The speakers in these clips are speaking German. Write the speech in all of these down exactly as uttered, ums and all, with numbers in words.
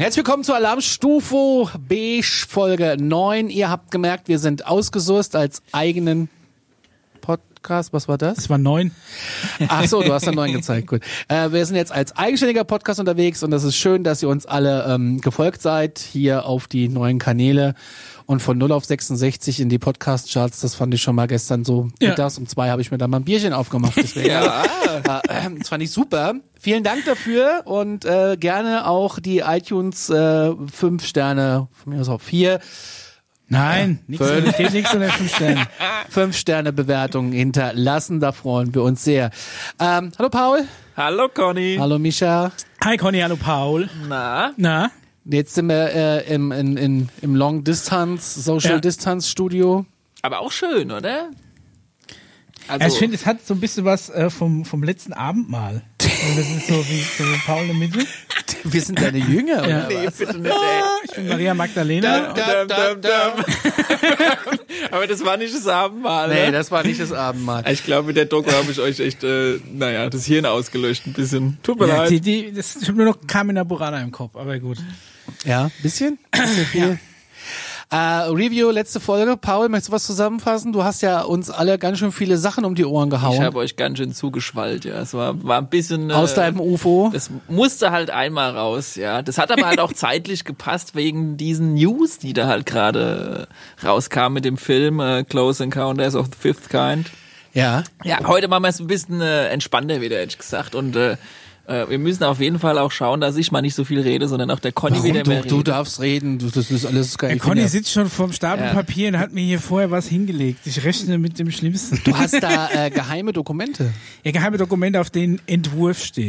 Herzlich willkommen zur Alarmstufe Beige Folge neun. Ihr habt gemerkt, wir sind ausgesourced als eigenen Podcast. Was war das? Das war neun. Ach so, du hast dann neun gezeigt. Gut. Äh, wir sind jetzt als eigenständiger Podcast unterwegs und das ist schön, dass ihr uns alle ähm, gefolgt seid hier auf die neuen Kanäle und von null auf sechsundsechzig in die Podcast-Charts. Das fand ich schon mal gestern so. Ja. Mittags um zwei habe ich mir dann mal ein Bierchen aufgemacht. Deswegen, ja. äh, das fand ich super. Vielen Dank dafür und äh, gerne auch die iTunes äh, fünf Sterne, von mir aus auch vier. Nein, Ja, nichts, da steht nichts unter fünf Sternen. Fünf Sterne Bewertungen hinterlassen, da freuen wir uns sehr. Ähm, hallo Paul. Hallo Conny. Hallo Mischa. Hi Conny, hallo Paul. Na? Na? Jetzt sind wir äh, im, in, in, im Long Distance, Social Ja. Distance Studio. Aber auch schön, oder? Also, Also ich finde, es hat so ein bisschen was äh, vom, vom letzten Abendmahl. Also das ist so wie so Paul in der Mitte. Wir sind deine Jünger, oder? Ja. nee, was? bitte nicht, ey. Ich bin Maria Magdalena. Dum, dum, dum. Aber das war nicht das Abendmahl, Nee, ne? das war nicht das Abendmahl. Ich glaube, mit der Doku habe ich euch echt, äh, naja, das Hirn ausgelöscht ein bisschen. Tut mir Ja, leid. die, die, das, ich habe nur noch Carmina Burana im Kopf, aber gut. Ja, bisschen? bisschen viel. Äh, Review, letzte Folge. Paul, möchtest du was zusammenfassen? Du hast ja uns alle ganz schön viele Sachen um die Ohren gehauen. Ich habe euch ganz schön zugeschwallt, ja. Es war, war ein bisschen... Äh, Aus deinem U F O. Das musste halt einmal raus, ja. Das hat aber halt auch zeitlich gepasst wegen diesen News, die da halt gerade äh, rauskamen mit dem Film äh, Close Encounters of the Fifth Kind. Ja. Ja, heute machen wir es ein bisschen äh, entspannter wieder, hätte ich gesagt. Und äh, äh, wir müssen auf jeden Fall auch schauen, dass ich mal nicht so viel rede, sondern auch der Conny Warum? wieder mehr Du, du redet. darfst reden. Du, das ist alles geil. Der Ich bin Conny ja- sitzt schon vorm Stapel Ja. Papier und hat mir hier vorher was hingelegt. Ich rechne mit dem Schlimmsten. Du hast da äh, geheime Dokumente. Ja, geheime Dokumente, auf denen Entwurf steht.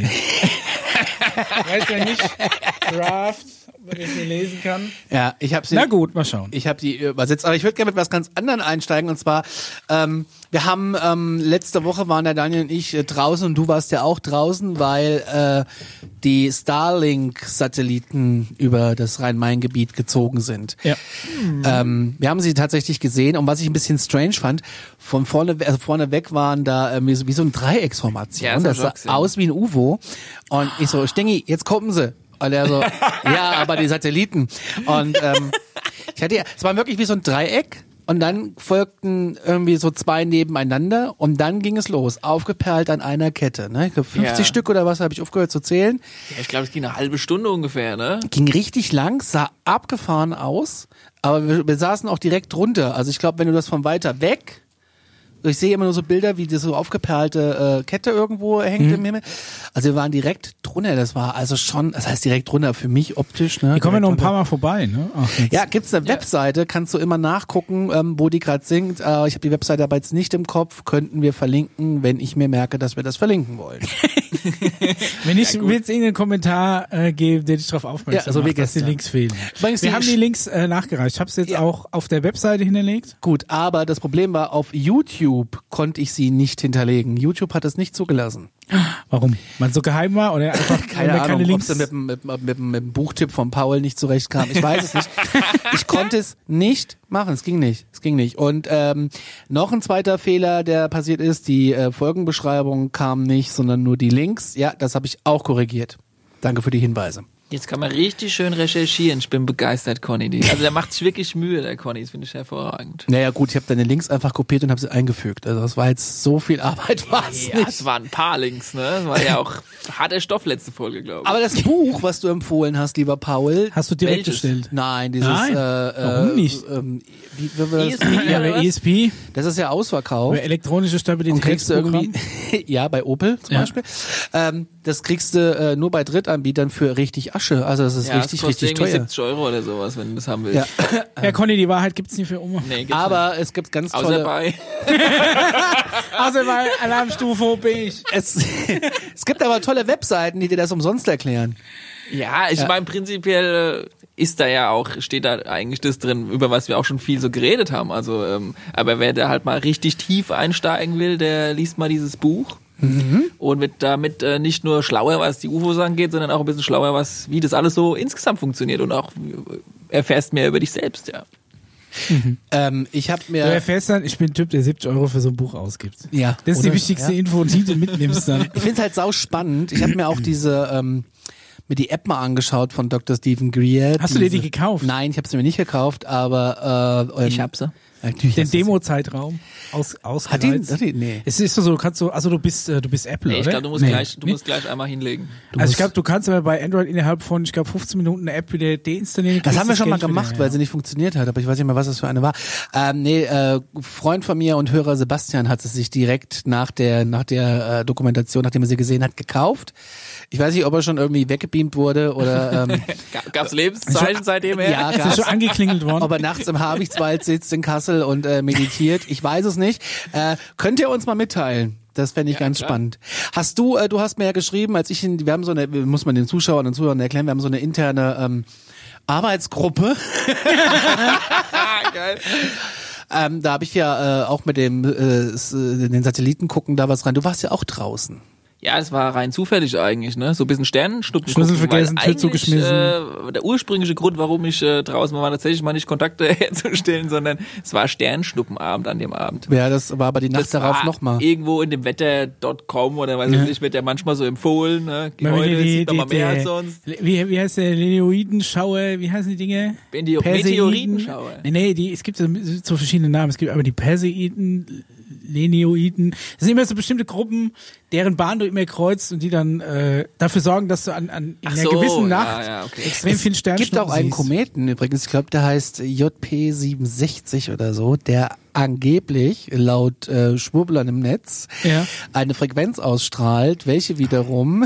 Weißt du nicht? Draft, wenn ich nicht lesen kann. Ja, ich habe sie. Na gut, mal schauen. Ich habe die übersetzt, aber ich würde gerne mit was ganz anderem einsteigen und zwar, ähm, wir haben ähm, letzte Woche waren der Daniel und ich äh, draußen und du warst ja auch draußen, weil äh, die Starlink-Satelliten über das Rhein-Main-Gebiet gezogen sind. Ja. Ähm, wir haben sie tatsächlich gesehen und was ich ein bisschen strange fand, von vorne, also vorne weg waren da äh, wie, so, wie so eine Dreiecksformation. Ja, das das hab sah ich auch gesehen. aus wie ein U F O und ich so, Stengi, jetzt kommen sie. Und er so, ja, aber die Satelliten. Und ähm, ich hatte ja, es war wirklich wie so ein Dreieck und dann folgten irgendwie so zwei nebeneinander und dann ging es los, aufgeperlt an einer Kette. Ne? Ich glaube fünfzig Ja. Stück oder was habe ich aufgehört zu zählen. Ja, ich glaube, es ging eine halbe Stunde ungefähr, ne? Ging richtig lang, sah abgefahren aus, aber wir, wir saßen auch direkt drunter. Also ich glaube, wenn du das von weiter weg, ich sehe immer nur so Bilder, wie die so aufgeperlte äh, Kette irgendwo hängt Mhm. im Himmel. Also wir waren direkt drunter, das war also schon, das heißt direkt drunter für mich optisch. Ne? Die kommen ja noch ein Direkt paar Mal vorbei, ne? Ach, jetzt. ja, gibt's eine Webseite, kannst du immer nachgucken, ähm, wo die gerade singt. Äh, ich habe die Webseite aber jetzt nicht im Kopf, könnten wir verlinken, wenn ich mir merke, dass wir das verlinken wollen. Wenn ich mir jetzt irgendeinen Kommentar äh, gebe, der dich darauf aufmerksam Ja, so wie macht, dass die gestern. Links fehlen. Übrigens, Wir die haben die Sch- Links äh, nachgereicht. Ich habe es jetzt Ja. auch auf der Webseite hinterlegt. Gut, aber das Problem war, auf YouTube konnte ich sie nicht hinterlegen. YouTube hat es nicht zugelassen. Warum? Weil es so geheim war oder einfach Keine weil wir Ahnung, keine ob Links. sie mit, dem- mit, dem- mit, dem- mit dem Buchtipp von Paul nicht zurechtkam. Ich weiß es nicht. Ich konnte es nicht machen. Es ging nicht. Es ging nicht. Und ähm, noch ein zweiter Fehler, der passiert ist, die äh, Folgenbeschreibung kam nicht, sondern nur die Links. Ja, das habe ich auch korrigiert. Danke für die Hinweise. Jetzt kann man richtig schön recherchieren. Ich bin begeistert, Conny. Die- Also der macht sich wirklich Mühe, der Conny. Das finde ich hervorragend. Naja gut, ich habe deine Links einfach kopiert und habe sie eingefügt. Also das war jetzt so viel Arbeit, war es Ja, nicht. es waren ein paar Links, ne? Das war ja auch harter Stoff letzte Folge, glaube ich. Aber das Buch, was du empfohlen hast, lieber Paul, Hast du direkt Welches? bestellt? nein, dieses Nein, äh, warum äh, nicht? Ähm, wie, wie, wie, E S P Ja, oder bei was? E S P, das ist ja ausverkauft. über elektronische Und kriegst du irgendwie, Stabilitätsprogramm. ja, bei Opel zum Ja. Beispiel. Ähm, das kriegst du äh, nur bei Drittanbietern für richtig Asche. Also das ist ja, richtig, es kostet richtig irgendwie teuer. siebzig Euro oder sowas, wenn du das haben willst. Ja. Ja, Conny, die Wahrheit gibt's nicht für Oma. Nee, gibt's Aber es gibt ganz nicht. Außer tolle. bei. Außer bei Alarmstufe beige. Es, es gibt aber tolle Webseiten, die dir das umsonst erklären. Ja, ich meine, prinzipiell äh, ist da ja auch, steht da eigentlich das drin, über was wir auch schon viel so geredet haben. Also, ähm, aber wer da halt mal richtig tief einsteigen will, der liest mal dieses Buch. Mhm. Und wird damit äh, nicht nur schlauer, was die U F Os angeht, sondern auch ein bisschen schlauer, was, wie das alles so insgesamt funktioniert und auch äh, erfährst mehr über dich selbst, ja. Ähm, ich habe Du mir erfährst dann, ich bin ein Typ, der siebzig Euro für so ein Buch ausgibt. ja, Das ist oder? die wichtigste Ja. Info, die du mitnimmst dann. Ich finde es halt sau spannend. Ich habe mir auch diese ähm, mir die App mal angeschaut von Doktor Stephen Greer. Hast du dir die gekauft? Nein, ich habe sie mir nicht gekauft, aber äh, Ich hab sie. Natürlich Den hast du sie. Demo-Zeitraum aus, Hat die, ausgereizt. hat die, nee. Es ist doch so, du kannst so, also du bist, äh, du bist Apple, Nee, ich oder? glaube, du musst Nee. gleich, du Nee? musst gleich einmal hinlegen. Also ich glaube, du kannst aber bei Android innerhalb von, ich glaube, fünfzehn Minuten eine App wieder deinstallieren. Das kriegst haben wir schon mal Geld gemacht, wieder, weil ja. sie nicht funktioniert hat, aber ich weiß nicht mehr, was das für eine war. Ähm, nee, äh, Freund von mir und Hörer Sebastian hat es sich direkt nach der nach der äh, Dokumentation, nachdem er sie gesehen hat, gekauft. Ich weiß nicht, ob er schon irgendwie weggebeamt wurde oder ähm, Ga- Gab's Lebenszeichen seitdem her? ja, Ist das gab's. schon angeklingelt worden? Ob er nachts im Habichtswald sitzt in Kassel und äh, meditiert, ich weiß es nicht. Äh, könnt ihr uns mal mitteilen? Das fände ich Ja, ganz klar. spannend. Hast du, äh, du hast mir ja geschrieben, als ich in, wir haben so eine, muss man den Zuschauern und Zuhörern erklären, wir haben so eine interne ähm, Arbeitsgruppe. Ah, geil. Ähm, da habe ich ja äh, auch mit dem äh, s- äh, den Satelliten gucken da was rein. Du warst ja auch draußen. Ja, es war rein zufällig eigentlich, ne? So ein bisschen Sternenschnuppen. Schlüssel gucken, vergessen, weil Tür eigentlich, zugeschmissen. Äh, der ursprüngliche Grund, warum ich äh, draußen war, war tatsächlich mal nicht Kontakte herzustellen, sondern es war Sternschnuppenabend an dem Abend. Ja, das war aber die Nacht Das darauf war nochmal. irgendwo in dem Wetter Punkt com oder weiß ich nicht, wird ja manchmal so empfohlen, ne? Wenn wir Heute die- sieht man die- mal mehr die- als sonst. Wie, wie heißt der Leoidenschauer? Wie heißen die Dinge? Meteor- Perseiden? Meteoritenschauer. Nee, nee, die, es gibt so, so verschiedene Namen. Es gibt aber die Perseiden, Leoiden. Das sind immer so bestimmte Gruppen, deren Bahn du immer kreuzt und die dann äh, dafür sorgen, dass du an, an in Ach einer so, gewissen ja, Nacht ja, okay. extrem viel Es Sternschnuppen gibt auch einen siehst. Kometen übrigens, ich glaube, der heißt J P siebenundsechzig oder so, der angeblich laut äh, Schwurblern im Netz Ja. eine Frequenz ausstrahlt, welche wiederum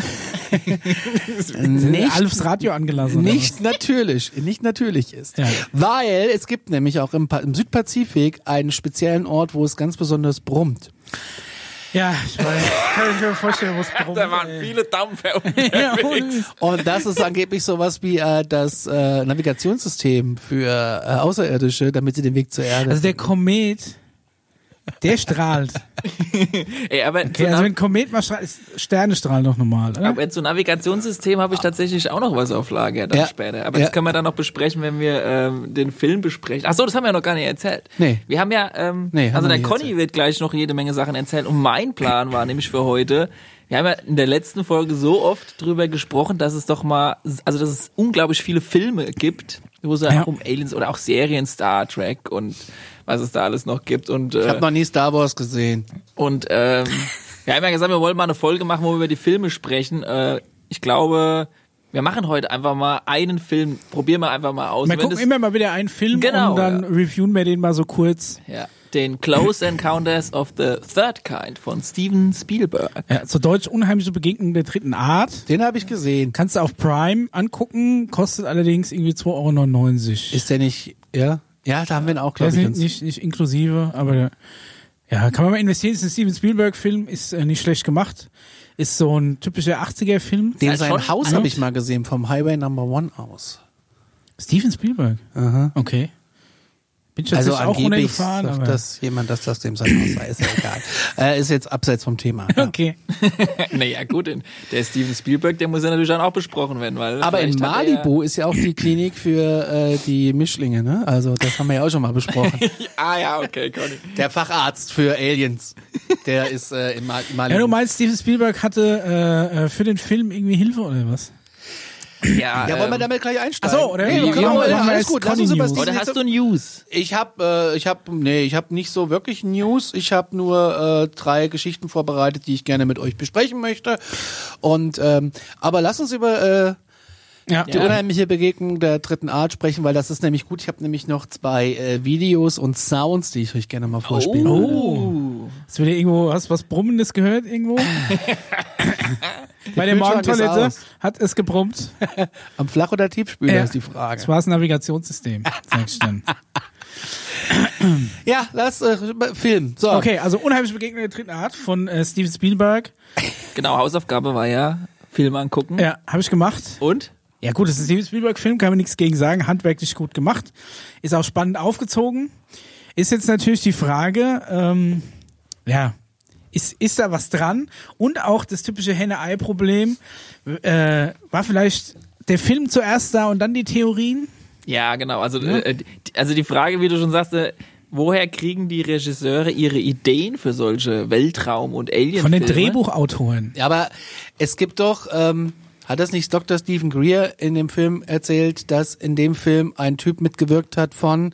nicht, Alfs Radio angelassen. oder nicht natürlich, nicht natürlich ist. Ja. Weil es gibt nämlich auch im, Pa- im Südpazifik einen speziellen Ort, wo es ganz besonders brummt. was? Ja, ich weiß. Kann ich mir vorstellen, wo es brummt. Da waren ey. viele Dampfer Ja, unterwegs. Und das ist angeblich sowas wie äh, das äh, Navigationssystem für äh, Außerirdische, damit sie den Weg zur Erde Also der Komet, der strahlt. Ey, aber Okay, also wenn Komet mal strahlt, ist Sterne strahlen doch normal, oder? Aber zu Navigationssystem habe ich tatsächlich auch noch was auf Lager dann Ja. später. Aber Ja. das können wir dann noch besprechen, wenn wir ähm, den Film besprechen. Ach so, das haben wir ja noch gar nicht erzählt. Nee. Wir haben ja, ähm, Nee, haben also wir der nicht Conny erzählt. wird gleich noch jede Menge Sachen erzählen. Und mein Plan war nämlich für heute, wir haben ja in der letzten Folge so oft drüber gesprochen, dass es doch mal, also dass es unglaublich viele Filme gibt, wo es Ja. einfach um Aliens oder auch Serien, Star Trek und was es da alles noch gibt. Und Ich äh, habe noch nie Star Wars gesehen. und ähm, wir haben ja gesagt, wir wollen mal eine Folge machen, wo wir über die Filme sprechen. Äh, ich glaube, wir machen heute einfach mal einen Film. Probieren wir einfach mal aus. Wir Wenn gucken das- immer mal wieder einen Film Genau, und dann ja. reviewen wir den mal so kurz. ja, den Close Encounters of the Third Kind von Steven Spielberg. Ja, zu Deutsch unheimliche Begegnung der dritten Art. Den habe ich gesehen. Kannst du auf Prime angucken, kostet allerdings irgendwie zwei Euro neunundneunzig. Ist der nicht, ja? Ja, da haben wir ihn auch, Der glaube ist ich. nicht, Uns. nicht, nicht inklusive, aber ja, kann man mal investieren. Ist ein Steven Spielberg-Film, ist äh, nicht schlecht gemacht. Ist so ein typischer achtziger-Film. Den Halt sein schon Haus alt. habe ich mal gesehen, vom Highway Number One aus. Steven Spielberg? Aha. Okay. Bin ich Also tatsächlich auch angeblich runtergefahren, sagt aber das jemand, dass das dem sein Haus sei. Ist ja egal. äh, ist jetzt abseits vom Thema. Ja. okay. Naja, gut, denn der Steven Spielberg, der muss ja natürlich dann auch besprochen werden. Weil Aber in vielleicht hat er- Malibu ist ja auch die Klinik für äh, die Mischlinge, ne? Also das haben wir ja auch schon mal besprochen. Ah ja, okay, Conny. Der Facharzt für Aliens, der ist äh, in Mal- Malibu. Ja, du meinst, Steven Spielberg hatte äh, äh, für den Film irgendwie Hilfe oder was? Ja, ja, wollen wir ähm, damit gleich einsteigen? Ach so, oder? Nee, Ja, wir machen können wir- auch- ja, machen wir alles erst gut. Lass Conny uns über News. Steven oder jetzt hast du News? Ich habe, äh, ich habe, nee, ich habe nicht so wirklich News. Ich habe nur äh, drei Geschichten vorbereitet, die ich gerne mit euch besprechen möchte. Und ähm, aber lass uns über äh, Ja. die Ja. unheimliche Begegnung der dritten Art sprechen, weil das ist nämlich gut. Ich habe nämlich noch zwei äh, Videos und Sounds, die ich euch gerne mal vorspielen würde. Oh. Hast du wieder irgendwo, hast du was Brummendes gehört irgendwo? Bei der Kühlschrank ist Morgentoilette aus. hat es gebrummt. Am Flach- oder Tiefspüler Ja. ist die Frage. Das war das Navigationssystem, sag ich dann. Ja, lass äh, Film. So. Okay, also unheimliche Begegnung der dritten Art von äh, Steven Spielberg. Genau, Hausaufgabe war ja Film angucken. Ja, habe ich gemacht. Und? Ja gut, das ist ein Steven Spielberg-Film, kann man nichts gegen sagen. Handwerklich gut gemacht. Ist auch spannend aufgezogen. Ist jetzt natürlich die Frage, ähm, ja, ist, ist da was dran? Und auch das typische Henne-Ei-Problem, äh, war vielleicht der Film zuerst da und dann die Theorien? Ja, genau. Also, äh, die, also die Frage, wie du schon sagst, äh, woher kriegen die Regisseure ihre Ideen für solche Weltraum- und Alien-Filme? Von den Drehbuchautoren. Ja, aber es gibt doch, ähm, Hat das nicht Doktor Stephen Greer in dem Film erzählt, dass in dem Film ein Typ mitgewirkt hat von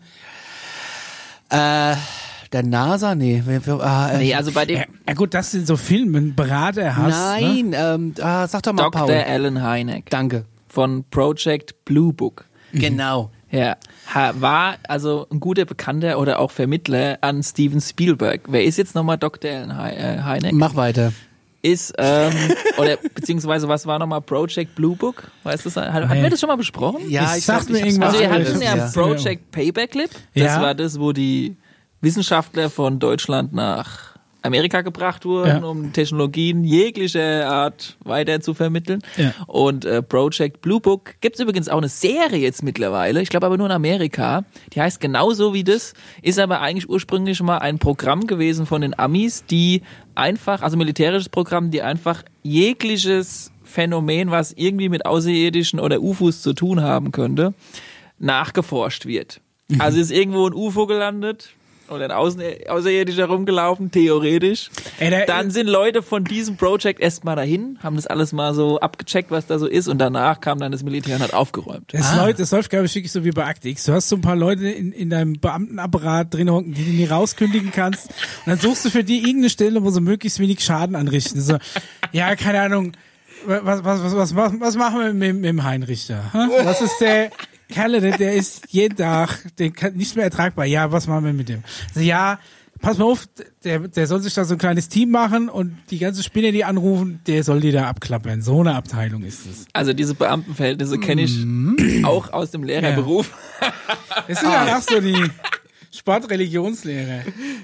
äh, der NASA? Nee. Ah, äh, Nee, also bei dem Ja, ja gut, das sind so Filme, ein Berater hast. Nein, Ne? ähm, ah, sag doch mal Doktor Paul. Alan Hynek Danke. von Project Blue Book. Genau. Ja, ha- war also ein guter Bekannter oder auch Vermittler an Steven Spielberg. Wer ist jetzt nochmal Doktor Alan Hy- äh, Hynek? Mach weiter. Ist, ähm, oder beziehungsweise was war nochmal Project Blue Book? Weißt du das? Hat, hatten Nee. wir das schon mal besprochen? Ja, Ich ich sag sag mir irgendwas. Also wir aber hatten das ja ist- Project Paperclip. Das Ja. war das, wo die Wissenschaftler von Deutschland nach Amerika gebracht wurden, Ja. um Technologien jeglicher Art weiter zu vermitteln. Ja. Und äh, Project Blue Book gibt's übrigens auch eine Serie jetzt mittlerweile, ich glaube aber nur in Amerika, die heißt genauso wie das, ist aber eigentlich ursprünglich mal ein Programm gewesen von den Amis, die einfach, also militärisches Programm, die einfach jegliches Phänomen, was irgendwie mit Außerirdischen oder U F Os zu tun haben könnte, nachgeforscht wird. Mhm. Also ist irgendwo ein U F O gelandet oder ein Außen Außerirdischer rumgelaufen, theoretisch. Ey, der- Dann sind Leute von diesem Projekt erstmal dahin, haben das alles mal so abgecheckt, was da so ist, und danach kam dann das Militär und hat aufgeräumt. Das, Ah. läuft, das läuft, glaube ich, wirklich so wie bei Akte X. Du hast so ein paar Leute in, in deinem Beamtenapparat drin hocken, die du nie rauskündigen kannst. Und dann suchst du für die irgendeine Stelle, wo sie möglichst wenig Schaden anrichten. So, ja, keine Ahnung, was, was, was, was, was, was machen wir mit, mit dem Heinrich da? Hä? Was ist der Kerle, der, der ist jeden Tag der kann nicht mehr ertragbar. Ja, was machen wir mit dem? So, ja, pass mal auf, der, der soll sich da so ein kleines Team machen und die ganzen Spinner, die anrufen, der soll die da abklappern. So eine Abteilung ist es. Also diese Beamtenverhältnisse kenne ich Mhm. auch aus dem Lehrerberuf. Das sind ja auch so die Sportreligionslehre.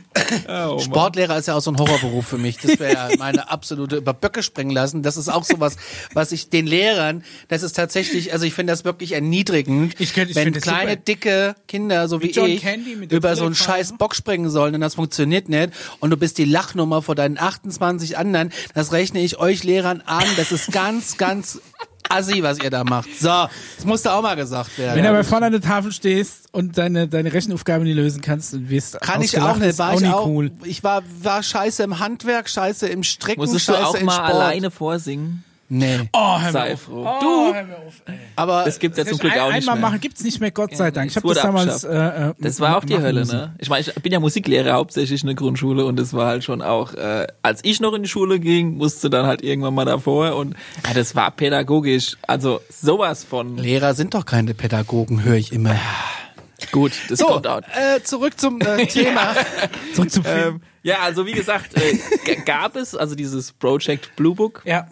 Oh, Sportlehrer ist ja auch so ein Horrorberuf für mich. Das wäre ja meine absolute über Böcke springen lassen. Das ist auch sowas, was ich den Lehrern, das ist tatsächlich, also ich finde das wirklich erniedrigend, Ich könnte- ich wenn finde das kleine, super. dicke Kinder, so wie John ich, Candy mit der über Brille so einen fahren, scheiß ne? Bock springen sollen und das funktioniert nicht und du bist die Lachnummer vor deinen achtundzwanzig anderen, das rechne ich euch Lehrern an. Das ist ganz, ganz assi, was ihr da macht. So, das musste auch mal gesagt werden. Wenn du aber vorne an der Tafel stehst und deine, deine Rechenaufgabe nicht lösen kannst und wirst Kann ich ausgelacht, auch nicht, ist war auch ich nicht auch, cool. ich war, war scheiße im Handwerk, scheiße im Stricken, Musstest du scheiße auch im mal Sport. alleine vorsingen? Nee. Oh, hör Sei mir auf. froh. Oh, Du, hör mir auf, ey. Aber das gibt's ja zum Das Glück ein, auch nicht einmal mehr. machen gibt's nicht mehr, Gott sei Dank. Ich habe es das wurde damals äh, äh, Das war auch die machen Hölle, müssen. ne? Ich meine, ich bin ja Musiklehrer hauptsächlich in der Grundschule, und das war halt schon auch, äh, als ich noch in die Schule ging, musste dann halt irgendwann mal davor, und ja, das war pädagogisch, also sowas von Lehrer sind doch keine Pädagogen, höre ich immer. gut. Das So, kommt auch. äh, zurück zum äh, Thema. So zu viel. Ähm, ja, also wie gesagt, äh, g- gab es also dieses Project Blue Book, ja.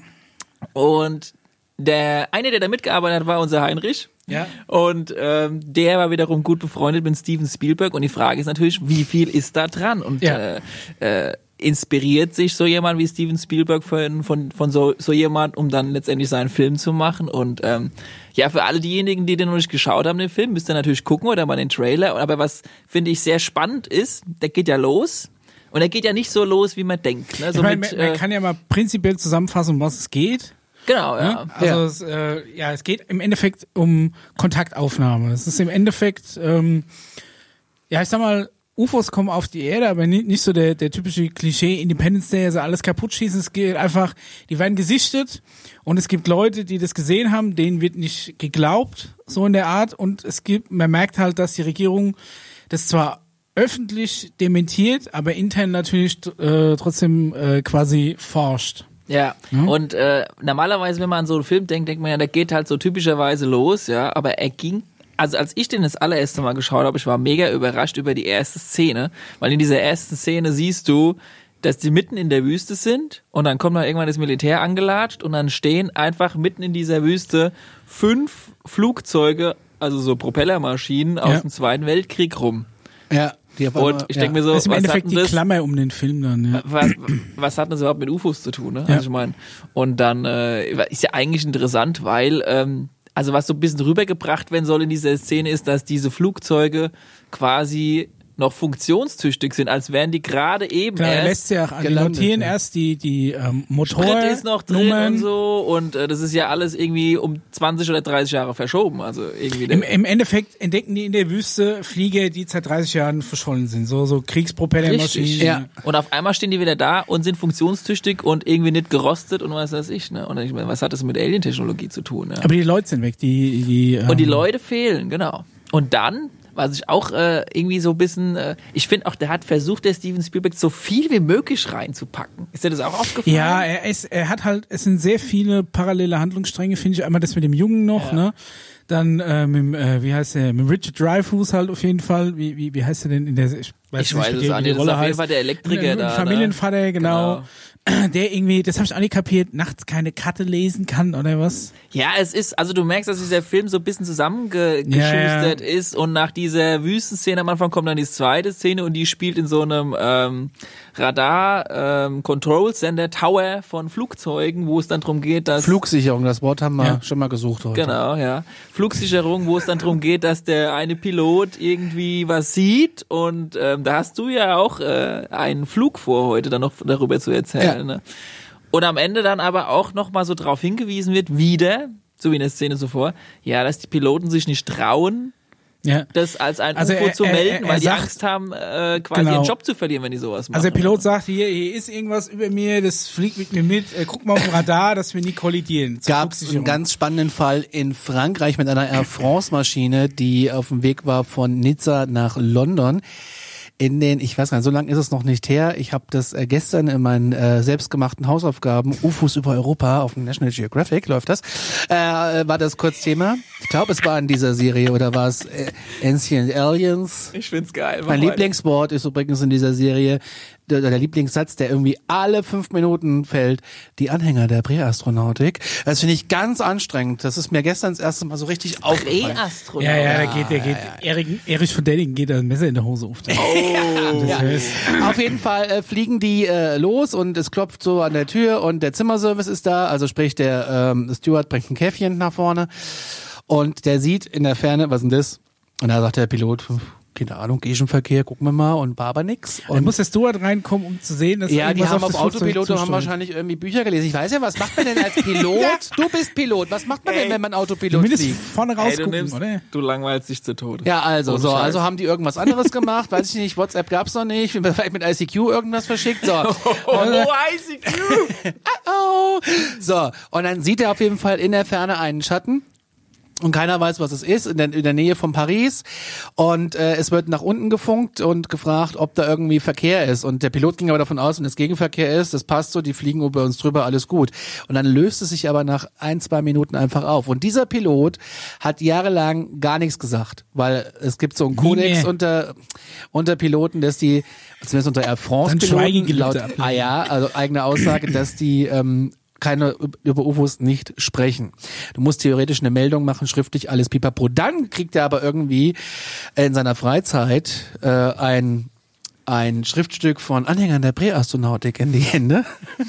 und der eine, der da mitgearbeitet hat, war unser Heinrich. Ja. Und ähm, der war wiederum gut befreundet mit Steven Spielberg, und die Frage ist natürlich, wie viel ist da dran? Und Ja. äh, äh, inspiriert sich so jemand wie Steven Spielberg von, von, von so, so jemand, um dann letztendlich seinen Film zu machen? Und ähm, ja, für alle diejenigen, die den noch nicht geschaut haben, den Film, müsst ihr natürlich gucken oder mal den Trailer. Aber was, finde ich, sehr spannend ist, der geht ja los. Und er geht ja nicht so los, wie man denkt. Ne? So Ich meine, mit, man, man äh, kann ja mal prinzipiell zusammenfassen, um was es geht. genau, ja. Ne? Also Ja. Es, äh, ja, es geht im Endeffekt um Kontaktaufnahme. Es ist im Endeffekt, ähm, ja, ich sag mal, U F Os kommen auf die Erde, aber nicht, nicht so der, der typische Klischee Independence Day, also alles kaputt schießen. Es geht einfach, die werden gesichtet, und es gibt Leute, die das gesehen haben, denen wird nicht geglaubt, so in der Art, und es gibt, man merkt halt, dass die Regierung das zwar öffentlich dementiert, aber intern natürlich äh, trotzdem äh, quasi forscht. Ja, und äh, normalerweise, wenn man an so einen Film denkt, denkt man ja, der geht halt so typischerweise los, ja, aber er ging, also als ich den das allererste Mal geschaut habe, ich war mega überrascht über die erste Szene, weil in dieser ersten Szene siehst du, dass die mitten in der Wüste sind, und dann kommt dann irgendwann das Militär angelatscht, und dann stehen einfach mitten in dieser Wüste fünf Flugzeuge, also so Propellermaschinen aus Ja. dem Zweiten Weltkrieg rum. Ja, die auf Und einmal- ich ja. denke mir so, Das ist im was Endeffekt hat die denn das? Klammer um den Film dann, ja. was, was hat das überhaupt mit U F Os zu tun, ne? Ja. Also ich meine, und dann äh, ist ja eigentlich interessant, weil ähm, also was so ein bisschen rübergebracht werden soll in dieser Szene ist, dass diese Flugzeuge quasi noch funktionstüchtig sind, als wären die gerade eben Klar, er erst lässt ja auch, die gelandet, notieren ja. erst die, die ähm, Motor. Sprit ist noch drin Nummern. und so und äh, das ist ja alles irgendwie um zwanzig oder dreißig Jahre verschoben. Also irgendwie Im, Im Endeffekt entdecken die in der Wüste Flieger, die seit dreißig Jahren verschollen sind. So, so Kriegspropellermaschinen. Richtig. Ja. Und auf einmal stehen die wieder da und sind funktionstüchtig und irgendwie nicht gerostet und was weiß ich. Ne? Und dann, ich meine, was hat das mit Alien-Technologie zu tun? Ja? Aber die Leute sind weg. Die, die, ähm, Und die Leute fehlen, genau. Und dann, was ich auch äh, irgendwie so ein bisschen, äh, ich finde auch, der hat versucht, der Steven Spielberg so viel wie möglich reinzupacken. Ist dir das auch aufgefallen? Ja, er ist, er hat halt, es sind sehr viele parallele Handlungsstränge, finde ich. Einmal das mit dem Jungen noch, Ja. ne? Dann äh, mit, dem, äh, wie heißt der, mit Richard Dreyfuss halt auf jeden Fall. Wie, wie, wie heißt er denn in der, ich weiß Ich nicht, weiß wie es die- auch wie nicht. die Das ist Rolle auf jeden heißt. Fall der Elektriker Ein- da. ein ne? Familienvater, genau. Der irgendwie, das habe ich auch nicht kapiert, nachts keine Karte lesen kann oder was? Ja, es ist, also du merkst, dass dieser Film so ein bisschen zusammengeschustert Ja, ist und nach dieser Wüstenszene am Anfang kommt dann die zweite Szene und die spielt in so einem ähm, Radar-Control-Center Tower von Flugzeugen, wo es dann darum geht, dass... Flugsicherung, das Wort haben wir Ja. schon mal gesucht heute. Genau, ja. Flugsicherung, wo es dann darum geht, dass der eine Pilot irgendwie was sieht und ähm, da hast du ja auch äh, einen Flug vor, heute dann noch darüber zu erzählen. Ja. Ne? Und am Ende dann aber auch nochmal so drauf hingewiesen wird, wieder, so wie in der Szene zuvor, ja, dass die Piloten sich nicht trauen, Ja. das als ein Also U F O er- zu er- melden, er- weil er die sagt- Angst haben, äh, quasi Genau. ihren Job zu verlieren, wenn die sowas machen. Also der Pilot sagt, hier, hier ist irgendwas über mir, das fliegt mit mir mit, äh, guck mal auf dem Radar, dass wir nie kollidieren. Zur Gab es einen Flugsicherung. ganz spannenden Fall in Frankreich mit einer Air France Maschine, die auf dem Weg war von Nizza nach London. In den, ich weiß gar nicht, so lange ist es noch nicht her. Ich habe das äh, gestern in meinen äh, selbstgemachten Hausaufgaben, U F Os über Europa, auf dem National Geographic läuft das, äh, war das kurz Thema. Ich glaube, es war in dieser Serie oder war es äh, Ancient Aliens? Ich find's geil. Mein Lieblingswort ist übrigens in dieser Serie, der, der Lieblingssatz, der irgendwie alle fünf Minuten fällt, die Anhänger der Präastronautik. Das finde ich ganz anstrengend. Das ist mir gestern das erste Mal so richtig aufgefallen. Präastronaut. Ja, ja, da geht, der geht, Erik, Erich von Delligen geht da ein Messer in der Hose auf. Oh, Ja. Auf jeden Fall äh, fliegen die äh, los und es klopft so an der Tür und der Zimmerservice ist da, also sprich der ähm, Steward bringt ein Käffchen nach vorne und der sieht in der Ferne, was denn das? Und da sagt der Pilot, keine Ahnung, Gegenverkehr, gucken wir mal und war aber nix. Dann Und muss der Steward reinkommen, um zu sehen, dass ja, die irgendwas haben auf das Flugzeug Autopilot und haben zusteuert. wahrscheinlich irgendwie Bücher gelesen. Ich weiß ja, was macht man denn als Pilot? Du bist Pilot. Was macht man denn, wenn man Autopilot Zumindest fliegt? vorne Ey, du, rausgucken, nimmst, oder? du langweilst dich zu Tode. Ja, also, Ohne so, Scheiß. also haben die irgendwas anderes gemacht, weiß ich nicht, WhatsApp gab's noch nicht, vielleicht mit I C Q irgendwas verschickt, so. Oh, I C Q! Oh. So, und dann sieht er auf jeden Fall in der Ferne einen Schatten. Und keiner weiß, was es ist, in der, in der Nähe von Paris. Und äh, es wird nach unten gefunkt und gefragt, ob da irgendwie Verkehr ist. Und der Pilot ging aber davon aus, wenn es Gegenverkehr ist, das passt so, die fliegen über uns drüber, alles gut. Und dann löst es sich aber nach ein, zwei Minuten einfach auf. Und dieser Pilot hat jahrelang gar nichts gesagt, weil es gibt so einen Kodex mehr. unter, unter Piloten, dass die, zumindest unter Air France Dann Schweigegelübde Piloten, laut, ablegen. ah ja, also eigene Aussage, dass die ähm, keine über U F Os nicht sprechen. Du musst theoretisch eine Meldung machen, schriftlich alles pipapo. Dann kriegt er aber irgendwie in seiner Freizeit äh, ein ein Schriftstück von Anhängern der Präastronautik in die Hände,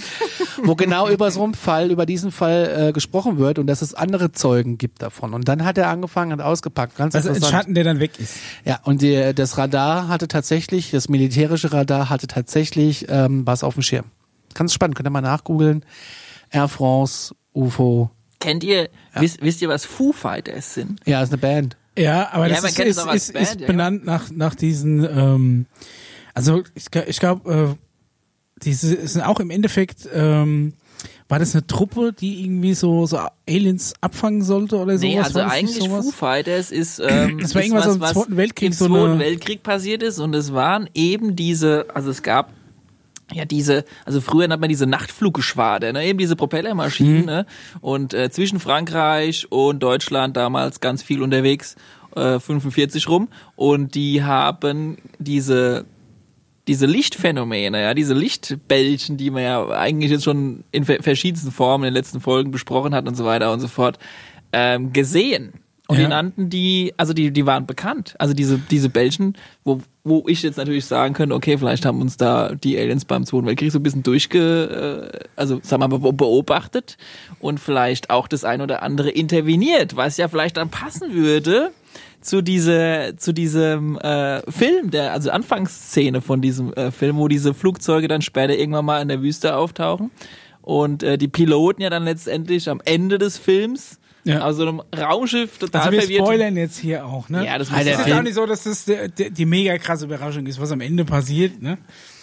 wo genau über so einen Fall, über diesen Fall äh, gesprochen wird und dass es andere Zeugen gibt davon. Und dann hat er angefangen und ausgepackt. Ganz Also ein interessant. Schatten, der dann weg ist. Ja, und die, das Radar hatte tatsächlich, das militärische Radar hatte tatsächlich ähm, was auf dem Schirm. Ganz spannend, könnt ihr mal nachgoogeln. Air France, U F O. Kennt ihr, wisst, wisst ihr, was Foo Fighters sind? Ja, ist eine Band. Ja, aber Ja, das man ist, kennt es ist, auch als ist, Band, ist ja, benannt nach, nach diesen, ähm, also ich, ich glaube, äh, diese sind auch im Endeffekt, ähm, war das eine Truppe, die irgendwie so, so Aliens abfangen sollte oder sowas? Nee, also War das nicht eigentlich sowas? Foo Fighters ist, ähm, Das war ist irgendwas was, im was Zweiten Weltkrieg, im so Zweiten eine- Weltkrieg passiert ist und es waren eben diese, also es gab ja diese, also früher hat man diese Nachtfluggeschwader, ne, eben diese Propellermaschinen, Mhm. ne, und äh, zwischen Frankreich und Deutschland damals ganz viel unterwegs, äh, fünfundvierzig rum, und die haben diese diese Lichtphänomene, ja, diese Lichtbällchen, die man ja eigentlich jetzt schon in ver- verschiedensten Formen in den letzten Folgen besprochen hat und so weiter und so fort, ähm, gesehen. Und Ja. die nannten die, also die, die waren bekannt. Also diese, diese Belgen, wo, wo ich jetzt natürlich sagen könnte, okay, vielleicht haben uns da die Aliens beim Zweiten Weltkrieg so ein bisschen durchge, äh, also sagen wir mal beobachtet und vielleicht auch das ein oder andere interveniert, was ja vielleicht dann passen würde zu diese, zu diesem äh, Film, der, also Anfangsszene von diesem äh, Film, wo diese Flugzeuge dann später irgendwann mal in der Wüste auftauchen und äh, die Piloten ja dann letztendlich am Ende des Films Ja. also einem Raumschiff total Also wir verwirrt. spoilern jetzt hier auch, ne? Ja, das also muss es ist sein. auch nicht so, dass das der, der, die mega krasse Überraschung ist, was am Ende passiert, ne?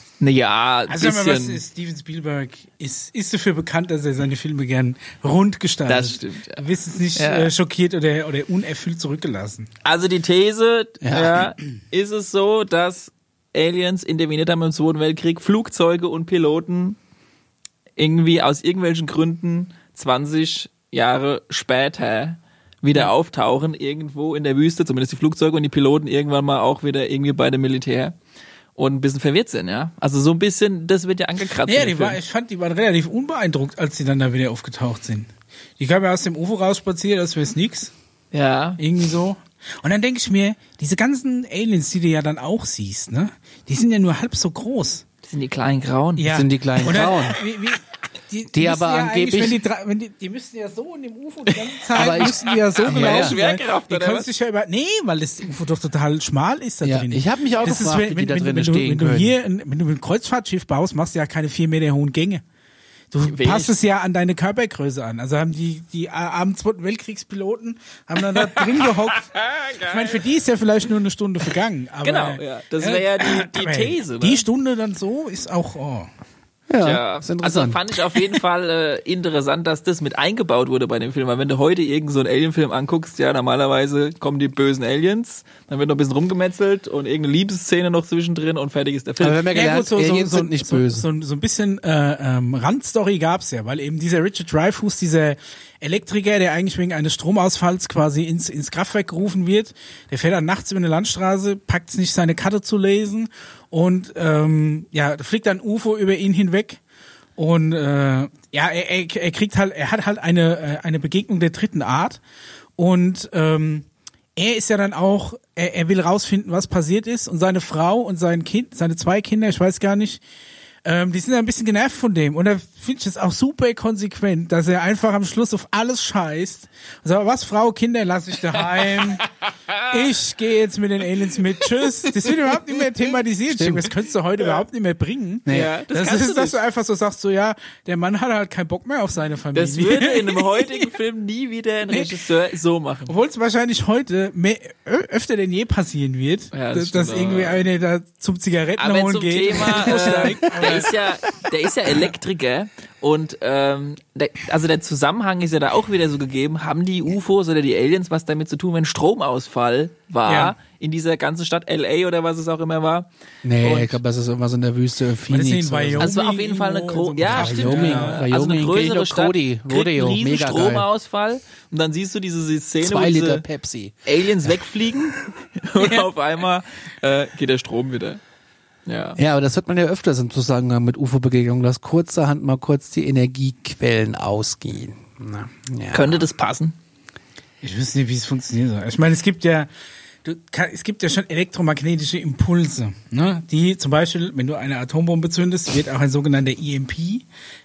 Naja, ein Also sag mal, was bisschen. ist Steven Spielberg ist, ist dafür bekannt, dass er seine Filme gern rund gestaltet. Das stimmt, ja. Du wirst es nicht Ja. äh, schockiert oder, oder unerfüllt zurückgelassen. Also die These, Ja. ja. ist es so, dass Aliens interveniert haben im Zweiten Weltkrieg, Flugzeuge und Piloten irgendwie aus irgendwelchen Gründen zwanzig Jahre später wieder auftauchen, irgendwo in der Wüste, zumindest die Flugzeuge und die Piloten irgendwann mal auch wieder irgendwie bei dem Militär und ein bisschen verwirrt sind, ja. Also so ein bisschen, das wird ja angekratzt. Ja, in dem die war, Film. ich fand, die waren relativ unbeeindruckt, als sie dann da wieder aufgetaucht sind. Die kamen ja aus dem U F O rausspaziert, als wäre es nix. Ja. Irgendwie so. Und dann denke ich mir, diese ganzen Aliens, die du ja dann auch siehst, ne? Die sind ja nur halb so groß. Das sind die kleinen Grauen. Ja. sind die kleinen Und dann, Grauen. Wie, wie, die, Die müssen aber ja angeblich- eigentlich, Wenn die, dra- wenn die, die müssten ja so in dem U F O die ganze Zeit, Aber ich- müssten die ja so Ja, gelaufen ja. sein. Schwerkraft, Die oder können was? sich ja über, nee, weil das U F O doch total schmal ist da Ja, drin. ich hab mich auch das gefragt, ist, wie wenn, die da wenn, drinnen wenn, du, stehen wenn du können. hier, ein, wenn du ein Kreuzfahrtschiff baust, machst du ja keine vier Meter hohen Gänge. Du Wenig. passt es ja an deine Körpergröße an. Also haben die, die abends Zweiten Weltkriegspiloten haben dann da drin gehockt. Ich meine, für die ist ja vielleicht nur eine Stunde vergangen. Aber, Genau, ja. Das wäre ja die, die aber These. Ne? Die Stunde dann so ist auch, oh. Ja, Ja, ist also interessant. fand ich auf jeden Fall äh, interessant, dass das mit eingebaut wurde bei dem Film. Weil wenn du heute irgendeinen so einen Alien-Film anguckst, ja, normalerweise kommen die bösen Aliens, dann wird noch ein bisschen rumgemetzelt und irgendeine Liebesszene noch zwischendrin und fertig ist der Film. Aber wir haben ja gelernt, Aliens sind nicht so, böse. So, so ein bisschen äh, ähm, Randstory gab's ja, weil eben dieser Richard Dreyfuss, dieser Elektriker, der eigentlich wegen eines Stromausfalls quasi ins, ins Kraftwerk gerufen wird, der fährt dann nachts über eine Landstraße, packt's nicht, seine Karte zu lesen und ähm, ja, da fliegt dann ein U F O über ihn hinweg. Und äh, ja, er, er, er kriegt halt, er hat halt eine äh, eine Begegnung der dritten Art und ähm, er ist ja dann auch, er, er will rausfinden, was passiert ist und seine Frau und sein Kind, seine zwei Kinder, ich weiß gar nicht, ähm, die sind ein bisschen genervt von dem und da finde ich es auch super konsequent, dass er einfach am Schluss auf alles scheißt und sagt, was Frau, Kinder, lass ich daheim, ich gehe jetzt mit den Aliens mit, tschüss. Das wird überhaupt nicht mehr thematisiert. Ich denke, das könntest du heute ja. überhaupt nicht mehr bringen. Nee. Ja, das, Das, kannst ist, du dass nicht. du einfach so sagst, so ja, der Mann hat halt keinen Bock mehr auf seine Familie. Das würde in einem heutigen Film nie wieder ein Regisseur so machen. Obwohl es wahrscheinlich heute mehr, ö- öfter denn je passieren wird, Ja, das dass, dass stimmt, irgendwie aber- eine da zum Zigaretten Aber holen zum geht. Thema, äh, der ist ja, der ist ja Elektriker und ähm, der, also der Zusammenhang ist ja da auch wieder so gegeben, haben die U F Os oder die Aliens was damit zu tun, wenn Stromausfall war Ja. in dieser ganzen Stadt L A oder was es auch immer war? Nee, Und- ich glaube, das ist irgendwas in der Wüste, das Phoenix. in oder so. Wyoming? Also es war auf jeden Fall eine irgendwo gro in so ja, einem stimmt. Wyoming, Ja. Wyoming, Also eine kenn ich größere doch, Stadt Cody, kriegt Rodeo, einen riesen mega geil. Stromausfall und dann siehst du diese Szene, Zwei wo diese Liter Pepsi. Aliens wegfliegen und auf einmal äh, geht der Strom wieder. Ja. Ja, aber das hört man ja öfters im Zusammenhang mit U F O-Begegnungen, dass kurzerhand mal kurz die Energiequellen ausgehen. Na, ja. Könnte das passen? Ich wüsste nicht, wie es funktioniert soll. Ich meine, es gibt ja, du, kann, es gibt ja schon elektromagnetische Impulse, ne? Die zum Beispiel, wenn du eine Atombombe zündest, wird auch ein sogenannter E M P,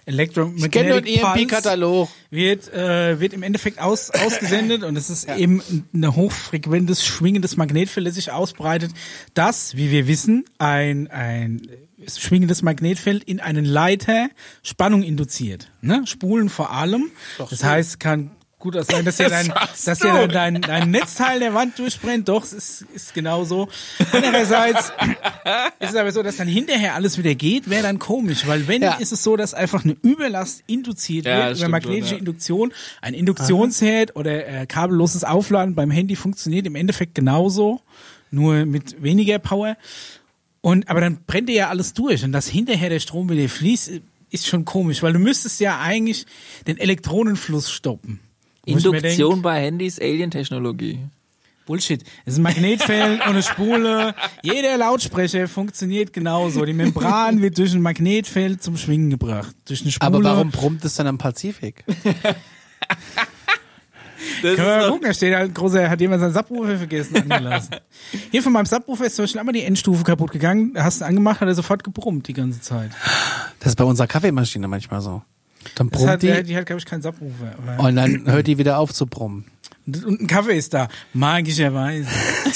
Ich kenne nur den Electromagnetic E M Pulse, P-Katalog. wird, äh, wird im Endeffekt aus, ausgesendet und es ist eben ein hochfrequentes, schwingendes Magnetfeld, das sich ausbreitet, das, wie wir wissen, ein, ein schwingendes Magnetfeld in einen Leiter Spannung induziert. Ne? Spulen vor allem. Das heißt, kann gut auch sein, dass ja dein, dass ja dein, dein, dein Netzteil der Wand durchbrennt. Doch, es ist, ist genau so. Andererseits ist es aber so, dass dann hinterher alles wieder geht, wäre dann komisch, weil wenn, Ja. ist es so, dass einfach eine Überlast induziert Ja, wird das über stimmt magnetische schon, ja. Induktion. Ein Induktionsherd oder äh, kabelloses Aufladen beim Handy funktioniert im Endeffekt genauso, nur mit weniger Power. Und, aber dann brennt dir ja alles durch und dass hinterher der Strom wieder fließt, ist schon komisch, weil du müsstest ja eigentlich den Elektronenfluss stoppen. Wo ich mir Induktion denk, bei Handys, Alien-Technologie. Bullshit. Es ist ein Magnetfeld und eine Spule. Jeder Lautsprecher funktioniert genauso. Die Membran wird durch ein Magnetfeld zum Schwingen gebracht. Durch eine Spule. Aber warum brummt es dann am Pazifik? Das Können wir ist mal doch, gucken, da steht halt ein großer, hat jemand seinen Subwoofer vergessen angelassen. Hier von meinem Subwoofer ist zum Beispiel einmal die Endstufe kaputt gegangen, hast du angemacht, hat er sofort gebrummt die ganze Zeit. Das ist bei unserer Kaffeemaschine manchmal so. Dann Das brummt hat, die die, die hat, glaube ich, keinen Subwoofer. Aber und dann hört die wieder auf zu brummen. und, und ein Kaffee ist da, magischerweise.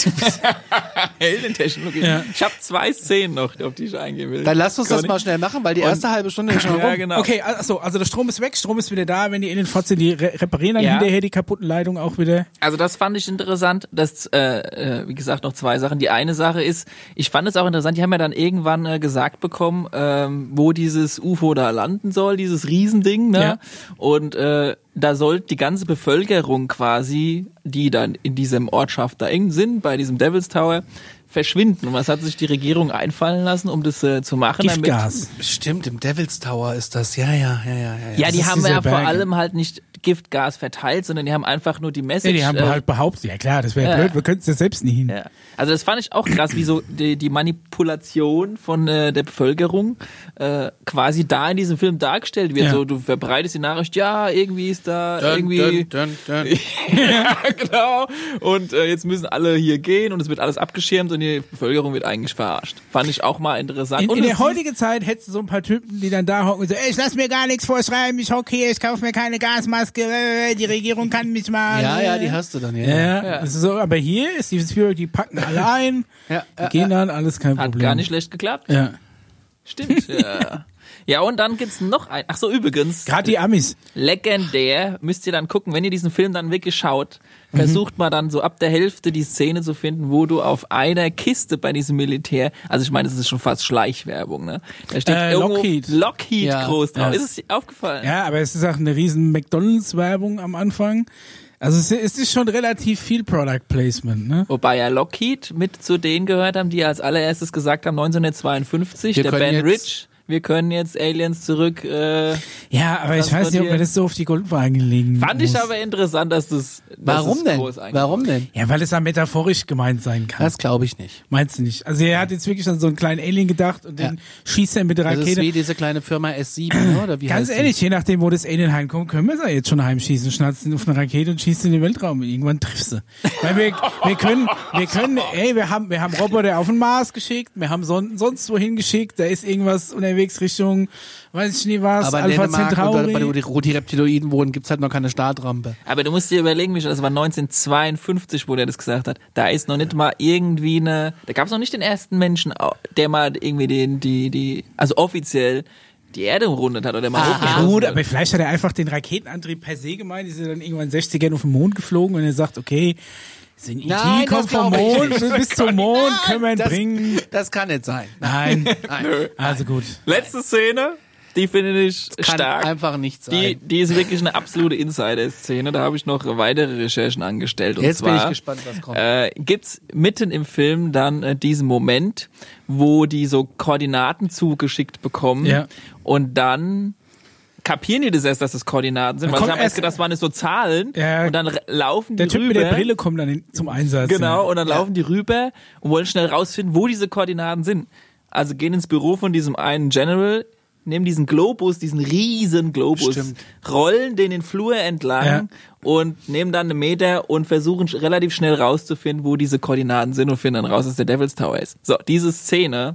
Heldentechnologie. Ja. Ich habe zwei Szenen noch, auf die ich eingehen will. Dann lass uns das Conny? mal schnell machen, weil die erste halbe Stunde ist schon rum. Ja, genau. Okay, also, also der Strom ist weg, Strom ist wieder da, wenn die Alien fort sind, die re reparieren dann Ja. hinterher die kaputten Leitungen auch wieder. Also das fand ich interessant, dass, äh, äh, wie gesagt, noch zwei Sachen. Die eine Sache ist, ich fand es auch interessant, die haben ja dann irgendwann äh, gesagt bekommen, ähm, wo dieses U F O da landen soll, dieses Riesending, ne? Ja. Und äh, da soll die ganze Bevölkerung quasi, die dann in diesem Ortschaft da eng sind, bei diesem Devil's Tower, verschwinden. Und was hat sich die Regierung einfallen lassen, um das äh, zu machen? Giftgas. Stimmt, im Devil's Tower ist das. Ja, ja, ja, ja. Ja, Ja, Das die ist haben dieser ja vor Berg. allem halt nicht Giftgas verteilt, sondern die haben einfach nur die Ja, Message. die haben äh, halt behauptet, ja klar, das wäre Ja. blöd, wir könnten es ja selbst nie hin. Ja. Also das fand ich auch krass, wie so die, die Manipulation von äh, der Bevölkerung äh, quasi da in diesem Film dargestellt wird. Ja. So, du verbreitest die Nachricht, ja, irgendwie ist da irgendwie... Dun, dun, dun. ja, genau. Und äh, jetzt müssen alle hier gehen und es wird alles abgeschirmt und die Bevölkerung wird eigentlich verarscht. Fand ich auch mal interessant. In, und in es der heutigen Zeit hättest du so ein paar Typen, die dann da hocken und so, ey, ich lass mir gar nichts vorschreiben, ich hocke hier, ich kaufe mir keine Gasmaske, äh, die Regierung kann mich mal. Ja, äh. ja, die hast du dann, ja. Ja, ja. Ja. Das ist so, aber hier ist Steven Spielberg, die packen alle ein, Ja, die ja, gehen dann, alles kein hat Problem. gar nicht schlecht geklappt. Ja. Stimmt. Ja. Ja, und dann gibt's noch ein... Ach so, übrigens... Gerade die Amis. Legendär, müsst ihr dann gucken, wenn ihr diesen Film dann wirklich schaut, versucht mal dann so ab der Hälfte die Szene zu finden, wo du auf einer Kiste bei diesem Militär, also ich meine, das ist schon fast Schleichwerbung, ne? Da steht Äh, irgendwo Lockheed. Lockheed Ja. groß drauf. Ja. Ist es dir aufgefallen? Ja, aber es ist auch eine riesen McDonalds-Werbung am Anfang. Also es es ist schon relativ viel Product Placement, ne? Wobei ja Lockheed mit zu denen gehört haben, die als allererstes gesagt haben, neunzehnhundertzweiundfünfzig, Wir der können Ben jetzt- Rich, wir können jetzt Aliens zurück. Äh, Ja, aber Das ich weiß nicht, ob dir- mir das so auf die Goldwaage gelegen fand ich muss. aber interessant, dass das. Dass Warum es denn? groß eingebaut Warum denn? Ja, weil es ja metaphorisch gemeint sein kann. Das glaube ich nicht. Meinst du nicht? Also er hat jetzt wirklich an so einen kleinen Alien gedacht und Ja. den schießt er mit der Das ist Rakete. wie diese kleine Firma S sieben, oder wie Ganz heißt ehrlich, je nachdem, wo das Alien heimkommt, können wir es ja jetzt schon heimschießen. Schnatzt ihn auf eine Rakete und schießt in den Weltraum. Irgendwann triffst du. Weil wir, wir können, wir können, ey, wir haben, wir haben Roboter auf den Mars geschickt, wir haben son sonst wohin geschickt, da ist irgendwas unterwegs Richtung, weiß ich nicht was, Aber in Alpha Dänemark, Centauri. oder bei wo die Reptiloiden wohnen, gibt's halt noch keine Startrampe. Aber du musst dir überlegen, Michael, das war neunzehnhundertzweiundfünfzig, wo der das gesagt hat. Da ist noch nicht mal irgendwie eine, da gab es noch nicht den ersten Menschen, der mal irgendwie den, die, die, also offiziell die Erde umrundet hat oder mal Ja, hochgeschossen gut, hat. aber vielleicht hat er einfach den Raketenantrieb per se gemeint, die sind dann irgendwann in den sechzigern auf den Mond geflogen und er sagt, okay, sind E Nein, T kommt das vom glaub ich Mond nicht. bis zum Mond, können wir ihn das, bringen. Das kann nicht sein. Nein. Nein. Also gut. Letzte Szene, die finde ich Kann stark. einfach nicht sein. Die, die ist wirklich eine absolute Insider-Szene. Da habe ich noch weitere Recherchen angestellt. Und Jetzt zwar, bin ich gespannt, was kommt. Äh, gibt's mitten im Film dann äh, diesen Moment, wo die so Koordinaten zugeschickt bekommen Ja. und dann kapieren die das erst, dass das Koordinaten sind, Da weil sie kommt haben erst erst- gedacht, das waren so Zahlen Ja. und dann r- laufen die Der Typ rüber. mit der Brille kommt dann in, zum Einsatz. Genau, und dann laufen die rüber und wollen schnell rausfinden, wo diese Koordinaten sind. Also gehen ins Büro von diesem einen General, nehmen diesen Globus, diesen riesen Globus, Stimmt. rollen den den Flur entlang Ja. und nehmen dann einen Meter und versuchen sch- relativ schnell rauszufinden, wo diese Koordinaten sind und finden dann raus, dass der Devil's Tower ist. So, diese Szene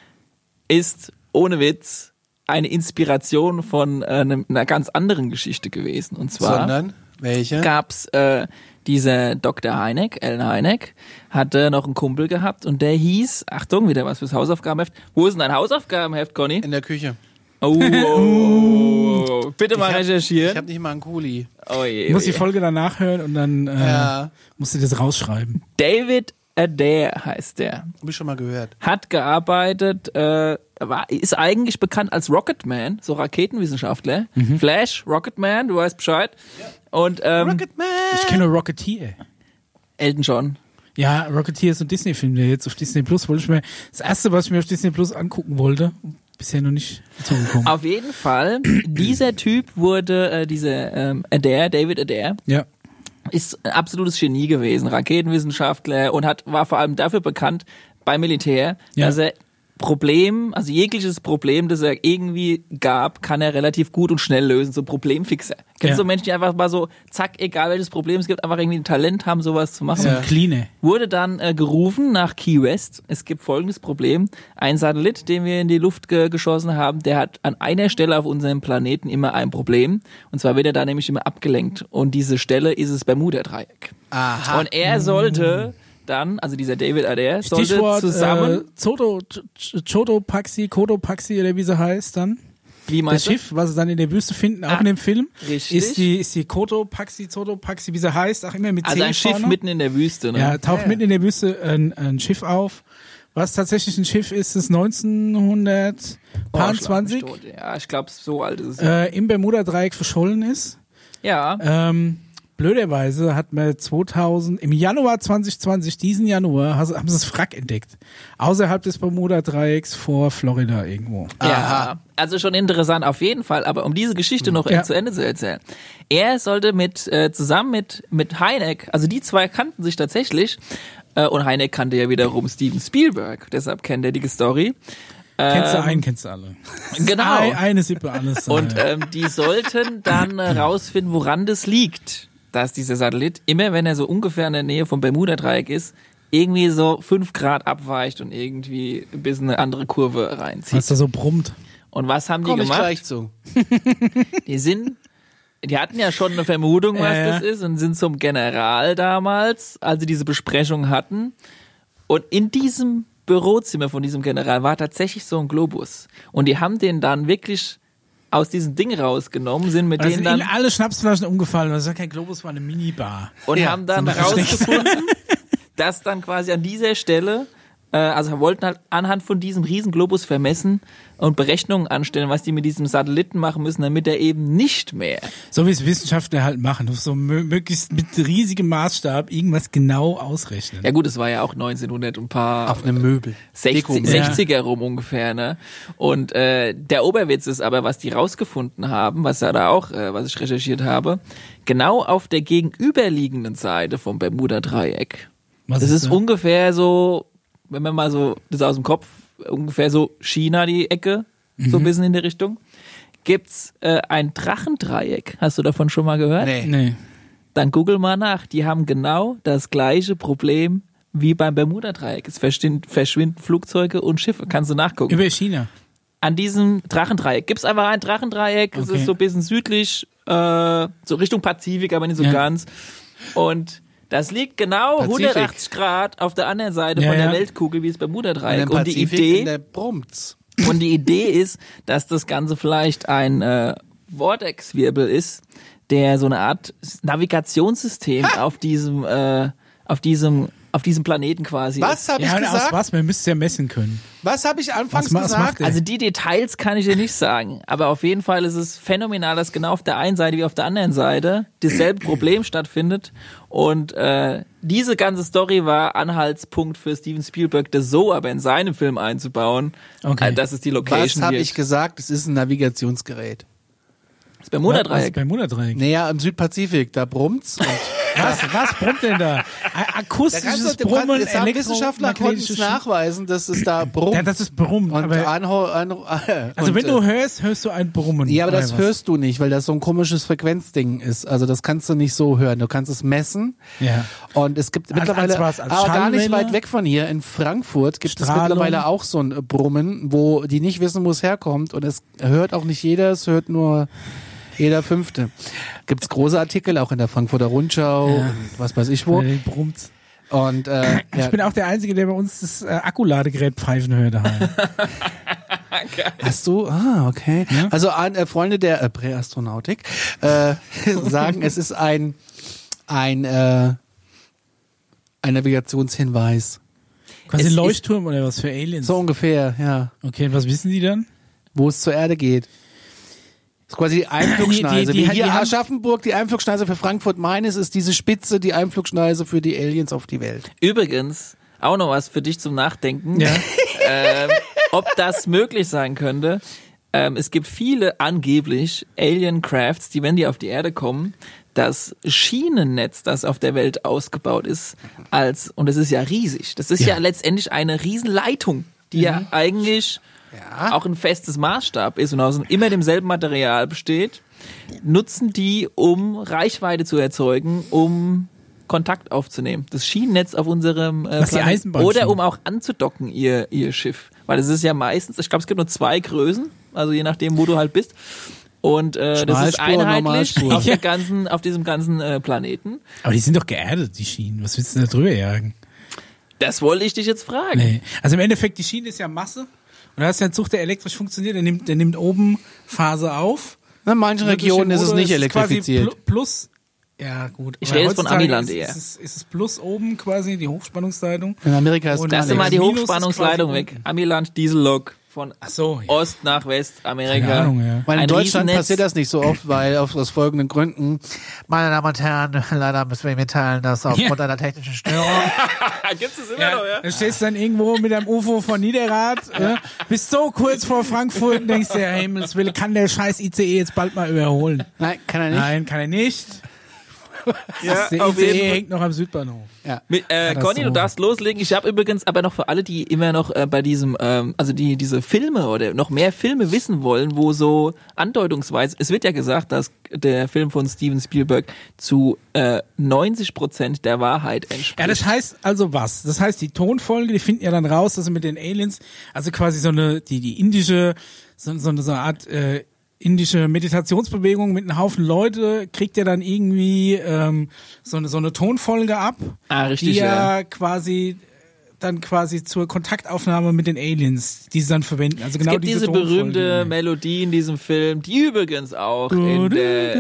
ist ohne Witz eine Inspiration von äh, einem, einer ganz anderen Geschichte gewesen. Und zwar Sondern, welche? gab's äh, dieser Doktor Heineck, Alan Heineck, hatte noch einen Kumpel gehabt und der hieß, Achtung, wieder was fürs Hausaufgabenheft. Wo ist denn dein Hausaufgabenheft, Conny? In der Küche. Oh, oh, oh, oh. Bitte mal Ich hab- recherchieren. Ich habe nicht mal einen Kuli. oh je, Ich muss oh die je. Folge danach hören und dann äh, Ja. musst du das rausschreiben. David Adair heißt der. Hab ich schon mal gehört. Hat gearbeitet, äh, war, ist eigentlich bekannt als Rocketman, so Raketenwissenschaftler. Flash, Rocketman, du weißt Bescheid. Und ähm, Rocketman! Ich kenne Rocketeer. Elton John. Ja, Rocketeer ist so ein Disney-Film, der jetzt auf Disney Plus wollte ich mir, das erste, was ich mir auf Disney Plus angucken wollte, bisher noch nicht dazugekommen. Auf jeden Fall, dieser Typ wurde, äh, dieser ähm, Adair, David Adair, Ja. ist ein absolutes Genie gewesen, Raketenwissenschaftler und hat war vor allem dafür bekannt beim Militär, Ja. dass er Problem, also jegliches Problem, das er irgendwie gab, kann er relativ gut und schnell lösen, so Problemfixer. Kennst du Ja. so Menschen, die einfach mal so, zack, egal welches Problem es gibt, einfach irgendwie ein Talent haben, sowas zu machen? So ein Cleaner. Wurde dann äh, gerufen nach Key West. Es gibt folgendes Problem. Ein Satellit, den wir in die Luft ge- geschossen haben, der hat an einer Stelle auf unserem Planeten immer ein Problem. Und zwar wird er da nämlich immer abgelenkt. Und diese Stelle ist das Bermuda-Dreieck. Aha. Und er sollte dann, also dieser David Adair, sollte Stichwort zusammen, äh, Zoto, Chodopaxi, Kodopaxi oder wie sie heißt dann. wie Das meinst du? Schiff, was sie dann in der Wüste finden, auch Ah, in dem Film, richtig. ist die, ist die Kodopaxi, Zotopaxi, wie sie heißt, auch immer mit Also C ein Schiff vorne. mitten in der Wüste, ne? Ja, taucht Ja. mitten in der Wüste ein, ein Schiff auf. Was tatsächlich ein Schiff ist, ist neunzehnhundertzwanzig Oh, schlag mich tot. Ja, ich glaube, so alt ist es. äh, im Bermuda-Dreieck verschollen ist. ja. Ähm, blöderweise hat man zweitausend, im Januar zwanzig zwanzig, diesen Januar, has- haben sie das Wrack entdeckt. Außerhalb des Bermuda-Dreiecks vor Florida irgendwo. Ja, also schon interessant auf jeden Fall, aber um diese Geschichte noch Ja. zu Ende zu erzählen. Er sollte mit äh, zusammen mit mit Hynek, also die zwei kannten sich tatsächlich äh, und Hynek kannte ja wiederum Steven Spielberg, deshalb kennt er die Story. Kennst du Ähm, einen, kennst du alle. Genau. Ein, eine Sippe, alles. Und äh, ähm, die sollten dann äh, rausfinden, woran das liegt, dass dieser Satellit, immer wenn er so ungefähr in der Nähe vom Bermuda-Dreieck ist, irgendwie so fünf Grad abweicht und irgendwie ein bisschen eine andere Kurve reinzieht. was da so brummt. Und was haben die Komm ich gemacht? gleich zu. Die sind, die hatten ja schon eine Vermutung, was Ja, ja. das ist, und sind zum General damals, als sie diese Besprechung hatten. Und in diesem Bürozimmer von diesem General war tatsächlich so ein Globus. Und die haben den dann wirklich aus diesem Ding rausgenommen, sind mit Da denen sind dann ihnen alle Schnapsflaschen umgefallen. Das war kein Globus, war eine Minibar. und Ja, haben dann so ein bisschen rausgefunden, dass dann quasi an dieser Stelle, äh, also wollten halt anhand von diesem riesen Globus vermessen und Berechnungen anstellen, was die mit diesem Satelliten machen müssen, damit er eben nicht mehr So wie es Wissenschaftler halt machen. So mö- möglichst mit riesigem Maßstab irgendwas genau ausrechnen. Ja gut, es war ja auch neunzehnhundert und ein paar Auf einem Möbel. sechzig, Deko-Möbel. sechziger rum ungefähr, ne? Und äh, der Oberwitz ist aber, was die rausgefunden haben, was ja da auch, äh, was ich recherchiert habe, genau auf der gegenüberliegenden Seite vom Bermuda-Dreieck. Was Das ist da? ungefähr so, wenn man mal so das aus dem Kopf, ungefähr so China die Ecke, so ein bisschen in die Richtung, gibt's äh, ein Drachendreieck. Hast du davon schon mal gehört? Nee. Nee. Dann google mal nach. Die haben genau das gleiche Problem wie beim Bermuda-Dreieck. Es verschwinden, verschwinden Flugzeuge und Schiffe. Kannst du nachgucken. Über China. An diesem Drachendreieck gibt's einfach ein Drachendreieck. Es Okay. ist so ein bisschen südlich, äh, so Richtung Pazifik, aber nicht so Ja. ganz. Und das liegt genau Pazifik. hundertachtzig Grad auf der anderen Seite Ja, von der ja. Weltkugel wie das In Bermuda-Dreieck. dem Und die Pazifik, Idee, in der brummt's. und die Idee ist, dass das Ganze vielleicht ein äh, Vortex-Wirbel ist, der so eine Art Navigationssystem auf diesem, äh, auf diesem, auf diesem Planeten quasi Was ist. habe ich Ja, und aus gesagt? was? Man müsste es ja messen können. Was habe ich anfangs Was ma- was gesagt? macht der? Also die Details kann ich dir nicht sagen, aber auf jeden Fall ist es phänomenal, dass genau auf der einen Seite wie auf der anderen Seite dasselbe Problem stattfindet und äh, diese ganze Story war Anhaltspunkt für Steven Spielberg, das so aber in seinem Film einzubauen. Okay. Äh, das ist die Was Location. habe wird. ich gesagt? Es ist ein Navigationsgerät. Das Bermuda-Dreieck. Bermuda-Dreieck. Naja, im Südpazifik, da brummt's. Und Was, was brummt denn da? Ein da akustisches kannst du, Brummen, das haben Wissenschaftler konnten es elektromagnetisches- nachweisen, dass es da brummt. Ja, das ist Brummen. und Aber, anho, anho, also und, wenn äh, du hörst, hörst du ein Brummen. Ja, aber das oder was? hörst du nicht, weil das so ein komisches Frequenzding ist. Also das kannst du nicht so hören. Du kannst es messen. Ja. Und es gibt Als- mittlerweile, als was? Als aber gar nicht Schallwelle? weit weg von hier, in Frankfurt gibt es Strahlung? mittlerweile auch so ein äh, Brummen, wo die nicht wissen, wo es herkommt. Und es hört auch nicht jeder, es hört nur jeder Fünfte. Gibt's große Artikel, auch in der Frankfurter Rundschau Ja. und was weiß ich wo. Äh, brummt's. Und äh, Ich ja, bin auch der Einzige, der bei uns das äh, Akkuladegerät pfeifen hört daheim. hast du? Ah, okay. Ja. Also an, äh, Freunde der äh, Präastronautik äh, sagen, es ist ein ein äh, ein Navigationshinweis. Quasi Es ein ist- Leuchtturm oder was für Aliens. So ungefähr, ja. Okay, und was wissen die dann? Wo es zur Erde geht. Das ist quasi die Einflugschneise. Die- die- die- Wie hier die haben- Aschaffenburg, die Einflugschneise für Frankfurt Main ist, ist diese Spitze die Einflugschneise für die Aliens auf die Welt. Übrigens, auch noch was für dich zum Nachdenken, Ja. ähm, ob das möglich sein könnte. Ähm, es gibt viele angeblich Alien-Crafts, die, wenn die auf die Erde kommen, das Schienennetz, das auf der Welt ausgebaut ist, als, und das ist ja riesig, das ist ja, Ja. letztendlich eine Riesenleitung die ja eigentlich Ja. auch ein festes Maßstab ist und aus immer demselben Material besteht, nutzen die, um Reichweite zu erzeugen, um Kontakt aufzunehmen. Das Schienennetz auf unserem äh, Was die Planeten. Eisenbahn Oder schienen. um auch anzudocken, ihr, ihr Schiff. Weil es ist ja meistens, ich glaube, es gibt nur zwei Größen, also je nachdem, wo du halt bist. Und äh, das ist Schmalspur, einheitlich Normalspur. auf, der ganzen, auf diesem ganzen äh, Planeten. Aber die sind doch geerdet, die Schienen. Was willst du denn da drüber jagen? Das wollte ich dich jetzt fragen. Nee. Also im Endeffekt, die Schiene ist ja Masse. Und da hast du ja einen Zug, der elektrisch funktioniert. Der nimmt, der nimmt oben Phase auf. In manchen Und durch den Regionen ist es Motor nicht ist quasi elektrifiziert. pl- Plus, ja gut. Ich Aber rede jetzt von heutzutage Amiland ist, eher. Ist es, ist es Plus oben quasi, die Hochspannungsleitung. In Amerika ist Und gar Lass dir mal nichts. die Minus ist Hochspannungsleitung quasi weg. Amiland Diesellok von Ach so, ja. Ost nach West Amerika. Keine Ahnung, ja. Weil in Ein Deutschland Riesennetz. passiert das nicht so oft, weil auf aus folgenden Gründen. Meine Damen und Herren, leider müssen wir Ihnen mitteilen, dass aufgrund einer technischen Störung Gibt's das immer Ja, da stehst du dann irgendwo mit einem U F O von Niederrad, ja, bist so kurz vor Frankfurt und denkst dir, ja, Himmels Willen, kann der scheiß I C E jetzt bald mal überholen? Nein, kann er nicht. Nein, kann er nicht. Ja, Der auf I C jeden E Fall. hängt noch am Südbahnhof. Ja. Mit, äh, Conny, du darfst loslegen. Ich habe übrigens aber noch für alle, die immer noch äh, bei diesem, ähm, also die diese Filme oder noch mehr Filme wissen wollen, wo so andeutungsweise, es wird ja gesagt, dass der Film von Steven Spielberg zu äh, neunzig Prozent der Wahrheit entspricht. Ja, das heißt also was? Das heißt, die Tonfolge, die finden ja dann raus, dass sie mit den Aliens, also quasi so eine, die, die indische, so, so eine, so eine Art, äh, indische Meditationsbewegung mit einem Haufen Leute, kriegt ja dann irgendwie ähm, so eine so eine Tonfolge ab, Ah, richtig, die ja, ja. quasi dann quasi zur Kontaktaufnahme mit den Aliens, die sie dann verwenden. Also genau es gibt diese, Tonfolge. berühmte Melodie in diesem Film, die übrigens auch in der...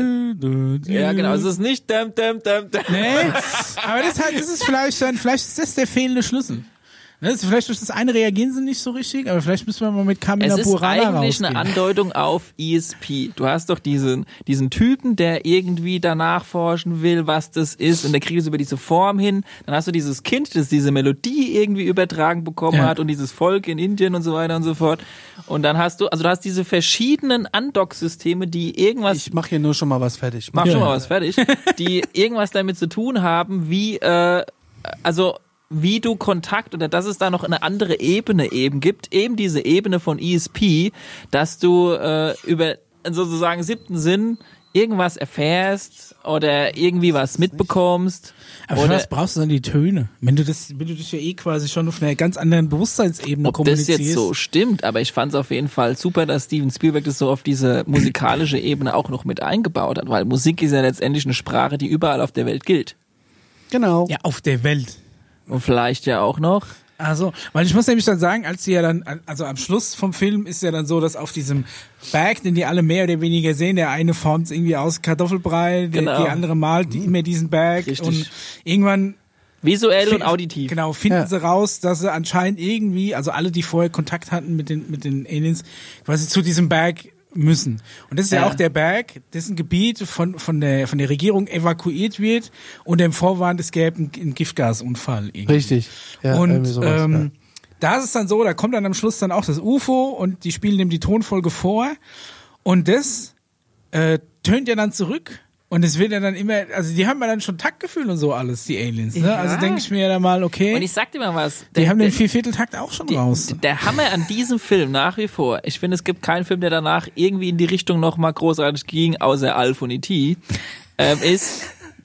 Ja, genau, es ist nicht... Dum, dum, dum, dum. Nee, aber das, halt, das ist vielleicht dann, vielleicht ist das der fehlende Schlüssel. Ne, das ist vielleicht durch das eine reagieren sie nicht so richtig, aber vielleicht müssen wir mal mit Kamila Es ist Burana eigentlich rausgehen. eine Andeutung auf E S P. Du hast doch diesen, diesen Typen, der irgendwie danach forschen will, was das ist, und der kriegt es über diese Form hin. Dann hast du dieses Kind, das diese Melodie irgendwie übertragen bekommen Ja. hat, und dieses Volk in Indien und so weiter und so fort. Und dann hast du, also du hast diese verschiedenen Andock-Systeme, die irgendwas... Ich mache hier nur schon mal was fertig. Mach Ja. schon mal was fertig, die irgendwas damit zu tun haben, wie, äh, also wie du Kontakt, oder dass es da noch eine andere Ebene eben gibt, eben diese Ebene von E S P, dass du äh, über sozusagen siebten Sinn irgendwas erfährst oder irgendwie was mitbekommst. Aber für oder was brauchst du dann die Töne? Wenn du das, wenn du dich ja eh quasi schon auf einer ganz anderen Bewusstseinsebene ob das kommunizierst. jetzt so stimmt, aber ich fand es auf jeden Fall super, dass Steven Spielberg das so auf diese musikalische Ebene auch noch mit eingebaut hat, weil Musik ist ja letztendlich eine Sprache, die überall auf der Welt gilt. Genau. Ja, auf der Welt. Und vielleicht ja auch noch. Also, weil ich muss nämlich dann sagen, als sie ja dann, also am Schluss vom Film ist ja dann so, dass auf diesem Berg, den die alle mehr oder weniger sehen, der eine formt irgendwie aus Kartoffelbrei, der, Genau. die andere malt die, immer diesen Berg Richtig. und irgendwann Visuell und fi- auditiv. Genau, finden Ja. sie raus, dass sie anscheinend irgendwie, also alle, die vorher Kontakt hatten mit den, mit den Aliens, quasi zu diesem Berg müssen. Und das ist ja, Ja. auch der Berg, dessen Gebiet von, von der, von der Regierung evakuiert wird und dem Vorwand, es gäbe einen, einen Giftgasunfall irgendwie. Richtig. Ja, und irgendwie sowas, ähm, da ist es dann so, da kommt dann am Schluss dann auch das U F O und die spielen dem die Tonfolge vor und das äh, tönt ja dann zurück und es wird ja dann immer, also die haben ja dann schon Taktgefühl und so alles, die Aliens. Ne? Ja. Also denke ich mir dann mal, okay, Und ich sag dir mal was. die der, haben den der, Viervierteltakt auch schon raus. der Hammer an diesem Film nach wie vor. Ich finde, es gibt keinen Film, der danach irgendwie in die Richtung nochmal großartig ging, außer Alf und E T ähm, ist,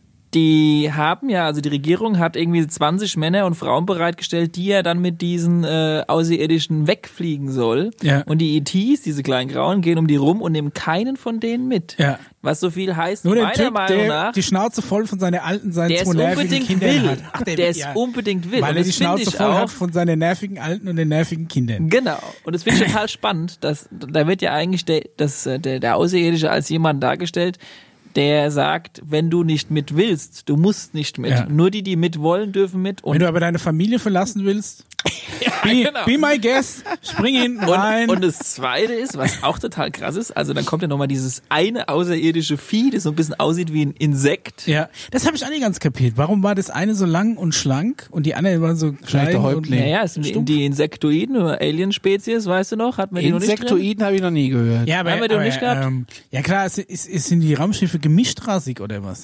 die haben ja, also die Regierung hat irgendwie zwanzig Männer und Frauen bereitgestellt, die ja dann mit diesen äh, Außerirdischen wegfliegen soll. Ja. Und die E Ts, diese kleinen Grauen, gehen um die rum und nehmen keinen von denen mit. Ja. Was so viel heißt, Nur der meiner Typ, Meinung der nach, die Schnauze voll von seiner alten, seinen der zwei es nervigen unbedingt Kindern will. hat. Ach, der will, es ja. unbedingt will. Weil Und er die das finde Schnauze ich voll auch, hat von seinen nervigen Alten und den nervigen Kindern. Genau. Und das finde ich total spannend, dass da wird ja eigentlich der, das, der, der Außerirdische als jemand dargestellt, der sagt, wenn du nicht mit willst, du musst nicht mit. Ja. Nur die, die mit wollen, dürfen mit. Und, Wenn du aber deine Familie verlassen willst, be, genau. be my guest, spring hinten rein. und, und das Zweite ist, was auch total krass ist, also dann kommt ja nochmal dieses eine außerirdische Vieh, das so ein bisschen aussieht wie ein Insekt. Ja, das habe ich auch nicht ganz kapiert. Warum war das eine so lang und schlank und die andere waren so klein der und Häuptling. Naja, es sind die, stumpf? die Insektoiden oder Alien-Spezies, weißt du noch? Hat man die noch nicht drin? Insektoiden habe ich noch nie gehört. Ja, aber, Haben wir die noch aber nicht gehabt? Ähm, ja klar, es, es, es sind die Raumschiffe gemischtrassig oder was?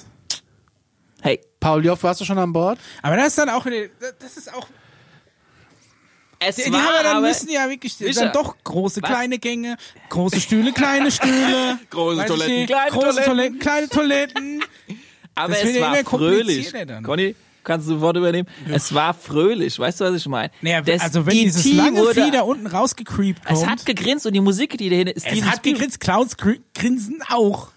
Hey, Paul Joff, warst du schon an Bord? Aber das ist dann auch, wieder- das ist auch, Es Die, die war haben ja dann aber, müssen ja wirklich Wischer, dann doch große, was? kleine Gänge, große Stühle, kleine Stühle. Große weiß ich Toiletten, nicht, kleine große Toiletten. Toiletten, kleine Toiletten. aber das wird es ja war immer fröhlich. komplizierter dann. Conny, kannst du ein Wort übernehmen? Ja. Es war fröhlich, weißt du, was ich meine? Naja, Das also wenn E T dieses lange wurde, Vieh da unten rausgecreept kommt. es hat gegrinst und die Musik, die dahinter ist, es dieses hat gegrinst, Clowns gr- grinsen auch.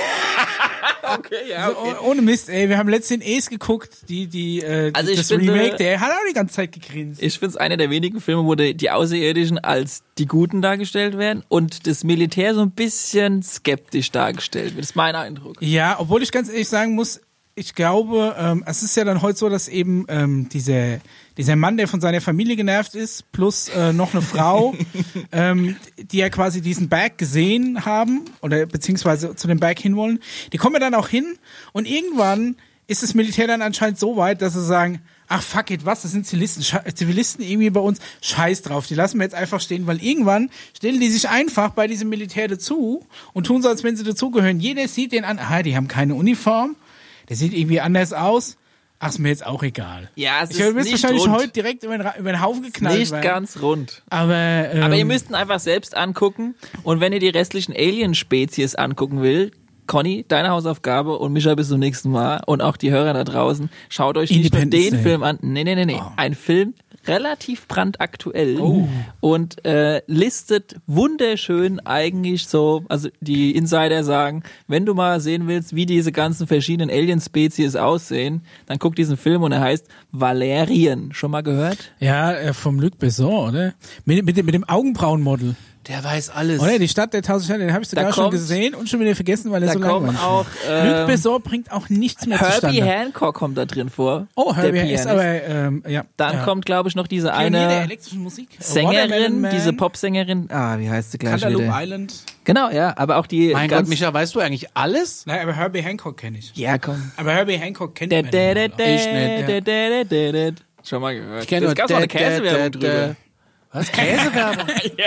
Okay, ja, okay. So, oh- ohne Mist, ey, wir haben letztens Ace geguckt, die, die, äh, Also ich das finde- Remake, der hat auch die ganze Zeit gegrinst. Ich finde es einer der wenigen Filme, wo die, die Außerirdischen als die Guten dargestellt werden und das Militär so ein bisschen skeptisch dargestellt wird. Das ist mein Eindruck. Ja, obwohl ich ganz ehrlich sagen muss, ich glaube, ähm, es ist ja dann heute so, dass eben ähm, dieser, dieser Mann, der von seiner Familie genervt ist, plus äh, noch eine Frau, ähm, die ja quasi diesen Berg gesehen haben oder beziehungsweise zu dem Berg hinwollen, die kommen ja dann auch hin und irgendwann ist das Militär dann anscheinend so weit, dass sie sagen, ach fuck it, was, das sind Zivilisten, Sche- Zivilisten irgendwie bei uns, scheiß drauf, die lassen wir jetzt einfach stehen, weil irgendwann stellen die sich einfach bei diesem Militär dazu und tun so, als wenn sie dazugehören. Jeder sieht den an, ah, die haben keine Uniform, der sieht irgendwie anders aus. Ach, ist mir jetzt auch egal. Ja, es Ich ist werde nicht wahrscheinlich rund. heute direkt über den, Ra- über den Haufen geknallt Nicht werden. ganz rund. Aber, ähm, Aber ihr müsst ihn einfach selbst angucken und wenn ihr die restlichen Alien-Spezies angucken will, Conny, deine Hausaufgabe und Micha bis zum nächsten Mal und auch die Hörer da draußen, schaut euch nicht nur Independence den Day. Film an. Nee, nee, nee, nee. Oh. Ein Film relativ brandaktuell Oh. und äh, listet wunderschön eigentlich so, also die Insider sagen, wenn du mal sehen willst, wie diese ganzen verschiedenen Alien-Spezies aussehen, dann guck diesen Film und er heißt Valerian. Schon mal gehört? ja, äh, vom Luc Besson, oder? Mit, mit, dem- mit dem Augenbrauenmodel. Der weiß alles. Oder? Die Stadt der tausend Städte, den habe ich sogar Da schon kommt- gesehen und schon wieder vergessen, weil er Da so kommen langweilig auch war. Luc ähm, Besson bringt auch nichts mehr Herbie zustande. Hancock kommt da drin vor. Oh, Herbie der ist Pianist. aber, ähm, ja. Dann ja. kommt, glaube ich, noch diese Pionier der eine elektrischen Musik. Watermelon Sängerin, Man, diese Popsängerin. Ah, wie heißt sie gleich Cantaloupe wieder? Island. Genau, ja, aber auch die Mein ganz... Gott, Micha, weißt du eigentlich alles? Nein, aber Herbie Hancock kenne ich. Ja, komm. Aber Herbie Hancock kennt Da, man da, da, nicht. da, Ich nicht, da, da, da, da. Schon mal gehört. Ich kenne Das nur gab's auch eine da- da- Käsewerbung da- drüber. da- Was? Käsewerbung?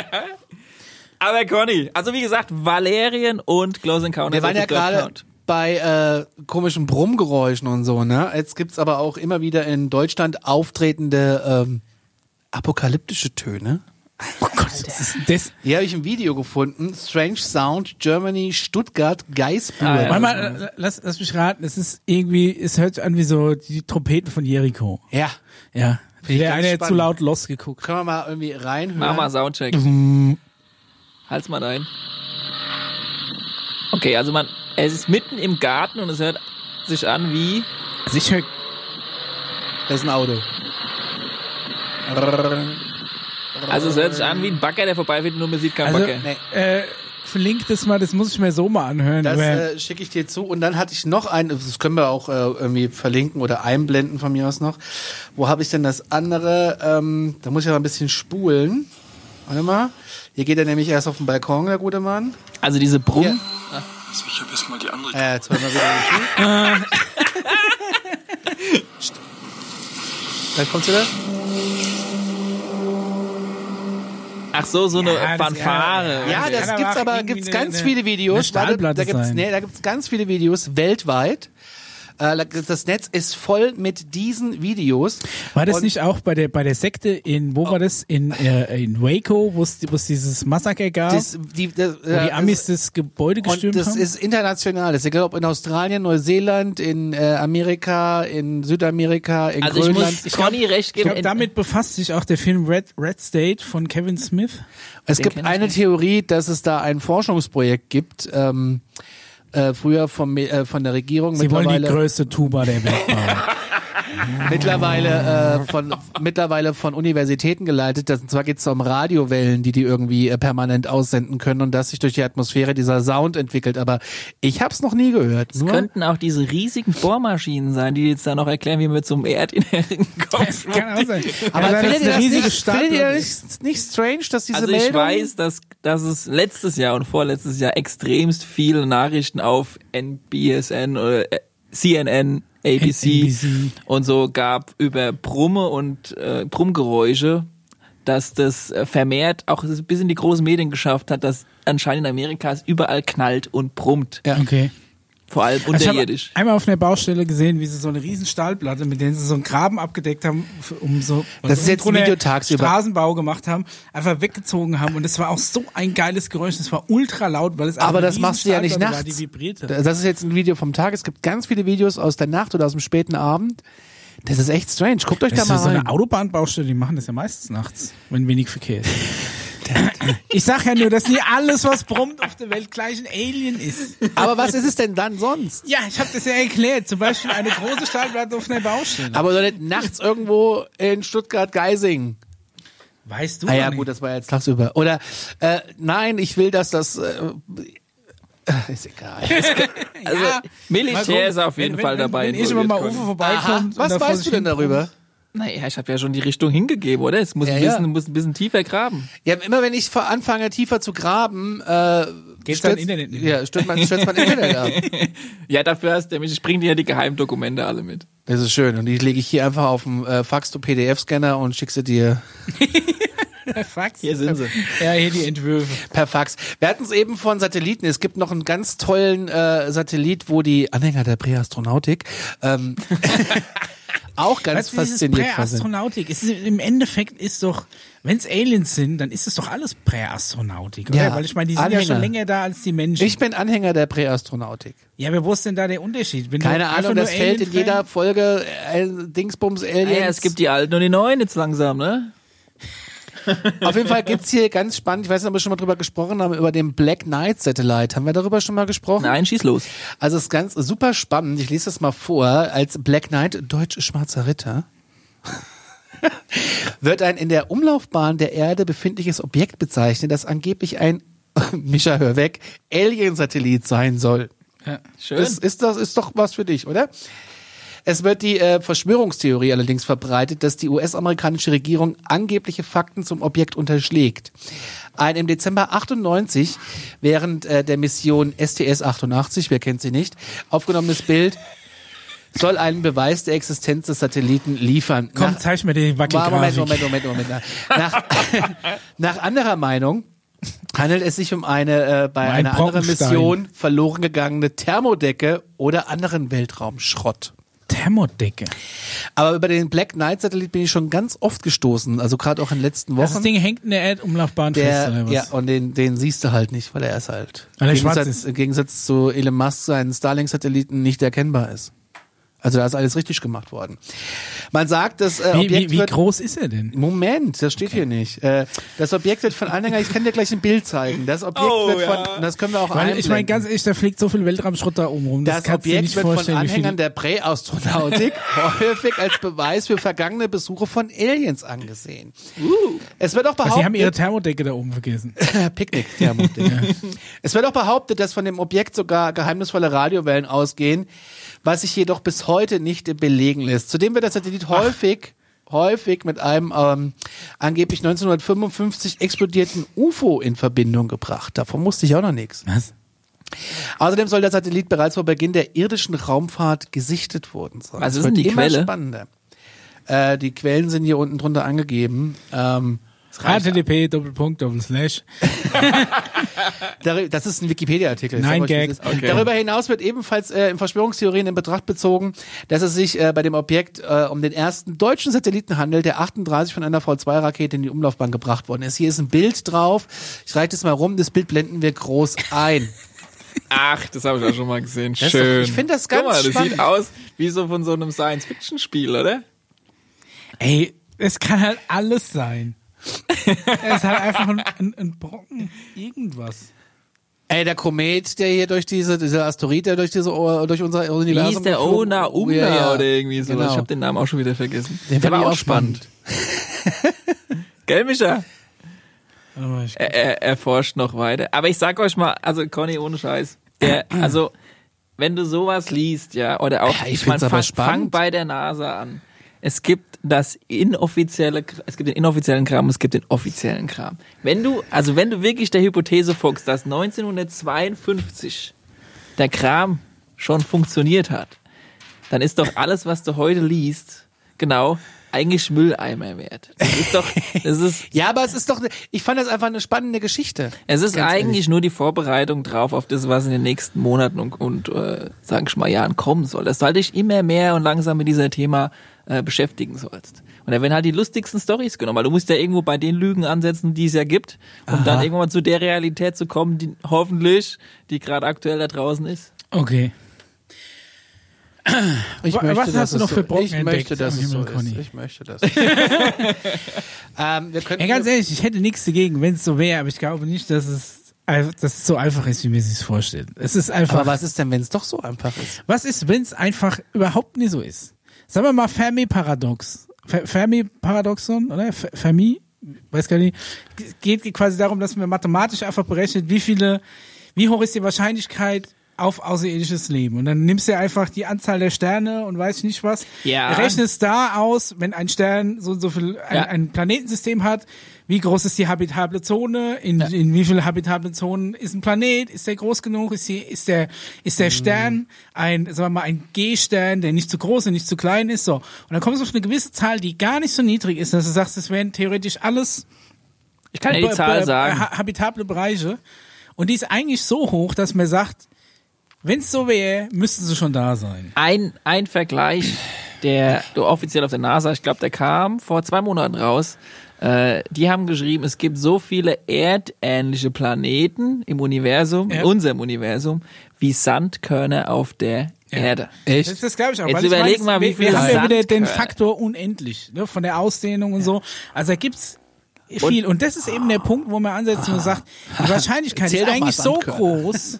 Aber Conny, also wie gesagt, Valerian und Close Encounters Wir waren of ja the Third gerade Kind. bei äh, komischen Brummgeräuschen und so, ne? Jetzt gibt's aber auch immer wieder in Deutschland auftretende ähm, apokalyptische Töne. Oh Gott, was ist denn das? Hier habe ich ein Video gefunden. Strange Sound, Germany, Stuttgart, Geisburg. Ah, ja. Warte mal, äh, lass, lass mich raten, es ist irgendwie, es hört sich an wie so die Trompeten von Jericho. Ja. Ja. ich Der ganz eine hat zu spannend. laut Lost geguckt. Können wir mal irgendwie reinhören? Mach mal Soundcheck. Halt's mal rein. Okay, also man, es ist mitten im Garten und es hört sich an wie... Also ich höre, Das ist ein Auto. Also es hört sich an wie ein Bagger, der vorbeifährt, nur man sieht keinen also, Bagger. Nee. äh, verlinkt das mal, das muss ich mir so mal anhören. Das aber, äh, schicke ich dir zu. Und dann hatte ich noch ein, das können wir auch äh, irgendwie verlinken oder einblenden von mir aus noch. Wo habe ich denn das andere? Ähm, da muss ich aber ein bisschen spulen. Warte mal. Hier geht er nämlich erst auf den Balkon, der gute Mann. Also diese Brummen... Also ich habe erstmal die andere. Äh, jetzt wollen wir wieder nicht. Vielleicht kommst du da? Ach so, so eine Ja, das- Fanfare. ja, Ja, Kann das aber gibt's auch aber irgendwie gibt's eine- ganz eine- viele Videos. eine Stahlplatte Warte, da gibt's, sein. nee, da gibt's ganz viele Videos weltweit. Äh, Das Netz ist voll mit diesen Videos. war das Und- nicht auch bei der bei der Sekte in, wo war das? In, äh, in Waco, wo es wo es dieses Massaker gab, Das, die, das, wo die Amis das Gebäude Und gestürmt das haben? ist international. Das ist egal, ob in Australien, Neuseeland, in äh, Amerika, in Südamerika, in Also ich Grönland. muss Conny recht ich geben. glaube, damit befasst sich auch der Film Red, Red State von Kevin Smith. es den gibt kenn ich eine nicht. Theorie, dass es da ein Forschungsprojekt gibt, ähm, äh, früher vom, äh, von der Regierung, Sie wollen die mittlerweile, größte Tuba der Welt bauen. mittlerweile, äh, von, mittlerweile von Universitäten geleitet. Das, und zwar geht es um Radiowellen, die die irgendwie äh, permanent aussenden können und dass sich durch die Atmosphäre dieser Sound entwickelt. Aber ich habe es noch nie gehört. Es Nur könnten auch diese riesigen Bohrmaschinen sein, die jetzt da noch erklären, wie man zum Erdinneren kommt. Kann auch sein. aber ja, findet ihr das, riesige nicht, findet ihr Stadt. das nicht, nicht strange, dass diese Also ich Meldung... weiß, dass, dass es letztes Jahr und vorletztes Jahr extremst viele Nachrichten auf N B S N oder äh, C N N, A B C, N B C und so gab über Brumme und äh, Brummgeräusche, dass das äh, vermehrt auch bis in die großen Medien geschafft hat, dass anscheinend in Amerika es überall knallt und brummt. Ja. Okay. Vor allem Also ich habe unterirdisch. einmal auf einer Baustelle gesehen, wie sie so eine riesen Stahlplatte, mit der sie so einen Graben abgedeckt haben, um so Das ist jetzt ein Video tagsüber. Straßenbau gemacht haben, einfach weggezogen haben und es war auch so ein geiles Geräusch, das war ultra laut, weil es Aber eine das riesen machst du ja nicht Stahlplatte war, nachts. die vibrierte. Das ist jetzt ein Video vom Tag. Es gibt ganz viele Videos aus der Nacht oder aus dem späten Abend. Das ist echt strange. Guckt euch Das da ist mal ja so rein. eine Autobahnbaustelle, die machen das ja meistens nachts, wenn wenig Verkehr ist. Ich sag ja nur, dass nie alles, was brummt auf der Welt, gleich ein Alien ist. Aber was ist es denn dann sonst? Ja, ich habe das ja erklärt. Zum Beispiel eine große Stahlplatte auf einer Baustelle. Aber doch nicht nachts irgendwo in Stuttgart-Geising. Weißt du Ah ja, doch nicht. gut, das war jetzt tagsüber. Oder, äh, nein, ich will, dass das, äh, äh, ist egal. Also Ja, Militär mal gucken. ist auf jeden wenn, Fall wenn, dabei. Wenn ich immer mal involviert, Uwe Conny. vorbeikommt. und Was da vor weißt sich du denn hin darüber? Naja, ich habe ja schon die Richtung hingegeben, oder? Es muss, Ja, ein, ja. bisschen, muss ein bisschen tiefer graben. Ja, immer wenn ich vor- anfange, tiefer zu graben, äh, Geht's dein stürzt- Internet nicht. Ja, stürzt mein, stürzt mein Internet ab. Ja, dafür hast du, ich bringe dir ja die Geheimdokumente alle mit. Das ist schön. Und die lege ich hier einfach auf dem äh, Fax-to-P D F-Scanner und schicke sie dir Per Fax. Hier sind sie. Ja, hier die Entwürfe. per Fax. Wir hatten es eben von Satelliten. Es gibt noch einen ganz tollen äh, Satellit, wo die Anhänger der Präastronautik ähm, auch ganz Weißt du, dieses fasziniert sind. Präastronautik, es ist, im Endeffekt ist doch, wenn es Aliens sind, dann ist es doch alles Präastronautik, oder? Ja, Weil ich meine, die sind ja Anhänger. schon länger da als die Menschen. Ich bin Anhänger der Präastronautik. ja, aber wo ist denn da der Unterschied? Wenn du Keine einfach Ahnung, nur das fällt in Alien-Fan- jeder Folge äh, Dingsbums Aliens. Ja, es gibt die alten und die neuen jetzt langsam, ne? Auf jeden Fall gibt's hier ganz spannend, ich weiß nicht, ob wir schon mal drüber gesprochen haben, über den Black Knight Satellite. Haben wir darüber schon mal gesprochen? Nein, schieß los. Also es ist ganz super spannend. Ich lese das mal vor. Als Black Knight, deutsch schwarzer Ritter, wird ein in der Umlaufbahn der Erde befindliches Objekt bezeichnet, das angeblich ein, Micha, hör weg, Alien-Satellit sein soll. Schön. Das ist, das ist doch was für dich, oder? Es wird die äh, Verschwörungstheorie allerdings verbreitet, dass die U S-amerikanische Regierung angebliche Fakten zum Objekt unterschlägt. Ein im Dezember achtundneunzig während äh, der Mission S T S achtundachtzig, wer kennt sie nicht, aufgenommenes Bild soll einen Beweis der Existenz des Satelliten liefern. Komm, Nach- zeig mir die Moment, Wackelgrafik. Moment, Moment, Moment. Nach, nach anderer Meinung handelt es sich um eine äh, bei Um einen einer anderen Brockenstein. Mission verloren gegangene Thermodecke oder anderen Weltraumschrott. Thermodecke. Aber über den Black Knight Satellit bin ich schon ganz oft gestoßen, also gerade auch in den letzten Das Wochen. Ding hängt in der Erdumlaufbahn fest, der, oder was? ja, und den, den siehst du halt nicht, weil er ist halt Weil er im schwarz Gegensatz, ist. im Gegensatz zu Elon Musk seinen Starlink-Satelliten nicht erkennbar ist. Also da ist alles richtig gemacht worden. Man sagt, das äh, wie, Objekt wie, wie wird... groß ist er denn? Moment, das steht hier nicht. Äh, das Objekt wird von Anhängern, ich kann dir gleich ein Bild zeigen. Das Objekt Oh, wird ja. von, das können wir auch Weil ich meine, einblenden. ganz ehrlich, da fliegt so viel Weltraumschrott da oben rum. Das, Das kannst du dir Objekt nicht wird von vorstellen, wie viel... Anhängern der Präastronautik häufig als Beweis für vergangene Besuche von Aliens angesehen. Es wird auch Also, sie haben ihre behauptet, Thermodecke da oben vergessen. Picknick-Thermodecke. Es wird auch behauptet, dass von dem Objekt sogar geheimnisvolle Radiowellen ausgehen, was sich jedoch bis heute nicht belegen lässt. Zudem wird das Satellit häufig häufig mit einem ähm, angeblich neunzehnhundertfünfundfünfzig explodierten U F O in Verbindung gebracht. Davon wusste ich auch noch nichts. Was? Außerdem soll der Satellit bereits vor Beginn der irdischen Raumfahrt gesichtet worden sein. Was Es ist wird denn die immer Quelle? spannender. Äh, die Quellen sind hier unten drunter angegeben. Ähm, H T T P Doppelpunkt Doppelslash. Darü- Das ist ein Wikipedia-Artikel. Ich Nein, sag euch, Gag. wie es ist. Okay. Darüber hinaus wird ebenfalls äh, in Verschwörungstheorien in Betracht bezogen, dass es sich äh, bei dem Objekt äh, um den ersten deutschen Satelliten handelt, der achtunddreißig von einer V zwei Rakete in die Umlaufbahn gebracht worden ist. Hier ist ein Bild drauf. Ich reiche das mal rum. Das Bild blenden wir groß ein. Ach, das habe ich auch schon mal gesehen. ist Schön. doch- ich finde das ganz Guck mal, das spannend. sieht aus wie so von so einem Science-Fiction-Spiel, oder? Ey, es kann halt alles sein. Es ist halt einfach ein, ein, ein Brocken irgendwas. Ey, der Komet, der hier durch diese, dieser Asteroid, der durch diese, durch unser Wie Universum hieß der geflogen- Ona Umna Ja, ja. oder irgendwie so? Genau. Ich habe den Namen auch schon wieder vergessen. Den der fand war ich auch spannend. Gell, Micha? Warte mal, ich- Er, er, er forscht noch weiter. Aber ich sag euch mal, also Conny, ohne Scheiß, der, also wenn du sowas liest, ja, oder auch, Ja, ich mein, find's aber fang, spannend. fang bei der NASA an. Es gibt das inoffizielle, es gibt den inoffiziellen Kram, es gibt den offiziellen Kram. Wenn du, also wenn du wirklich der Hypothese folgst, dass neunzehnhundertzweiundfünfzig der Kram schon funktioniert hat, dann ist doch alles, was du heute liest, genau, eigentlich Mülleimer wert. Das ist doch, das ist, Ja, aber es ist doch, ich fand das einfach eine spannende Geschichte. es ist Ganz eigentlich ehrlich. nur die Vorbereitung drauf auf das, was in den nächsten Monaten und, und äh, sag ich mal, Jahren kommen soll. Dass du halt dich immer mehr und langsam mit diesem Thema äh, beschäftigen sollst. Und da werden halt die lustigsten Storys genommen, weil du musst ja irgendwo bei den Lügen ansetzen, die es ja gibt, um Aha. dann irgendwann mal zu der Realität zu kommen, die hoffentlich, die gerade aktuell da draußen ist. Okay. Ich Wa- möchte, was dass hast du es noch für so, Brocken Ich möchte, entdeckt dass am es so Himmel, Conny? ist. Ich möchte das. ähm, wir könnten Ja, ganz ehrlich, ich hätte nichts dagegen, wenn es so wäre, aber ich glaube nicht, dass es, einfach- dass es so einfach ist, wie man sich vorstellt. Es ist einfach. aber was ist denn, wenn es doch so einfach ist? Was ist, wenn es einfach überhaupt nicht so ist? Sagen wir mal Fermi-Paradox. Fer- Fermi-Paradoxon, oder? Fer- Fermi? Weiß gar nicht. Geht quasi darum, dass man mathematisch einfach berechnet, wie viele, wie hoch ist die Wahrscheinlichkeit auf außerirdisches Leben. Und dann nimmst du einfach die Anzahl der Sterne und weiß ich nicht was. Ja. Rechnest da aus, wenn ein Stern so, so viel, ein, Ja. ein Planetensystem hat, wie groß ist die habitable Zone, in, Ja. in wie viele habitable Zonen ist ein Planet, ist der groß genug, ist, die, ist der, ist der Stern ein, sagen wir mal, ein G-Stern, der nicht zu groß und nicht zu klein ist, so. Und dann kommst du auf eine gewisse Zahl, die gar nicht so niedrig ist, dass du sagst, es wären theoretisch alles Ich kann dir die Zahl be- sagen. ha- habitable Bereiche. Und die ist eigentlich so hoch, dass man sagt, wenn es so wäre, müssten sie schon da sein. Ein, ein Vergleich, der offiziell auf der NASA, ich glaube, der kam vor zwei Monaten raus. Äh, die haben geschrieben, es gibt so viele erdähnliche Planeten im Universum, Ja. in unserem Universum, wie Sandkörner auf der Erde. Echt? Das, das glaube ich auch. Jetzt weil ich überleg meine, mal, wie wir, viel wir haben ja wieder den Sandkörner. Faktor unendlich, ne, von der Ausdehnung und so. Also da gibt's viel. Und das ist eben der Punkt, wo man ansetzt und sagt, die Wahrscheinlichkeit Erzähl ist doch mal, eigentlich so Sandkörner. groß,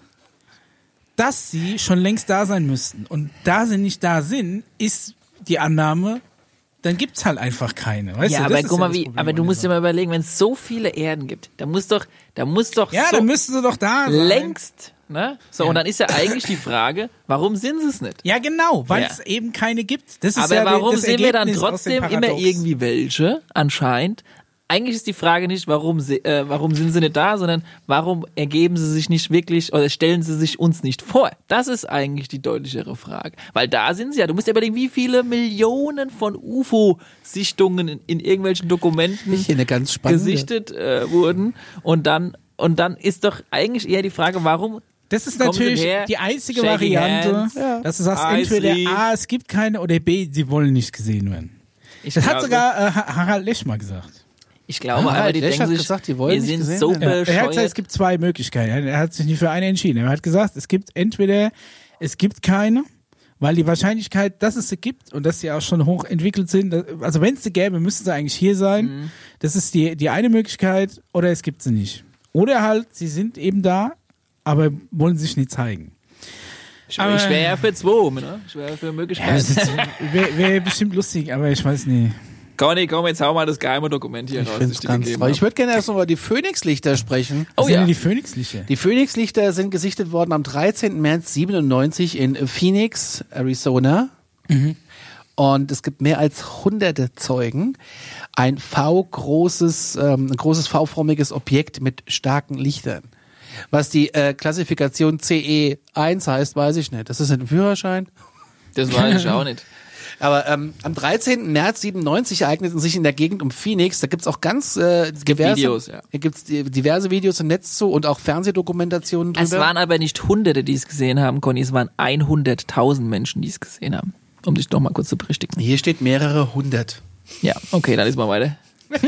dass sie schon längst da sein müssten. Und da sie nicht da sind, ist die Annahme, dann gibt's halt einfach keine. Weißt Ja, du, aber das ist guck mal, das wie, Problem aber du an musst der dir mal überlegen, wenn es so viele Erden gibt, da muss doch, da muss doch Sache. Ja, so dann müssten sie doch da sein. längst, ne? So, Ja. und dann ist ja eigentlich die Frage, warum sind sie es nicht? Ja, genau, weil Ja. es eben keine gibt. Das ist Aber ja der- warum das sind wir dann Ergebnis aus dem trotzdem immer Paradox. irgendwie welche, anscheinend? Eigentlich ist die Frage nicht, warum, sie, äh, warum sind sie nicht da, sondern warum ergeben sie sich nicht wirklich oder stellen sie sich uns nicht vor? Das ist eigentlich die deutlichere Frage. Weil da sind sie ja, du musst dir überlegen, wie viele Millionen von U F O-Sichtungen in, in irgendwelchen Dokumenten Hier eine ganz spannende. gesichtet äh, wurden und dann, und dann ist doch eigentlich eher die Frage, warum Das ist Kommen Sie natürlich her, die einzige shaking Variante, hands, Ja. dass du sagst, I entweder see. A, es gibt keine, oder B, sie wollen nicht gesehen werden. ich Das hat glaube- sogar äh, Ha- Harald Lesch mal gesagt. Ich glaube, Harald aber die Lesch denken hat sich, gesagt, die wollen wir nicht sind gesehen so werden. Ja, er hat gesagt, es bescheuert. gibt zwei Möglichkeiten. Er hat sich nicht für eine entschieden. Er hat gesagt, es gibt entweder, es gibt keine, weil die Wahrscheinlichkeit, dass es sie gibt und dass sie auch schon hoch entwickelt sind, dass- also wenn es sie gäbe, müssten sie eigentlich hier sein. Mhm. Das ist die, die eine Möglichkeit, oder es gibt sie nicht. Oder halt, sie sind eben da, aber wollen sich nicht zeigen. Ich, Aber- ich wäre ja für zwei, ne? Ich wäre für Ja, Möglichkeiten. das wäre wär bestimmt lustig, aber ich weiß nicht. Conny, komm, jetzt hau mal das geheime Dokument hier Ich raus. finde das es dir ganz gegeben toll. Ich hab. würde gerne erst noch über die Phoenixlichter sprechen. Was Oh sind ja. denn die Phönixlichter? Die Phoenixlichter sind gesichtet worden am dreizehnten März siebenundneunzig in Phoenix, Arizona. Und es gibt mehr als hunderte Zeugen. Ein V-großes, ähm, ein großes V-formiges Objekt mit starken Lichtern. Was die äh, Klassifikation C E eins heißt, weiß ich nicht. Das ist ein Führerschein. Das weiß ich auch nicht. Aber ähm, am dreizehnten März siebenundneunzig ereigneten sich in der Gegend um Phoenix, da gibt's auch ganz äh, diverse Videos, ja. Hier gibt's die- diverse Videos im Netz zu und auch Fernsehdokumentationen drüber. Es waren aber nicht Hunderte, die es gesehen haben, Conny, es waren hunderttausend Menschen, die es gesehen haben. Um dich noch mal kurz zu berichtigen. Hier steht mehrere hundert. Ja, okay, dann ist mal weiter.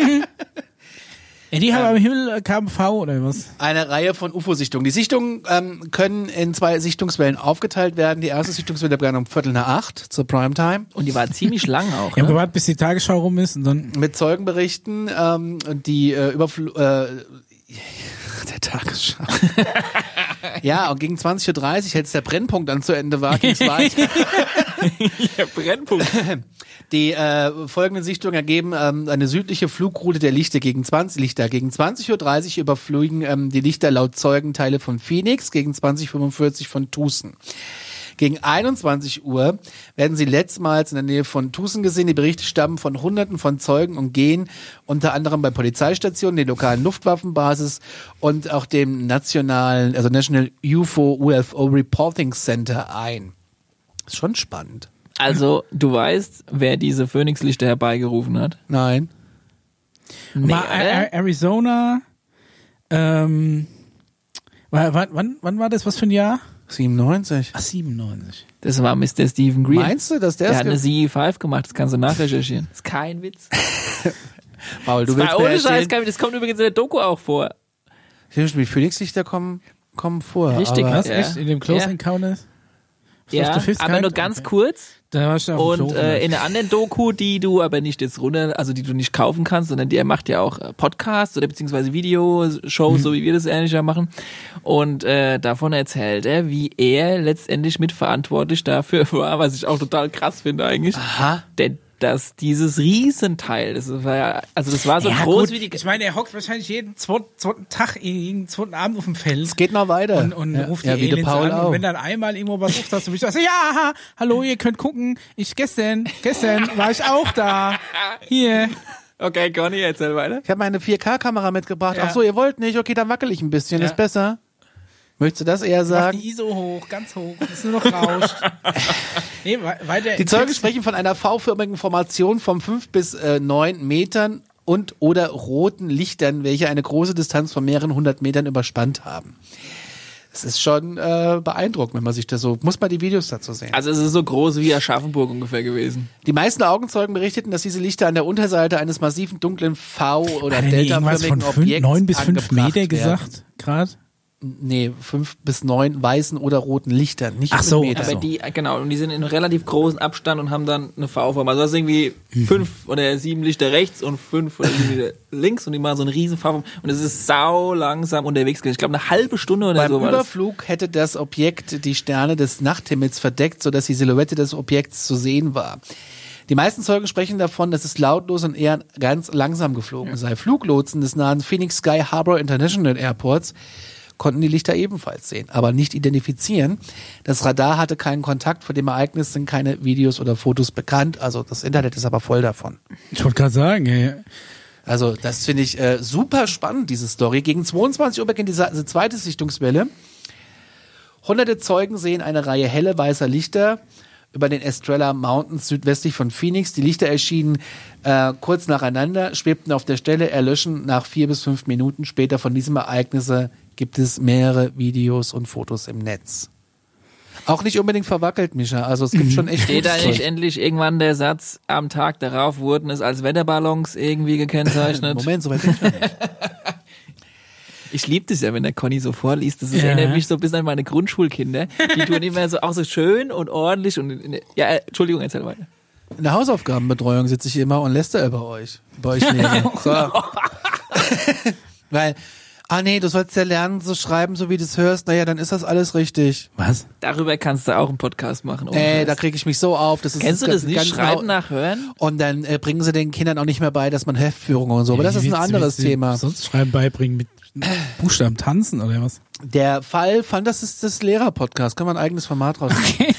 Ja, die haben am Himmel äh, K M V oder was? Eine Reihe von U F O-Sichtungen. Die Sichtungen ähm, können in zwei Sichtungswellen aufgeteilt werden. Die erste Sichtungswelle begann um Viertel nach acht zur Primetime. Und die war ziemlich lang auch. Wir haben Ne? gewartet, bis die Tagesschau rum ist und dann. Mit Zeugenberichten, ähm, die äh, Überfl äh, der Tagesschau. Ja, und gegen zwanzig Uhr dreißig, als der Brennpunkt dann zu Ende war, ging es weiter. Der Brennpunkt. Die äh, folgenden Sichtungen ergeben ähm, eine südliche Flugroute der Lichter gegen zwanzig Lichter. Gegen zwanzig Uhr dreißig überfliegen ähm, die Lichter laut Zeugen Teile von Phoenix, gegen zwanzig Uhr fünfundvierzig von Tucson. Gegen einundzwanzig Uhr werden sie letztmals in der Nähe von Tucson gesehen. Die Berichte stammen von Hunderten von Zeugen und gehen unter anderem bei Polizeistationen, der lokalen Luftwaffenbasis und auch dem nationalen, also National U F O U F O Reporting Center ein. Ist schon spannend. Also, du weißt, wer diese Phoenix-Lichter herbeigerufen hat? Nein. Nee, Mal oder? Arizona, ähm, wann, wann, wann war das, was für ein Jahr? siebenundneunzig. Ach, siebenundneunzig. Das war Mister Stephen Greer. Meinst du, dass der Der es hat eine gibt? C E fünf gemacht, das kannst du nachrecherchieren. Das ist kein Witz. Paul, du Das willst war mir ohne Scheiß, erzählen, kein Witz. Das kommt übrigens in der Doku auch vor. die Phoenix-Lichter kommen, kommen vor. Richtig, aber Was, Ja. echt? In dem Close Ja. Encounter? Ja, the Fifth aber Kind? nur ganz Okay. kurz. Da warst du auf dem Und Klo äh, vielleicht. in einer anderen Doku, die du aber nicht jetzt runter, also die du nicht kaufen kannst, sondern der macht ja auch äh, Podcasts oder beziehungsweise Videoshows, Mhm. so wie wir das ähnlicher machen. Und äh, davon erzählt er, wie er letztendlich mitverantwortlich dafür war, was ich auch total krass finde eigentlich. Aha. Denn dass dieses Riesenteil, das war ja, also das war so ja, groß gut. wie die. Ich meine, er hockt wahrscheinlich jeden zweiten, zweiten Tag, jeden zweiten Abend auf dem Feld. Es geht noch weiter. Und, und ja. ruft die ja, wie der Aliens Paul an. auch. Und wenn dann einmal irgendwo was ruft, hast du mich so, ja, hallo, ihr könnt gucken. Ich gestern, gestern war ich auch da. Hier. Okay, Conny, erzähl weiter. Ich habe meine vier K-Kamera mitgebracht. Ja. Ach so, ihr wollt nicht? Okay, dann wackel ich ein bisschen. Ja. Ist besser. Möchtest du das eher Mach sagen? die I S O hoch, ganz hoch, dass es nur noch rauscht. nee, we- weiter. Die Zeugen sprechen von einer V-förmigen Formation von fünf bis äh, neun Metern und oder roten Lichtern, welche eine große Distanz von mehreren hundert Metern überspannt haben. Es ist schon äh, beeindruckend, wenn man sich das so, muss man die Videos dazu sehen. Also es ist so groß wie Aschaffenburg ungefähr gewesen. Die meisten Augenzeugen berichteten, dass diese Lichter an der Unterseite eines massiven dunklen V- oder Hat er nicht irgendwas von deltaförmigen fünf, Objekts neun bis fünf angebracht Meter werden. gesagt, gerade? Nee, fünf bis neun weißen oder roten Lichtern, nicht Ach so, Meter. Aber so. die, genau, und die sind in relativ großen Abstand und haben dann eine V-Form. Also du hast irgendwie fünf oder sieben Lichter rechts und fünf oder sieben Lichter links und die machen so eine riesen V-Form. Und es ist sau langsam unterwegs gewesen. Ich glaube eine halbe Stunde oder Beim so war das. Überflug hätte das Objekt die Sterne des Nachthimmels verdeckt, sodass die Silhouette des Objekts zu sehen war. Die meisten Zeugen sprechen davon, dass es lautlos und eher ganz langsam geflogen sei. Fluglotsen des nahen Phoenix Sky Harbor International Airports konnten die Lichter ebenfalls sehen, aber nicht identifizieren. Das Radar hatte keinen Kontakt, vor dem Ereignis sind keine Videos oder Fotos bekannt. Also das Internet ist aber voll davon. Ich wollte gerade sagen, ey. Also das finde ich äh, super spannend, diese Story. Gegen zweiundzwanzig Uhr beginnt diese, diese zweite Sichtungswelle. Hunderte Zeugen sehen eine Reihe helle weißer Lichter über den Estrella Mountains südwestlich von Phoenix. Die Lichter erschienen äh, kurz nacheinander, schwebten auf der Stelle, erlöschen nach vier bis fünf Minuten. Später von diesem Ereignis gibt es mehrere Videos und Fotos im Netz. Auch nicht unbedingt verwackelt, Mischa. Also es gibt schon echt Steht da gutes nicht Zeug. endlich irgendwann der Satz, am Tag darauf wurden es als Wetterballons irgendwie gekennzeichnet? Moment, soweit bin ich noch nicht. Ich liebe das ja, wenn der Conny so vorliest. Das ist, Ja. erinnert mich so ein bisschen an meine Grundschulkinder. Die tun immer so auch so schön und ordentlich und ja, äh, Entschuldigung, erzähl weiter. In der Hausaufgabenbetreuung sitze ich immer und lästere über euch. Über euch nehmen. So. Weil, ah nee, du sollst ja lernen zu schreiben, so wie du es hörst. Naja, dann ist das alles richtig. Was? Darüber kannst du auch einen Podcast machen. ohne Ey, Scheiß. da kriege ich mich so auf. Das ist Kennst du ganz- das nicht? ganz Schreiben lau- nach Hören? Und dann äh, bringen sie den Kindern auch nicht mehr bei, dass man Heftführung und so. Aber das ist ein anderes Thema. Sonst Schreiben beibringen mit Buchstaben tanzen oder was? Der Fall fand, das ist das Lehrer-Podcast. Kann man ein eigenes Format raus machen.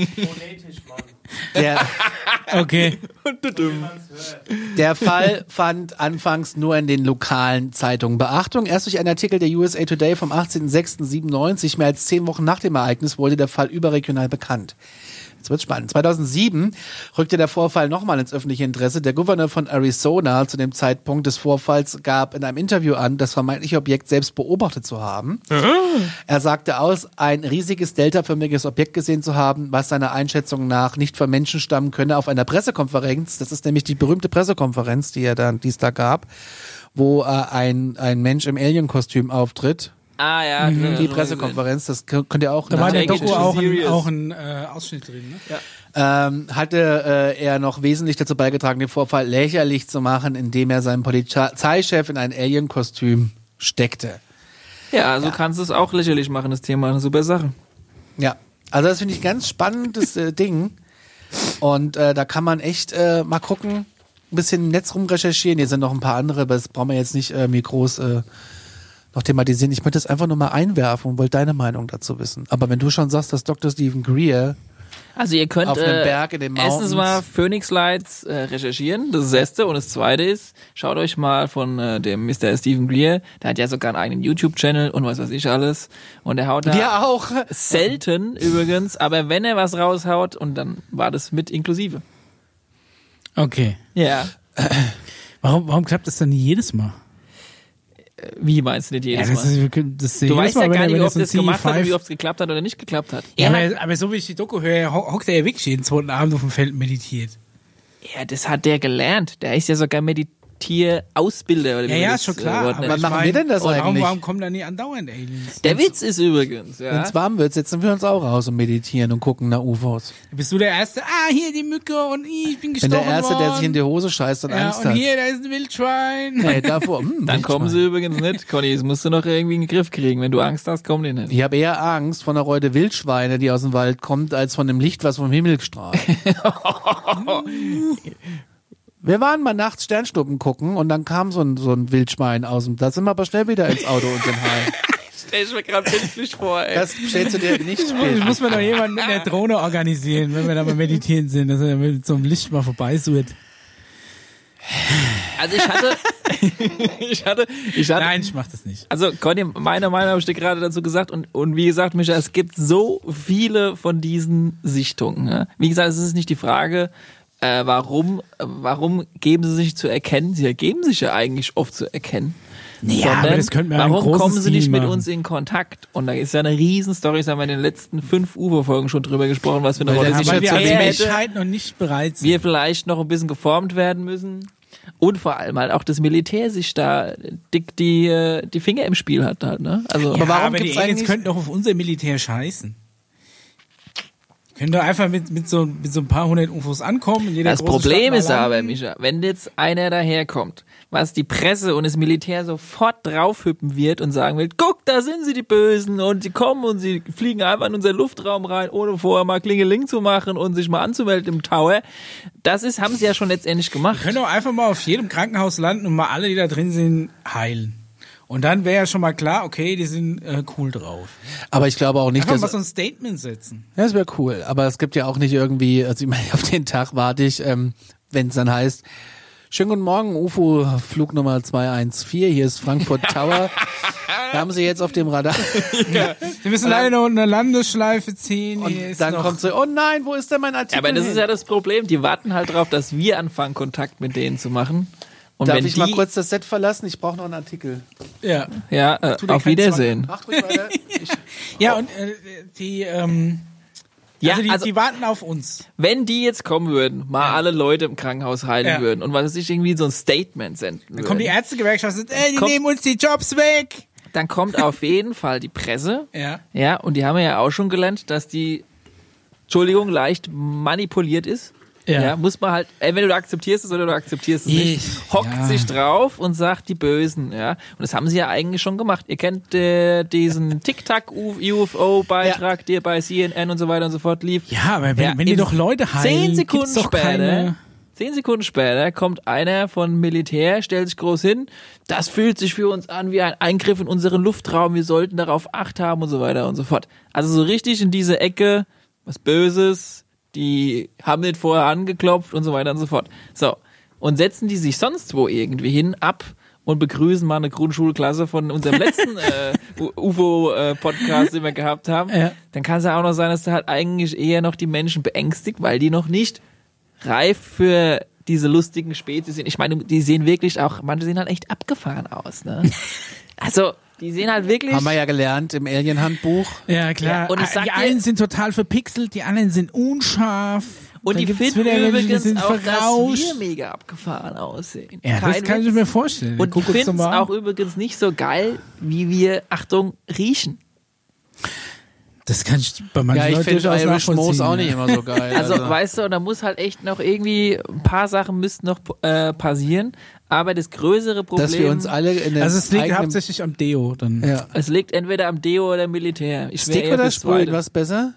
Der, Okay. der Fall fand anfangs nur in den lokalen Zeitungen Beachtung. Erst durch einen Artikel der U S A Today vom achtzehnten sechsten siebenundneunzig, mehr als zehn Wochen nach dem Ereignis, wurde der Fall überregional bekannt. Jetzt wird's spannend. zweitausendsieben rückte der Vorfall nochmal ins öffentliche Interesse. Der Gouverneur von Arizona zu dem Zeitpunkt des Vorfalls gab in einem Interview an, das vermeintliche Objekt selbst beobachtet zu haben. Er sagte aus, ein riesiges deltaförmiges Objekt gesehen zu haben, was seiner Einschätzung nach nicht von Menschen stammen könne, auf einer Pressekonferenz. Das ist nämlich die berühmte Pressekonferenz, die er dann, die es da gab, wo äh, ein, ein Mensch im Alien-Kostüm auftritt. Ah ja. Die schon mal gesehen. Pressekonferenz, das könnt könnt ihr auch Da war in der Take it Doku to auch ein, serious. auch ein äh, Ausschnitt drin, ne? ähm, hatte äh, er noch wesentlich dazu beigetragen, den Vorfall lächerlich zu machen, indem er seinen Polizeichef in ein Alien-Kostüm steckte. Ja, also kannst du es auch lächerlich machen, das Thema. Eine super Sache. Ja, also das finde ich ein ganz spannendes äh, Ding. Und äh, da kann man echt äh, mal gucken, ein bisschen im Netz rumrecherchieren. Hier sind noch ein paar andere, aber das brauchen wir jetzt nicht äh, mir groß äh, noch thematisieren. Ich möchte das einfach nur mal einwerfen und wollte deine Meinung dazu wissen. Aber wenn du schon sagst, dass Doktor Stephen Greer Also ihr könnt auf einem äh, Berg in den Mountains. erstens mal Phoenix Lights äh, recherchieren, das ist das erste. Und das zweite ist, schaut euch mal von äh, dem Mister Stephen Greer, der hat ja sogar einen eigenen YouTube-Channel und was weiß ich alles. Und der haut da Wir auch. selten übrigens, aber wenn er was raushaut, und dann war das mit inklusive. Okay. Ja. Warum, warum klappt das dann nie jedes Mal? Wie meinst du nicht jedes ja, das Mal? ist, das ist Du jedes weißt Mal, ja wenn gar er- nicht, wenn ob er so ein das gemacht hat C und wie fünf oft es geklappt hat oder nicht geklappt hat. Ja, Er hat aber, aber so wie ich die Doku höre, ho- hockt er ja wirklich jeden zweiten Abend auf dem Feld und meditiert. Ja, das hat der gelernt. Der ist ja sogar Meditier-Ausbilder. Oder wie Ja, man ja, das, ist schon äh, klar. Wort aber nennt. Wann machen wir denn das warum, eigentlich? Warum kommen da nie andauernd Aliens? Der Witz ist übrigens, ja. Wenn es warm wird, setzen wir uns auch raus und meditieren und gucken nach U F Os. Bist du der Erste? Ah, hier die Mücke und ich bin Wenn gestochen der Erste, worden. der sich in die Hose scheißt und ja, Angst und hat. hier, da ist ein Wildschwein. Nee, davor, hm, Dann kommen sie übrigens nicht, Conny. Das musst du noch irgendwie in den Griff kriegen. Wenn du Angst hast, kommen die nicht. Ich habe eher Angst vor einer Reute Wildschweine, die aus dem Wald kommt, als von dem Licht, was vom Himmel strahlt. Wir waren mal nachts Sternschnuppen gucken und dann kam so ein, so ein Wildschwein aus dem, da sind wir aber schnell wieder ins Auto und sind heim. Stell ich mir gerade bildlich vor, ey. Das stellst du dir nicht Das spät. muss man doch jemanden mit einer Drohne organisieren, wenn wir da mal meditieren sind, dass er mit so einem Licht mal vorbeisuert. Also ich hatte, ich hatte, ich hatte, Nein, ich mach das nicht. also Conny, meine Meinung habe ich dir gerade dazu gesagt und, und wie gesagt, Micha, es gibt so viele von diesen Sichtungen. Ne? Wie gesagt, es ist nicht die Frage, äh, warum, äh, warum geben sie sich zu erkennen? Sie geben sich ja eigentlich oft zu erkennen. Ja, Sondern aber das könnten wir im warum großen kommen sie nicht Stil mit machen. uns in Kontakt? Und da ist ja eine Riesenstory, das haben wir in den letzten fünf U F O-Folgen schon drüber gesprochen, was für eine Weil Rolle der sich sich Weil wir jetzt als so hätte. Menschheit noch nicht bereit sind. Wir vielleicht noch ein bisschen geformt werden müssen. Und vor allem halt auch das Militär sich da dick die, äh, die Finger im Spiel hat halt, ne? Also, ja, aber warum aber die gibt's Aliens eigentlich- könnten doch auf unser Militär scheißen. Können doch einfach mit, mit, so, mit so ein paar hundert U F Os ankommen. In jeder das großen Problem Stadt mal ist aber, landen. Micha, wenn jetzt einer daherkommt, was die Presse und das Militär sofort draufhüppen wird und sagen will, guck, da sind sie, die Bösen, und sie kommen und sie fliegen einfach in unseren Luftraum rein, ohne vorher mal Klingeling zu machen und sich mal anzumelden im Tower. Das ist, haben sie ja schon letztendlich gemacht. Wir können doch einfach mal auf jedem Krankenhaus landen und mal alle, die da drin sind, heilen. Und dann wäre ja schon mal klar, okay, die sind äh, cool drauf. Aber ich glaube auch nicht, Einfach mal dass... so ein Statement setzen. Ja, das wäre cool. Aber es gibt ja auch nicht irgendwie, also ich meine, auf den Tag warte ich, ähm, wenn es dann heißt, schönen guten Morgen, U F O, Flug Nummer zwei eins vier, hier ist Frankfurt Tower. Da haben Sie jetzt auf dem Radar. Wir müssen leider noch eine Landeschleife ziehen. Und Hier ist dann noch kommt so, oh nein, wo ist denn mein Artikel? Aber das ist hin? ja das Problem. Die warten halt drauf, dass wir anfangen, Kontakt mit denen zu machen. Und Darf wenn ich die, mal kurz das Set verlassen? Ich brauche noch einen Artikel. ja. ja, äh, Tu dir auf keinen Wiedersehen. Macht ruhig weiter. Ich, ja, und äh, die, ähm, Ja, also, die, also- die warten auf uns. Wenn die jetzt kommen würden, mal alle Leute im Krankenhaus heilen Ja. würden und was weiß ich, irgendwie so ein Statement senden würden, Dann kommen die Ärztegewerkschaft und sagen, ey, die Kommt- nehmen uns die Jobs weg. dann kommt auf jeden Fall die Presse. Ja. Ja, und die haben ja auch schon gelernt, dass die, Entschuldigung, leicht manipuliert ist. Ja. Ja, muss man halt, entweder du akzeptierst es oder du akzeptierst es nicht. Ich- Hockt ja. sich drauf und sagt die Bösen, ja. Und das haben sie ja eigentlich schon gemacht. Ihr kennt äh, diesen Tic-Tac-U F O-Beitrag, der bei C N N und so weiter und so fort lief. Ja, aber wenn, Ja, wenn die in doch Leute heilen, Zehn Sekunden gibt's doch später, keine... zehn Sekunden später kommt einer von Militär, stellt sich groß hin. Das fühlt sich für uns an wie ein Eingriff in unseren Luftraum. Wir sollten darauf Acht haben und so weiter und so fort. Also so richtig in diese Ecke, was Böses, die haben nicht vorher angeklopft und so weiter und so fort. So. Und setzen die sich sonst wo irgendwie hin, ab und begrüßen mal eine Grundschulklasse von unserem letzten äh, U F O-Podcast, den wir gehabt haben. Ja. Dann kann es ja auch noch sein, dass da halt eigentlich eher noch die Menschen beängstigt, weil die noch nicht reif für diese lustigen Spezies sind. Ich meine, die sehen wirklich auch, manche sehen halt echt abgefahren aus, ne? Also, die sehen halt wirklich... haben wir ja gelernt im Alien-Handbuch. Ja, klar. Ja, und ich sag die dir- einen sind total verpixelt, die anderen sind unscharf. Und Dann die gibt's finden wieder welche, die übrigens sind auch, dass verrauscht. wir mega abgefahren aussehen. Ja, das Kein kann ich Witz. mir vorstellen. Und die Guck uns doch finden es mal an. auch übrigens nicht so geil, wie wir, Achtung, riechen. Das kann ich bei manchen Ja, ich Leuten finde durchaus Irish Moos nachvollziehen. auch nicht immer so geil. Also, weißt du, und da muss halt echt noch irgendwie, ein paar Sachen müssten noch äh, passieren, aber das größere Problem... dass wir uns alle in den Also es liegt eigenen- hauptsächlich am Deo dann. ja. Es liegt entweder am Deo oder am Militär. Ich wär Stick eher oder fürs Sprühen, Zweite. was besser?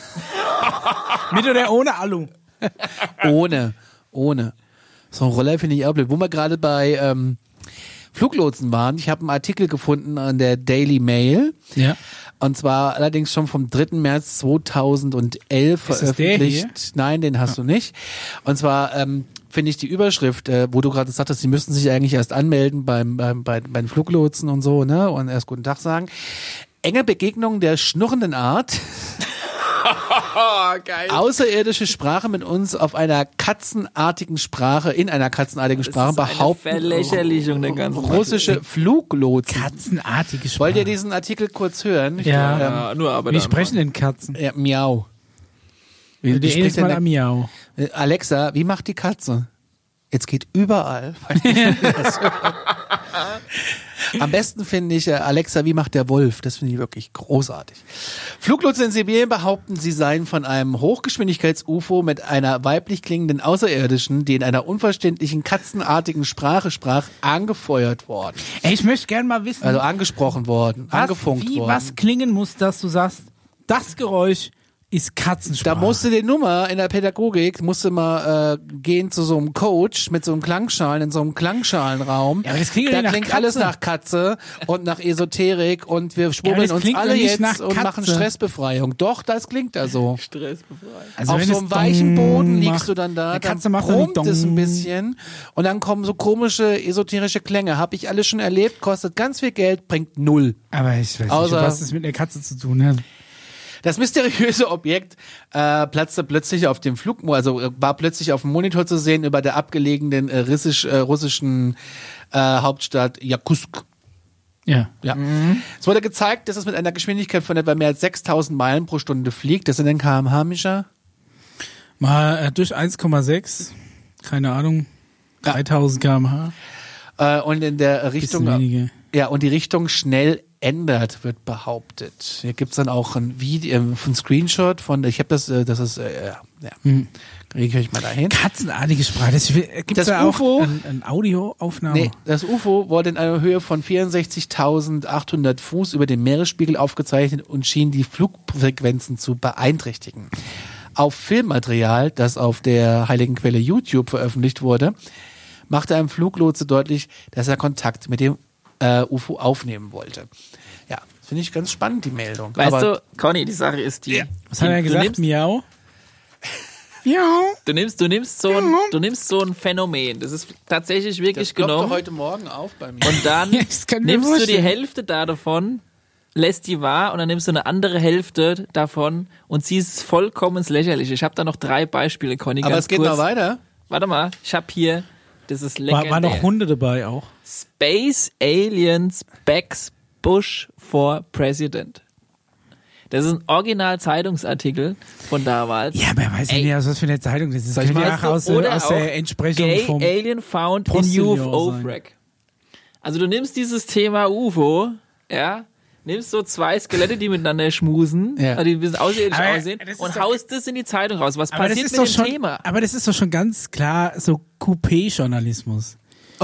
Mit oder ohne Alu? Ohne. Ohne. So ein Roller finde ich auch blöd. Wo wir gerade bei ähm, Fluglotsen waren. Ich habe einen Artikel gefunden an der Daily Mail. Ja. Und zwar allerdings schon vom dritten März zweitausendelf Ist das der veröffentlicht. Nein, den hast du nicht. Und zwar ähm, finde ich die Überschrift, äh, wo du gerade sagtest, sie müssten sich eigentlich erst anmelden beim, beim, bei, bei den Fluglotsen und so, ne? Und erst guten Tag sagen. Enge Begegnung der schnurrenden Art. Geil. Außerirdische Sprache mit uns auf einer katzenartigen Sprache, in einer katzenartigen Sprache Das ist eine behaupten Verlächerlichung der ganzen russische Fluglotsen. Katzenartige Sprache. Wollt ihr diesen Artikel kurz hören? Ich, Ja. Ähm, Ja, nur aber Wie dann sprechen denn Katzen? ja, miau. Wie, die spricht jedes denn Mal der- am Miau. Äh, Alexa, wie macht die Katze? Jetzt geht überall. Am besten finde ich, äh, Alexa, wie macht der Wolf? Das finde ich wirklich großartig. Fluglotsen in Sibirien behaupten, sie seien von einem Hochgeschwindigkeits-U F O mit einer weiblich klingenden Außerirdischen, die in einer unverständlichen katzenartigen Sprache sprach, angefeuert worden. Ey, ich möchte gerne mal wissen, Also angesprochen worden, was, angefunkt wie worden. was klingen muss, dass du sagst, das Geräusch ist Katzensprache. Da musste die Nummer in der Pädagogik, musste mal äh, gehen zu so einem Coach mit so einem Klangschalen, in so einem Klangschalenraum. Ja, aber das klingt da ja nach klingt Katze. alles nach Katze und nach Esoterik und wir aber schwurbeln das uns klingt alle doch nicht jetzt nach und Katze. machen Stressbefreiung. Doch, das klingt da so. Stressbefreit. Also Auf wenn so es einem weichen Dong Boden liegst macht, du dann da, eine dann Katze macht dann brummt es ein Dong. bisschen und dann kommen so komische esoterische Klänge. Hab ich alles schon erlebt, kostet ganz viel Geld, bringt null. Aber ich weiß Außer- nicht, was das mit einer Katze zu tun hat. Das mysteriöse Objekt äh, platzte plötzlich auf dem Flug, also äh, war plötzlich auf dem Monitor zu sehen über der abgelegenen äh, russisch, äh, russischen äh, Hauptstadt Jakutsk. Ja. Ja. Es wurde gezeigt, dass es mit einer Geschwindigkeit von etwa mehr als sechstausend Meilen pro Stunde fliegt. Das sind dann Kilometer pro Stunde, Mischa? Mal äh, durch eins Komma sechs, keine Ahnung, dreitausend Kilometer pro Stunde. Äh, und in der Richtung, Bisschen weniger. ja, und die Richtung schnell ändert, wird behauptet. Hier gibt's dann auch ein Video, äh, ein Screenshot von, ich habe das, äh, das ist, äh, ja, Hm. kriege ich euch mal dahin. Katzenartige Sprache. Das gibt Das da auch U F O? eine ein Audioaufnahme. Nee, das U F O wurde in einer Höhe von vierundsechzigtausendachthundert Fuß über dem Meeresspiegel aufgezeichnet und schien die Flugfrequenzen zu beeinträchtigen. Auf Filmmaterial, das auf der heiligen Quelle YouTube veröffentlicht wurde, machte ein Fluglotse deutlich, dass er Kontakt mit dem äh, U F O aufnehmen wollte. Ja, finde ich ganz spannend, die Meldung. Weißt Aber du, Conny, die Sache ist die. Was hat er du gesagt? Nimmst, Miau? Miau? du nimmst, du nimmst so ein, du nimmst so ein Phänomen. Das ist tatsächlich wirklich das ploppte genommen. heute Morgen auf bei mir. Und dann Ja, das kann ich mir nimmst du die vorstellen. Hälfte da davon, lässt die wahr und dann nimmst du eine andere Hälfte davon und ziehst es vollkommen ins Lächerliche. Ich habe da noch drei Beispiele, Conny. Aber ganz es geht kurz. noch weiter. Warte mal, ich habe hier, das ist legendär. War, war noch Hunde dabei auch. Space Aliens backs Bush for President. Das ist ein Original-Zeitungsartikel von damals. Ja, aber er weiß ja Ey. nicht, aus was für eine Zeitung das ist. Das ich könnte ja mal- auch aus, Oder aus auch der Entsprechung Gay vom... Alien found in Postillon U F O sein. Wreck. Also du nimmst dieses Thema U F O, ja, nimmst so zwei Skelette, die miteinander schmusen, Ja. also die ein bisschen außerirdisch Aber aussehen das ist und doch- haust das in die Zeitung raus. Was aber das passiert ist mit doch dem schon, Thema? aber das ist doch schon ganz klar so Coupé-Journalismus.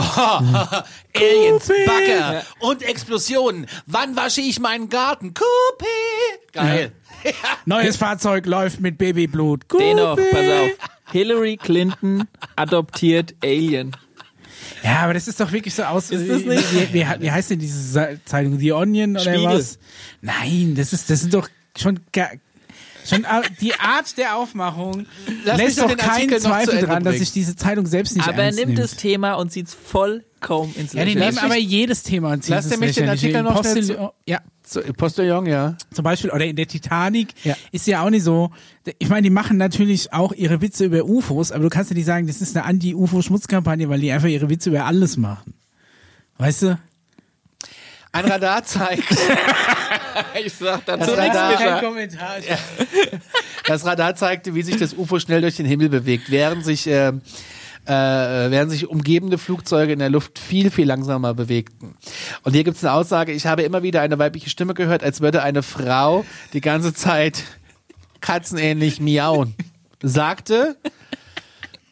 Aliens, Coupé. Bagger und Explosionen. Wann wasche ich meinen Garten? Coupé. Geil. Neues Fahrzeug läuft mit Babyblut. Dennoch, Coupé. pass auf. Hillary Clinton adoptiert Alien. Ja, aber das ist doch wirklich so aus. Ist das wie, nicht? Wie, wie, wie heißt denn diese Sa- Zeitung? The Onion oder Spiegel. was? Nein, das ist, das sind doch schon, ga- schon au- die Art der Aufmachung Lass mich lässt doch doch den keinen Artikel noch zu Zweifel Ende dran, dass bringen. sich diese Zeitung selbst nicht Aber er ernst nimmt nimmt. das Thema und zieht es vollkommen ins Ja, die Lächerliche. nehmen Lass aber mich- jedes Thema und ziehen Lass es mich den lächerlich. Artikel noch Postil- schnell Ja, So, Postillon, ja. zum Beispiel, oder in der Titanic Ja. ist ja auch nicht so, ich meine, die machen natürlich auch ihre Witze über U F Os, aber du kannst ja nicht sagen, das ist eine Anti-U F O-Schmutzkampagne, weil die einfach ihre Witze über alles machen. Weißt du? Ein Radar zeigt, Ich sag Das dazu Radar- nichts mehr. Kommentar. das Radar zeigte, wie sich das U F O schnell durch den Himmel bewegt, während sich, äh, äh, während sich umgebende Flugzeuge in der Luft viel, viel langsamer bewegten. Und hier gibt es eine Aussage, ich habe immer wieder eine weibliche Stimme gehört, als würde eine Frau die ganze Zeit katzenähnlich miauen. Sagte,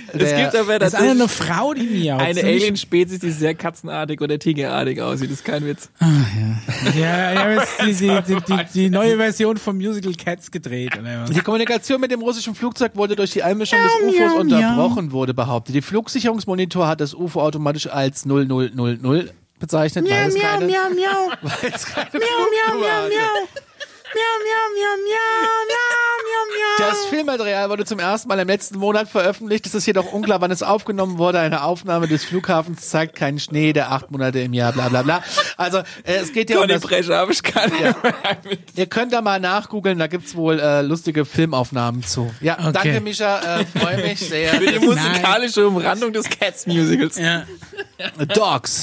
Es gibt aber Das ist eine tatsächlich Frau, die miaut. eine so nicht- Alien-Spezies, die sehr katzenartig oder tigerartig aussieht. Das ist kein Witz. Ja, ja, jetzt die, die, die, die, die neue Version vom Musical Cats gedreht. Oder was? Die Kommunikation mit dem russischen Flugzeug wurde durch die Einmischung des U F Os miau, unterbrochen, wurde behauptet. Die Flugsicherungsmonitor hat das U F O automatisch als null null null null bezeichnet, weil es keine, miau, miau. weil es keine Miau, miau, Flugnummer miau, hatte. miau. Miau, miau, miau, miau, miau, miau, miau. Das Filmmaterial wurde zum ersten Mal im letzten Monat veröffentlicht. Es ist jedoch unklar, wann es aufgenommen wurde. Eine Aufnahme des Flughafens zeigt keinen Schnee, der acht Monate im Jahr, bla bla bla. Also äh, es geht ja um Conny das... Brecher habe ich keine Ja. Ihr könnt da mal nachgoogeln, da gibt's wohl äh, lustige Filmaufnahmen zu. Ja, Okay. danke Mischa, äh, freue mich sehr. Für die musikalische Umrandung des Cats-Musicals. Ja. Dogs.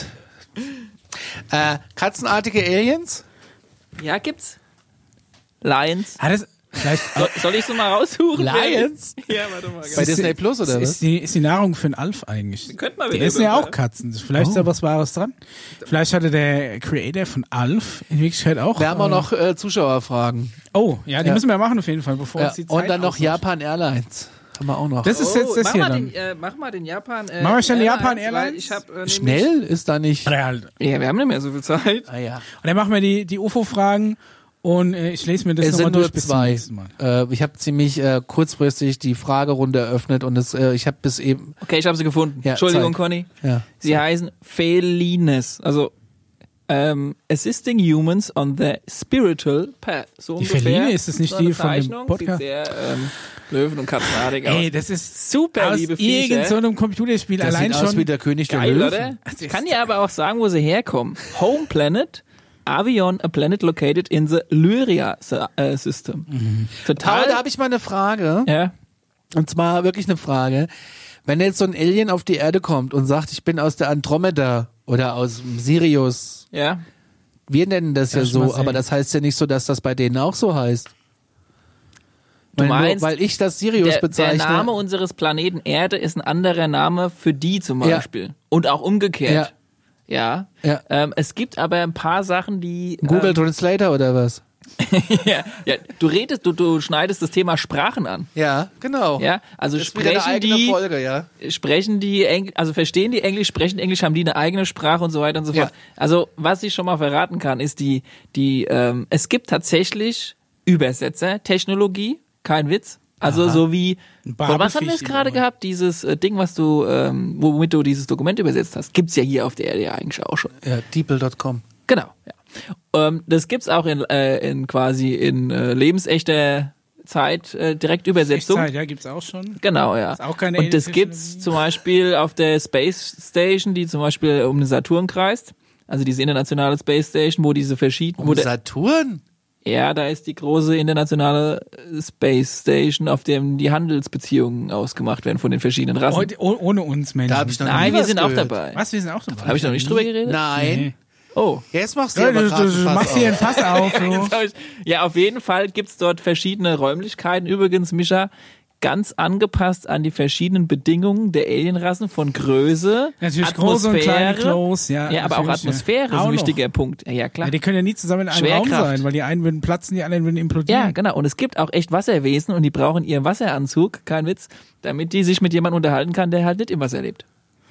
Äh, katzenartige Aliens? Ja, gibt's. Lions. Hat es, vielleicht, So, soll ich so mal raussuchen? Lions? Ja, warte mal. Bei Disney Plus oder ist was? die, ist die Nahrung für einen Alf eigentlich? Könnt mal Die wieder essen ja über- auch Katzen. Vielleicht ist da was Wahres dran. Vielleicht hatte der Creator von Alf in Wirklichkeit auch. Wir haben auch äh, noch äh, Zuschauerfragen. Oh, ja, die Ja. müssen wir machen auf jeden Fall, bevor Ja. uns die Zeit Und dann noch ausläuft. Japan Airlines. Haben wir auch noch. Das ist Oh, jetzt das mach, hier mal dann. den, äh, mach mal den Japan. Äh, Machen wir schnell Japan weil Airlines? Ich hab, äh, nämlich- Schnell ist da nicht. Ja, halt. Ja, wir haben nicht mehr so viel Zeit. Ah, ja. Und dann machen wir die, die U F O-Fragen und äh, ich lese mir das Es nochmal sind durch nur bis zum zwei. nächsten Mal. Äh, ich habe ziemlich äh, kurzfristig die Fragerunde eröffnet und es, äh, ich habe bis eben. Okay, ich habe sie gefunden. Ja, Entschuldigung, zeig. Conny. Ja. Sie heißen Felines. Also ähm, Assisting Humans on the Spiritual Path. So Die ungefähr. Feline, ist das nicht so eine die von dem Zeichnung. Podcast? Sieht sehr ähm, Löwen- und Katzenartig aus. Ey, das ist Super, aus liebe Viecher. irgend so einem Computerspiel Das allein sieht aus schon. wie der König der Geil, Löwen. oder? Das Ich ist- kann dir aber auch sagen, wo sie herkommen. Home Planet, Avion, a planet located in the Lyria äh, System. Total. Aber da habe ich mal eine Frage. ja. Und zwar wirklich eine Frage. Wenn jetzt so ein Alien auf die Erde kommt und sagt, ich bin aus der Andromeda oder aus dem Sirius, Ja. wir nennen das ja Das ist mal so, sehr- aber das heißt ja nicht so, dass das bei denen auch so heißt. Du weil, nur, meinst, weil ich das Sirius Der, der bezeichne. Name unseres Planeten Erde ist ein anderer Name für die zum Ja. Beispiel. Und auch umgekehrt. Ja. Ja. Ähm, es gibt aber ein paar Sachen, die. Google ähm, Translator oder was? ja, ja, du redest, du, du schneidest das Thema Sprachen an. Ja, genau. Ja, also Das ist wieder eine sprechen eigene die, Folge, ja. sprechen die Engl also verstehen die Englisch, sprechen Englisch, haben die eine eigene Sprache und so weiter und so Ja. fort. Also was ich schon mal verraten kann, ist die, die, ähm, es gibt tatsächlich Übersetzer-Technologie, kein Witz. Also Aha. so wie, Ein von was haben wir es Barbelfisch gerade immer. gehabt? Dieses äh, Ding, was du, ähm, womit du dieses Dokument übersetzt hast, gibt's ja hier auf der Erde ja eigentlich auch schon. Ja, deeple Punkt com. Genau. Ja. Ähm, das gibt's auch in, äh, in quasi in äh, lebensechter Zeit äh, Direktübersetzung. Echtzeit, ja, gibt's auch schon. Genau, ja. Ist auch keine Und das Alien-Technologie. gibt's zum Beispiel auf der Space Station, die zum Beispiel um den Saturn kreist. Also diese internationale Space Station, wo diese verschiedenen, wo Um der, Saturn? ja, da ist die große internationale Space Station, auf dem die Handelsbeziehungen ausgemacht werden von den verschiedenen Rassen. Heute, oh, ohne uns Menschen. Da hab ich noch Nein, nie wir was sind auch gehört. dabei. Was, wir sind auch dabei. Habe ich noch nicht drüber geredet? Nein. Nee. Oh. Jetzt machst du Ja, aber du, gerade du, ein du Fass machst hier ein auf. Fass auf. So. Jetzt hab ich- Ja, auf jeden Fall gibt's dort verschiedene Räumlichkeiten. Übrigens, Mischa, ganz angepasst an die verschiedenen Bedingungen der Alienrassen von Größe, Natürlich große und kleine Atmosphäre. Klos, ja. Ja, aber auch natürlich, Atmosphäre ja. ist ein Auch wichtiger noch. Punkt. Ja, klar. Ja, die können ja nie zusammen in einem Raum Schwerkraft. sein, weil die einen würden platzen, die anderen würden implodieren. Ja, genau. Und es gibt auch echt Wasserwesen und die brauchen ihren Wasseranzug, kein Witz, damit die sich mit jemandem unterhalten kann, der halt nicht im Wasser lebt.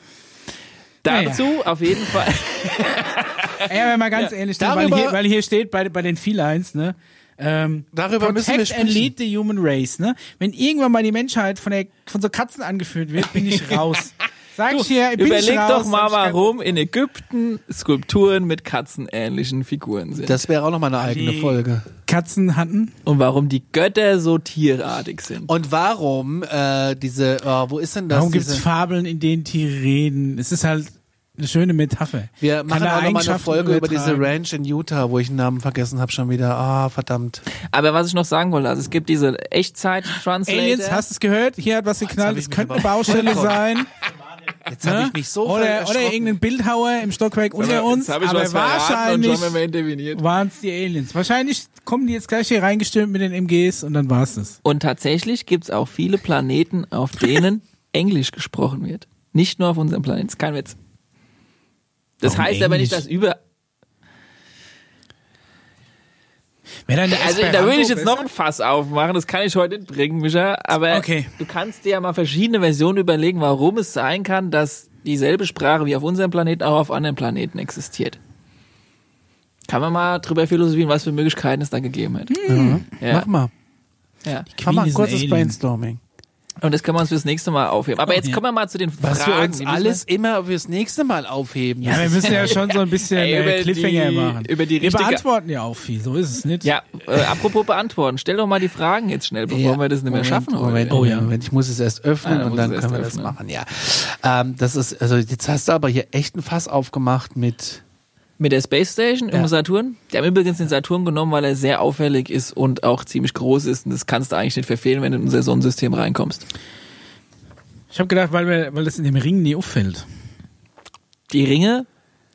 Ja, ja. Dazu auf jeden Fall. Ey, aber mal ganz ehrlich, ne, weil, Darüber- hier, weil hier steht bei, bei den Felines, ne? Ähm, Darüber müssen wir Protect and sprechen. lead the human race, ne? Wenn irgendwann mal die Menschheit von, der, von so Katzen angeführt wird, bin ich raus. Sag ich hier, bin Überleg ich raus. doch mal, Hab ich keinen- warum in Ägypten Skulpturen mit katzenähnlichen Figuren sind. Das wäre auch noch mal eine eigene Die- Folge. Katzen hatten. Und warum die Götter so tierartig sind. Und warum äh, diese, oh, wo ist denn das? Warum gibt es diese, Fabeln, in denen Tiere reden? Es ist halt eine schöne Metapher. wir Kann machen da auch noch mal eine Eigenschaften Folge über diese übertragen. Ranch in Utah, wo ich den Namen vergessen habe schon wieder. Ah, verdammt. Aber was ich noch sagen wollte, also es gibt diese Echtzeit-Translator. Aliens, hast du es gehört? Hier hat was hab geknallt. ich Es mich könnte eine aber Baustelle vollkommen- sein. Jetzt habe Ne? ich mich so oder, oder erschrocken. irgendein Bildhauer im Stockwerk unter uns. Jetzt hab ich aber was verraten und wahrscheinlich schon haben wir interveniert. waren es die Aliens. Wahrscheinlich kommen die jetzt gleich hier reingestürmt mit den M Gs und dann war's das. Und tatsächlich gibt's auch viele Planeten, auf denen Englisch gesprochen wird. Nicht nur auf unserem Planeten. Ist kein Witz. Das Warum heißt aber nicht, Englisch? dass über... Wäre dann der Also da Esperanto würde ich jetzt besser? noch ein Fass aufmachen, das kann ich heute nicht bringen, Micha, aber Okay. du kannst dir ja mal verschiedene Versionen überlegen, warum es sein kann, dass dieselbe Sprache wie auf unserem Planeten auch auf anderen Planeten existiert. Kann man mal drüber philosophieren, was für Möglichkeiten es da gegeben hat. Mhm. Ja. Mach mal. Ja. Mach mal ein ist ein kurzes Alien. Brainstorming. Und das können wir uns fürs nächste Mal aufheben. Aber Oh, jetzt ja. kommen wir mal zu den Was Fragen. wir uns Die müssen alles immer fürs nächste Mal aufheben. Ja, wir müssen ja schon so ein bisschen Ey, äh, über Cliffhanger die- machen. über die wir richtige- beantworten ja auch viel, so ist es nicht. Ja, äh, apropos beantworten. Stell doch mal die Fragen jetzt schnell, bevor Ja, wir das nicht mehr Moment, schaffen heute. Moment, Oh, Moment, ja. Moment. Ich muss es erst öffnen Ah, dann und muss dann es können wir erst das öffnen. machen. Ja, ähm, das ist also jetzt hast du aber hier echt ein Fass aufgemacht mit. Mit der Space Station Ja. im Saturn. Die haben übrigens den Saturn genommen, weil er sehr auffällig ist und auch ziemlich groß ist. Und das kannst du eigentlich nicht verfehlen, wenn du in unser Sonnensystem reinkommst. Ich habe gedacht, weil, wir, weil das in dem Ring nie auffällt. Die Ringe,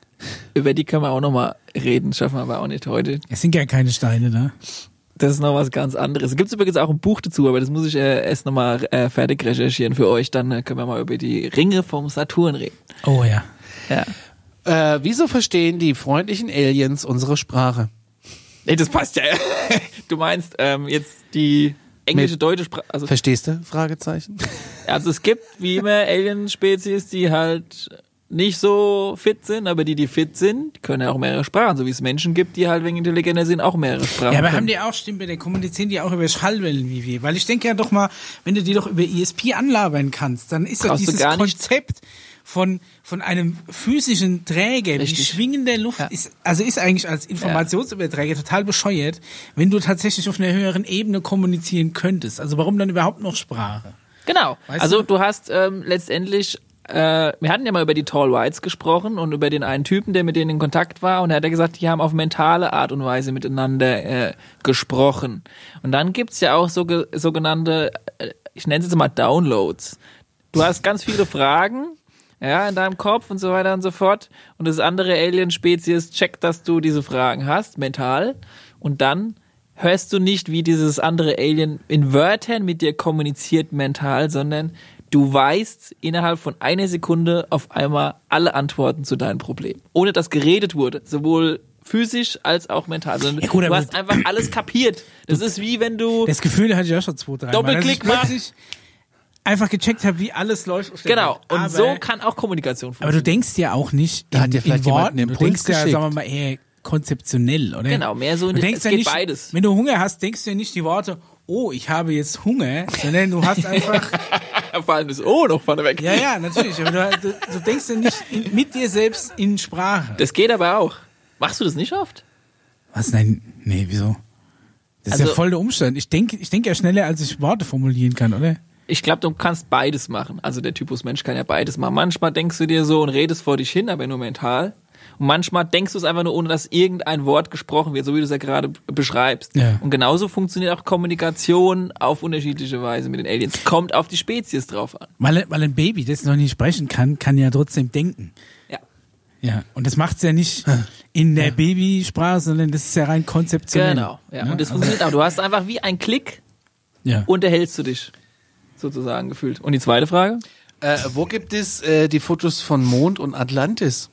über die können wir auch nochmal reden, schaffen wir aber auch nicht heute. Es sind ja keine Steine da. Das ist noch was ganz anderes. Es gibt übrigens auch ein Buch dazu, aber das muss ich äh, erst nochmal äh, fertig recherchieren für euch. Dann äh, können wir mal über die Ringe vom Saturn reden. Oh ja. Ja. Äh, wieso verstehen die freundlichen Aliens unsere Sprache? Ey, das passt ja. Du meinst ähm, jetzt die englische, Mit- deutsche Sprache. Also, Verstehst du? Fragezeichen. also es gibt wie immer Alien-Spezies, die halt nicht so fit sind, aber die, die fit sind, die können ja auch mehrere Sprachen. So wie es Menschen gibt, die halt wegen intelligenter sind, auch mehrere Sprachen Ja, aber können. haben die auch, stimmt, bei der kommunizieren die auch über Schallwellen wie wir. Weil ich denke ja doch mal, wenn du die doch über E S P anlabern kannst, dann ist doch Brauchst du dieses gar nicht. Konzept von, von einem physischen Träger, die Richtig. schwingende Luft, Ja. ist, also ist eigentlich als Informationsüberträger total bescheuert, wenn du tatsächlich auf einer höheren Ebene kommunizieren könntest. Also warum dann überhaupt noch Sprache? Genau. Weißt also du? du hast ähm, letztendlich, äh, wir hatten ja mal über die Tall Whites gesprochen und über den einen Typen, der mit denen in Kontakt war und er hat ja gesagt, die haben auf mentale Art und Weise miteinander äh, gesprochen. Und dann gibt's ja auch so ge- sogenannte, äh, ich nenne es jetzt mal Downloads. Du hast ganz viele Fragen, ja, in deinem Kopf und so weiter und so fort und das andere Alien-Spezies checkt, dass du diese Fragen hast, mental, und dann hörst du nicht, wie dieses andere Alien in Wörtern mit dir kommuniziert mental, sondern du weißt innerhalb von einer Sekunde auf einmal alle Antworten zu deinem Problem. Ohne dass geredet wurde, sowohl physisch als auch mental. Also Ja, gut, du aber hast einfach alles kapiert. Das ist wie wenn du... Das Gefühl hatte ich auch schon zwei, drei Mal, Doppelklick dass ich plötzlich einfach gecheckt habe, wie alles läuft auf der Genau, Welt. und aber, so kann auch Kommunikation aber funktionieren. du denkst ja auch nicht Da in, hat dir vielleicht in jemand Worten, einen du Impuls denkst ja, geschickt. sagen wir mal, eher konzeptionell, oder? Genau, mehr so, Du denkst es ja geht nicht, beides. Wenn du Hunger hast, denkst du ja nicht die Worte, oh, ich habe jetzt Hunger, sondern du hast einfach, Vor allem das O noch vorne weg. ja, ja, natürlich, aber du, du, du denkst ja nicht in, mit dir selbst in Sprache. Das geht aber auch. Machst du das nicht oft? Was, nein, nee, wieso? Das ist Also- ja voll der Umstand. Ich denke ich denk ja schneller, als ich Worte formulieren kann, oder? Ich glaube, du kannst beides machen. Also der Typus Mensch kann ja beides machen. Manchmal denkst du dir so und redest vor dich hin, aber nur mental. Und manchmal denkst du es einfach nur, ohne dass irgendein Wort gesprochen wird, so wie du es ja gerade b- beschreibst. Ja. Und genauso funktioniert auch Kommunikation auf unterschiedliche Weise mit den Aliens. Kommt auf die Spezies drauf an. Weil, weil ein Baby, das noch nicht sprechen kann, kann ja trotzdem denken. Ja. Ja, und das macht's ja nicht in der Babysprache, sondern das ist ja rein konzeptionell. Genau. Ja. Ne? Und das Also- funktioniert auch. Du hast einfach wie ein Klick, Ja. unterhältst du dich sozusagen gefühlt. Und die zweite Frage? Äh, wo gibt es äh, die Fotos von Mond und Atlantis?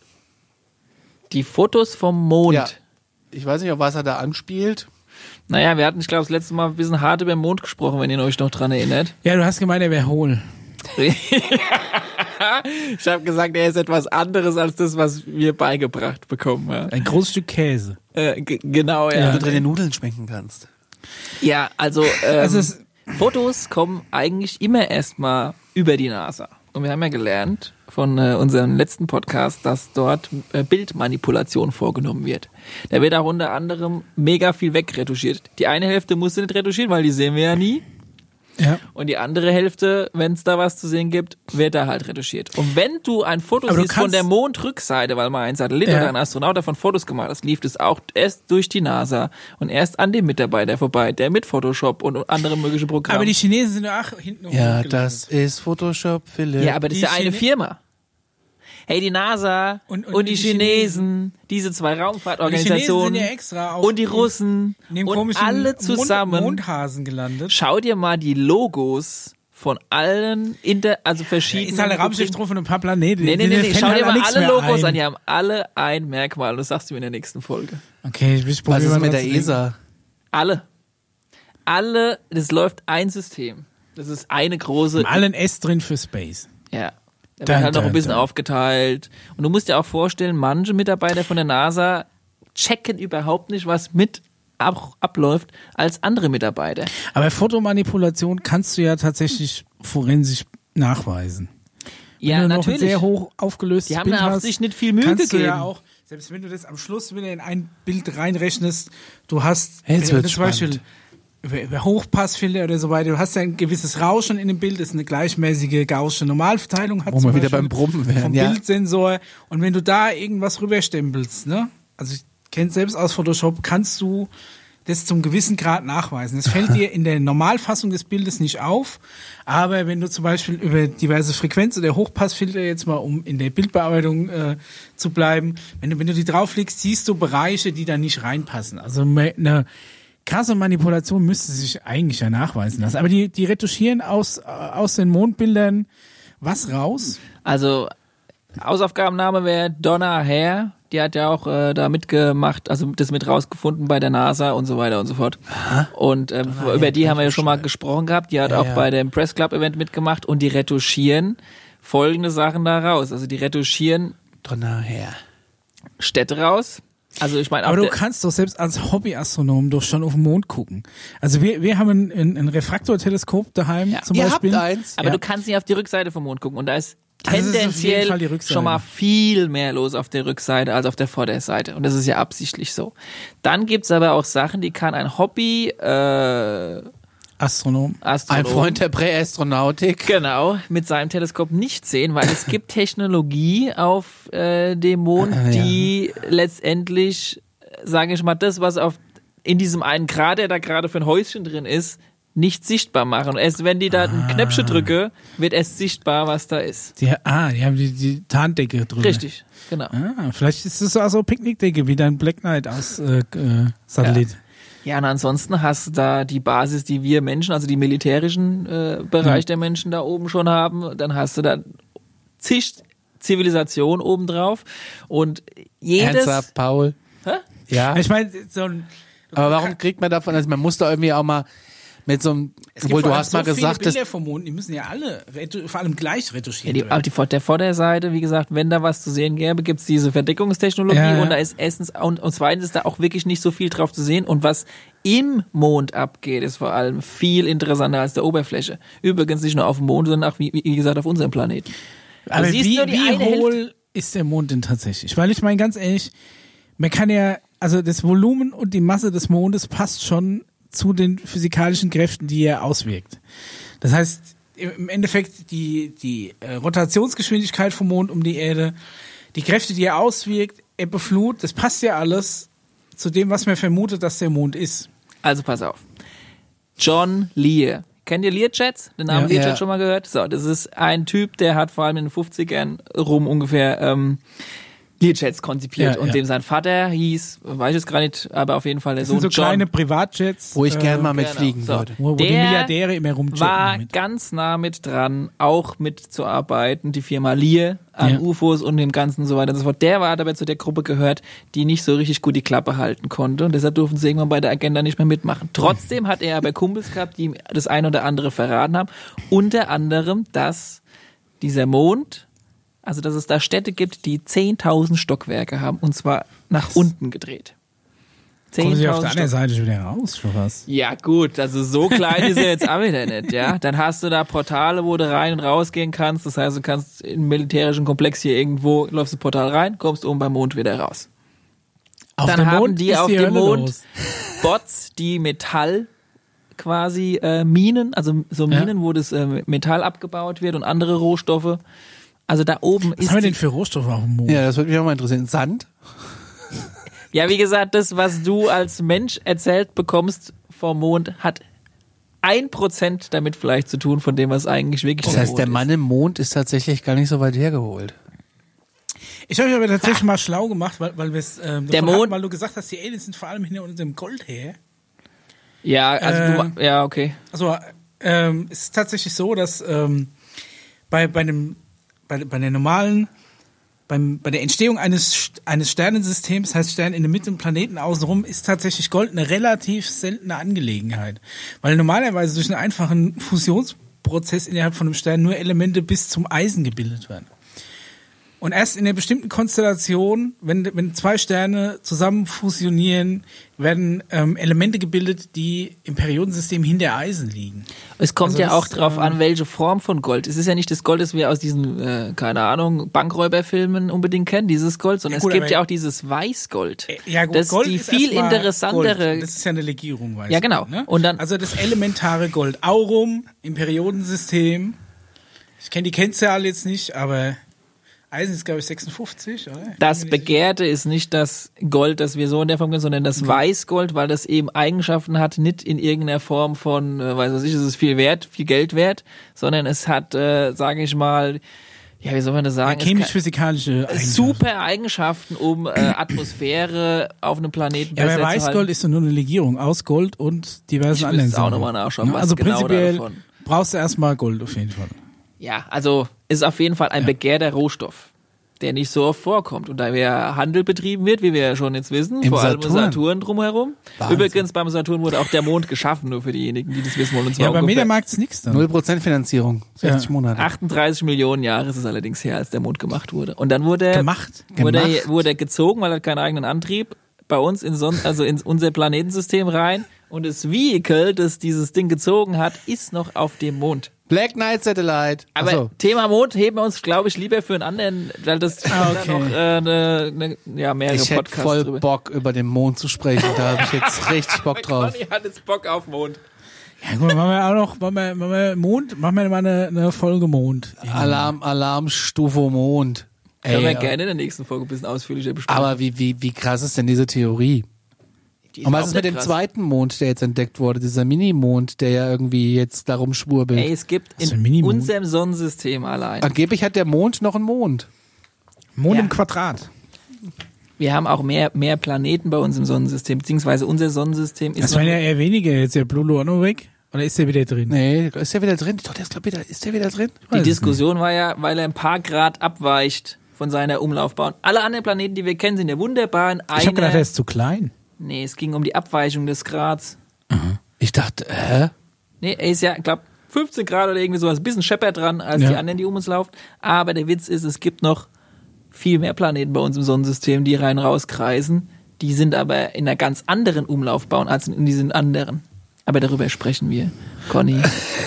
Die Fotos vom Mond. Ja. Ich weiß nicht, auf was er da anspielt. Naja, wir hatten, ich glaube, das letzte Mal ein bisschen hart über den Mond gesprochen, wenn ihr euch noch dran erinnert. ja, du hast gemeint, er wäre hohl. Ich habe gesagt, er ist etwas anderes als das, was wir beigebracht bekommen. Ja, Ein großes Stück Käse. äh, g- genau, Wo ja. du drin die Nudeln schmecken kannst. Ja, also, ähm, Also es- Fotos kommen eigentlich immer erstmal über die NASA. Und wir haben ja gelernt von äh, unserem letzten Podcast, dass dort äh, Bildmanipulation vorgenommen wird. Da wird auch unter anderem mega viel wegretuschiert. Die eine Hälfte musst du nicht retuschieren, weil die sehen wir ja nie. Ja. Und die andere Hälfte, wenn es da was zu sehen gibt, wird da halt retuschiert. Und wenn du ein Foto Aber du siehst von kannst- der Mondrückseite, weil mal ein Satellit Ja. oder ein Astronaut davon Fotos gemacht hat, lief es auch erst durch die NASA und erst an dem Mitarbeiter vorbei, der mit Photoshop und andere mögliche Programme. Aber die Chinesen sind ja auch hinten Ja, hochgelandet. das ist Photoshop, Philipp. ja, aber das ist die ja eine Chine- Firma. Hey, die NASA und, Und- und die die Chinesen, diese zwei Die Chinesen Raumfahrtorganisationen sind ja extra auf und die Russen in dem und komischen alle zusammen. Mond, Mondhasen gelandet. Schau dir mal die Logos von allen inter, also verschiedenen. Ist halt ein Raumschiff drauf und ein paar Planeten. Nee, nee, Denen nee, nee. fällt Schau halt dir mal nichts alle mehr Logos ein. an. Die haben alle ein Merkmal. Und das sagst du mir in der nächsten Folge. Okay, ich, ich Was probiere ist mal mit dran der zu E S A? Alle. Alle, das läuft ein System. Das ist eine große... Allen S drin für Space. Ja. Da Dun, wird halt noch ein dun, bisschen dun. aufgeteilt. Und du musst dir auch vorstellen, manche Mitarbeiter von der NASA checken überhaupt nicht, was mit ab, abläuft, als andere Mitarbeiter. Aber Fotomanipulation kannst du ja tatsächlich forensisch nachweisen. Ja, wenn du natürlich. noch ein sehr hoch aufgelöstes Die haben Bild da auf hast, sich nicht viel Mühe kannst gegeben. du ja auch, selbst wenn du das am Schluss wieder in ein Bild reinrechnest, du hast Jetzt wenn wird's du zum Beispiel spannend. über, über Hochpassfilter oder so weiter, du hast ja ein gewisses Rauschen in dem Bild, das eine gleichmäßige gaußsche Normalverteilung hat. Wo zum wir wieder Beispiel beim Brummen wären, vom ja. Bildsensor. Und wenn du da irgendwas rüberstempelst, ne, also ich kenne selbst aus Photoshop, kannst du das zum gewissen Grad nachweisen. Das fällt dir in der Normalfassung des Bildes nicht auf, aber wenn du zum Beispiel über diverse Frequenz- oder Hochpassfilter, jetzt mal um in der Bildbearbeitung äh, zu bleiben, wenn du, wenn du die drauflegst, siehst du Bereiche, die da nicht reinpassen. Also eine krasse Manipulation müsste sich eigentlich ja nachweisen lassen. Aber die, die retuschieren aus, aus den Mondbildern was raus? Also, Hausaufgabenname wäre Donna Hare. Die hat ja auch äh, da mitgemacht, also das mit rausgefunden bei der NASA und so weiter und so fort. Aha. Und ähm, über die haben wir ja schon mal gesprochen gehabt. Die hat Ja, auch ja. bei dem Press Club Event mitgemacht und die retuschieren folgende Sachen da raus. Also die retuschieren Donner her. Städte raus. Also ich meine auch Aber du der- kannst doch selbst als Hobbyastronom doch schon auf den Mond gucken. Also wir, wir haben ein, ein, ein Refraktorteleskop daheim Ja. zum Ihr Beispiel. habt eins. aber ja. du kannst nicht auf die Rückseite vom Mond gucken und da ist Also es ist auf jeden tendenziell Fall die Rückseite. schon mal viel mehr los auf der Rückseite als auf der Vorderseite. Und das ist ja absichtlich so. Dann gibt's aber auch Sachen, die kann ein Hobby äh, Astronom. Astronom, Ein Freund der Präastronautik. genau, mit seinem Teleskop nicht sehen, weil es gibt Technologie auf äh, dem Mond, Ah, ja. die letztendlich, sage ich mal, das, was auf in diesem einen Grad, der da gerade für ein Häuschen drin ist, nicht sichtbar machen. Und erst wenn die da ein Ah. Knöpfchen drücke, wird erst sichtbar, was da ist. Die, ah, die haben die, die Tarndecke drüber. Richtig, genau. Ah, vielleicht ist es auch so Picknickdecke wie dein Black Knight aus äh, äh, Satellit. Ja, und ansonsten hast du da die Basis, die wir Menschen, also die militärischen äh, Bereich Ja. der Menschen da oben schon haben. Dann hast du da zig Zivilisationen obendrauf. Und jedes... Ernsthaft, Paul. Hä? Ja. Ich meine, so ein Aber warum kriegt man davon, also man muss da irgendwie auch mal mit so einem, es gibt obwohl vor du allem hast mal so gesagt, viele dass Bilder vom Mond, die müssen ja alle retu- vor allem gleich Ja, retuschiert die, werden. aber die, vor der Vorderseite, wie gesagt, wenn da was zu sehen gäbe, gibt's diese Verdeckungstechnologie Ja, ja. und da ist erstens und, und zweitens ist da auch wirklich nicht so viel drauf zu sehen und was im Mond abgeht, ist vor allem viel interessanter als der Oberfläche. Übrigens nicht nur auf dem Mond, sondern auch, wie, wie gesagt, auf unserem Planeten. Aber Du siehst wie, nur die wie eine hohl Hälfte. ist der Mond denn tatsächlich? Weil ich meine, ganz ehrlich, man kann ja, also das Volumen und die Masse des Mondes passt schon zu den physikalischen Kräften, die er auswirkt. Das heißt, im Endeffekt die, die äh, Rotationsgeschwindigkeit vom Mond um die Erde, die Kräfte, die er auswirkt, Ebbe, Flut, das passt ja alles zu dem, was man vermutet, dass der Mond ist. Also pass auf. John Lear. Kennt ihr Learjets? Den Namen Ja. Learjet Ja. schon mal gehört? So, das ist ein Typ, der hat vor allem in den fünfzigern rum ungefähr ähm, Learjets konzipiert. Ja, und ja. dem sein Vater hieß, weiß ich jetzt gar nicht, aber auf jeden Fall der Das sind Sohn so John. kleine Privatjets, wo ich äh, gern mal genau, mitfliegen so. würde. wo, wo die Der Milliardäre immer rumjetten war damit. ganz nah mit dran, auch mitzuarbeiten, die Firma Lear an Ja. U F Os und dem Ganzen und so weiter und so fort. Der war dabei zu der Gruppe gehört, die nicht so richtig gut die Klappe halten konnte und deshalb durften sie irgendwann bei der Agenda nicht mehr mitmachen. Trotzdem hat er aber Kumpels gehabt, die ihm das eine oder andere verraten haben. Unter anderem, dass dieser Mond, also dass es da Städte gibt, die zehntausend Stockwerke haben und zwar nach unten gedreht. Kommen sie auf der zehntausend anderen Seite schon wieder raus, schon was? ja gut, also so klein ist er jetzt auch wieder nicht, ja. Dann hast du da Portale, wo du rein und rausgehen kannst. Das heißt, du kannst im militärischen Komplex hier irgendwo, läufst du Portal rein, kommst oben beim Mond wieder raus. Auf Dann dem haben Mond die ist auf die dem Hölle Mond los. Bots, die Metall quasi äh, Minen, also so Ja. Minen, wo das äh, Metall abgebaut wird und andere Rohstoffe. Also da oben Was ist haben wir die, denn für Rohstoffe auf dem Mond? Ja, das würde mich auch mal interessieren. Sand? ja, wie gesagt, das, was du als Mensch erzählt bekommst vom Mond, hat ein Prozent damit vielleicht zu tun, von dem, was eigentlich wirklich Das der heißt, Mond der ist. Mann im Mond ist tatsächlich gar nicht so weit hergeholt. Ich habe mich aber tatsächlich mal schlau gemacht, weil, weil, wir's, ähm, Der davon Mond- hatten, weil du gesagt hast, die Aliens sind vor allem hinter unserem Gold her. Ja, also Äh, du, ja, okay. Also ähm, es ist tatsächlich so, dass ähm, bei, bei, einem, bei, bei der normalen beim, bei der Entstehung eines, eines Sternensystems, heißt Stern in der Mitte und Planeten außenrum, ist tatsächlich Gold eine relativ seltene Angelegenheit. Weil normalerweise durch einen einfachen Fusionsprozess innerhalb von einem Stern nur Elemente bis zum Eisen gebildet werden. Und erst in einer bestimmten Konstellation, wenn, wenn zwei Sterne zusammen fusionieren, werden ähm, Elemente gebildet, die im Periodensystem hinter Eisen liegen. Es kommt Also ja auch das, drauf ähm, an, welche Form von Gold. Es ist ja nicht das Gold, das wir aus diesen, äh, keine Ahnung, Bankräuberfilmen unbedingt kennen, dieses Gold, sondern Ja, gut, es gibt aber- ja auch dieses Weißgold. Ja, gut, das ist Gold die ist viel erstmal interessantere. Gold. Das ist ja eine Legierung, weißt Ja, genau. du, ne? Und dann- also das elementare Gold. Aurum im Periodensystem. Ich kenne die Kennzahl jetzt nicht, aber Eisen ist, glaube ich, sechsundfünfzig, oder? Das Bin mir nicht Begehrte ist nicht das Gold, das wir so in der Form kennen, sondern das Weißgold, weil das eben Eigenschaften hat, nicht in irgendeiner Form von, äh, weiß was ich, es ist viel wert, viel Geld wert, sondern es hat, äh, sage ich mal, ja, wie soll man das sicher. sagen? Es Chemisch-physikalische kann- Eigenschaften. super Eigenschaften, um äh, Atmosphäre auf einem Planeten Ja, aber besser zu Weißgold halten. ist doch nur eine Legierung aus Gold und diversen Ich anderen müsste auch Sachen. nochmal nachschauen, Ja, was also genau prinzipiell davon. brauchst du erstmal Gold auf jeden Fall. Ja, also ist auf jeden Fall ein Ja. begehrter Rohstoff, der nicht so oft vorkommt. Und da ja Handel betrieben wird, wie wir ja schon jetzt wissen, Im vor allem Saturn. im Saturn drumherum. Wahnsinn. Übrigens, beim Saturn wurde auch der Mond geschaffen, nur für diejenigen, die das wissen wollen. Und zwar Ja, bei ungefähr Mediamarkt ist nichts dann. null Prozent Finanzierung, sechzig Ja. Monate. achtunddreißig Millionen Jahre ist es allerdings her, als der Mond gemacht wurde. Und dann wurde er, Gemacht. wurde er, Gemacht. wurde er gezogen, weil er hat keinen eigenen Antrieb, bei uns in Son also in unser Planetensystem rein. Und das Vehicle, das dieses Ding gezogen hat, ist noch auf dem Mond. Black Knight Satellite. Aber Achso. Thema Mond heben wir uns, glaube ich, lieber für einen anderen, weil das Ah, da okay. noch äh, eine, eine, ja, mehrere Ich hätte Podcasts voll drüber. Bock, über den Mond zu sprechen. Da habe ich jetzt richtig Bock drauf. Conny hat jetzt Bock auf Mond. Ja, gut, machen wir auch noch, machen wir, machen wir Mond, machen wir mal eine, eine Folge Mond. Alarm, Alarmstufe Mond. Können wir Ey, gerne in der nächsten Folge ein bisschen ausführlicher besprechen. aber wie, wie, wie krass ist denn diese Theorie? Die Und auch was ist mit nicht dem krass. zweiten Mond, der jetzt entdeckt wurde? Dieser Mini-Mond, der ja irgendwie jetzt darum schwurbelt. Ey, es gibt Was für ein in Minimond? unserem Sonnensystem allein. Angeblich hat der Mond noch einen Mond. Mond Ja. im Quadrat. Wir haben auch mehr, mehr Planeten bei uns im Sonnensystem, beziehungsweise unser Sonnensystem ist Das noch, waren ja eher weniger. Jetzt ist der Pluto auch noch weg. Oder ist der wieder drin? Nee, ist der wieder drin? Doch, der ist, glaub ich, wieder, ist der wieder drin? die weiß es Diskussion war ja, weil er ein paar Grad abweicht von seiner Umlaufbahn. Alle anderen Planeten, die wir kennen, sind ja wunderbar in einer... Ich habe gedacht, der ist zu klein. Nee, es ging um die Abweichung des Grads. Ich dachte, hä? Nee, er ist ja, ich glaube, fünfzehn Grad oder irgendwie sowas, ein bisschen schepper dran als Ja. die anderen, die um uns laufen. Aber der Witz ist, es gibt noch viel mehr Planeten bei uns im Sonnensystem, die rein rauskreisen. Die sind aber in einer ganz anderen Umlaufbahn als in diesen anderen. Aber darüber sprechen wir, Conny.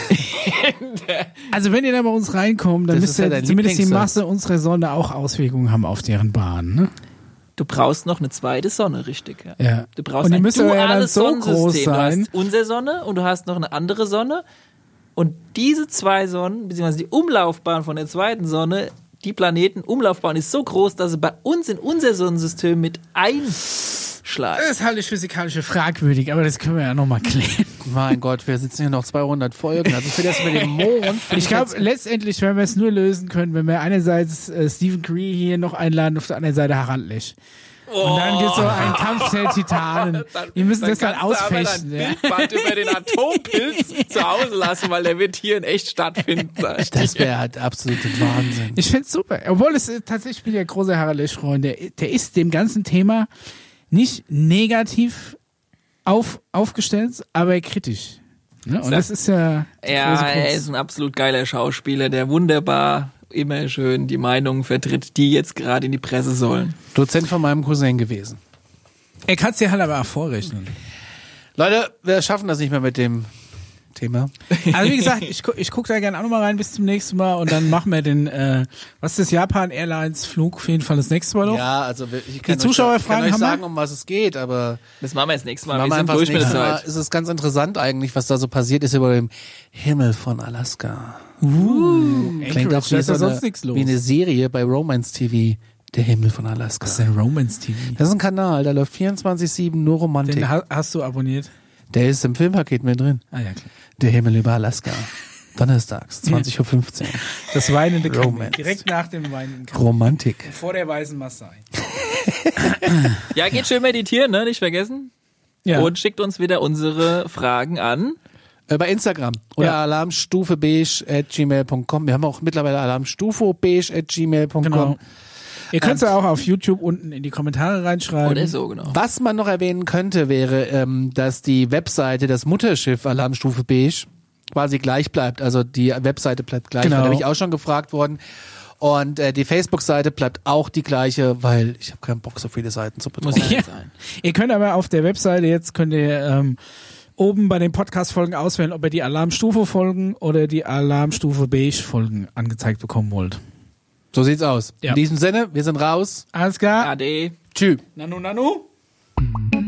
Also wenn ihr da bei uns reinkommt, dann Das müsste ist ja dein zumindest die Lieblingssatz. Masse unserer Sonne auch Auswirkungen haben auf deren Bahn. Ne? Du brauchst noch eine zweite Sonne, richtig? Ja. Ja. Du brauchst Und die ein müsste aber ja dann duales so groß Sonnensystem. sein. Du hast unsere Sonne und du hast noch eine andere Sonne. Und diese zwei Sonnen, beziehungsweise die Umlaufbahn von der zweiten Sonne, die Planetenumlaufbahn ist so groß, dass sie bei uns in unser Sonnensystem mit einschlagen. Das halte ich physikalisch für fragwürdig, aber das können wir ja nochmal klären. Mein Gott, wir sitzen hier noch zweihundert Folgen. Also für das mit dem Mond. find Ich glaube, jetzt- letztendlich werden wir es nur lösen können, wenn wir einerseits äh, Stephen Cree hier noch einladen, auf der anderen Seite Harald Lesch. Und dann gibt es so einen Kampf der Titanen. Wir müssen das dann ausfechten. Ja. Bildband über den Atompilz zu Hause lassen, weil der wird hier in echt stattfinden. sag ich dir. Das wäre halt absolute Wahnsinn. Ich finde es super. Obwohl es äh, tatsächlich, ich bin ja großer Harald Lesch-Freund, der, der ist dem ganzen Thema nicht negativ auf, aufgestellt, aber kritisch. Ne? Und das ist ja die Ja, große er Kunst. ist ein absolut geiler Schauspieler, der wunderbar immer schön die Meinungen vertritt, die jetzt gerade in die Presse sollen. Dozent von meinem Cousin gewesen. Er kann es dir halt aber auch vorrechnen. Leute, wir schaffen das nicht mehr mit dem Thema. Also wie gesagt, ich, gu- ich gucke da gerne auch nochmal rein bis zum nächsten Mal und dann machen wir den, äh, was ist das, Japan Airlines Flug auf jeden Fall das nächste Mal noch. Ja, also wir- ich kann Die Zuschauerfragen euch, ich kann euch haben wir? sagen, um was es geht, aber Das machen wir jetzt nächstes Mal. machen Wir wir sind einfach durch das mit der nächste Mal. Zeit. Es ist ganz interessant eigentlich, was da so passiert ist über dem Himmel von Alaska. Uh, Klingt auch Anchorage, wie, da ist so ja eine, sonst nichts los. wie eine Serie bei Romance T V. Der Himmel von Alaska. Was ist denn Romance-T V? Das ist ein Kanal, da läuft vierundzwanzig sieben nur Romantik. Den ha hast du abonniert? Der ist im Filmpaket mit drin. Ah ja, klar. Der Himmel über Alaska. Donnerstags, zwanzig Uhr fünfzehn. Das weinende Kamel. Romance. Direkt nach dem weinenden Kamel. Romantik. Vor der weißen Maasai. Ja, geht schön meditieren, ne? Nicht vergessen. Ja. Und schickt uns wieder unsere Fragen an. Äh, bei Instagram oder Ja. alarmstufebeige at gmail punkt com. Wir haben auch mittlerweile alarmstufobeige at gmail punkt com. Genau. Ihr könnt es ja auch auf YouTube unten in die Kommentare reinschreiben. Oder so, genau. Was man noch erwähnen könnte, wäre, ähm, dass die Webseite, das Mutterschiff Alarmstufe Beige quasi gleich bleibt. Also die Webseite bleibt gleich. Genau. Da bin ich auch schon gefragt worden. Und äh, die Facebook-Seite bleibt auch die gleiche, weil ich habe keinen Bock, so viele Seiten zu betreuen. Muss ja Ja. nicht sein. Ihr könnt aber auf der Webseite jetzt, könnt ihr ähm, oben bei den Podcast-Folgen auswählen, ob ihr die Alarmstufe-Folgen oder die Alarmstufe Beige-Folgen angezeigt bekommen wollt. So sieht's aus. Ja. In diesem Sinne, wir sind raus. Alles klar? Ade. Tschüss. Nanu, nanu.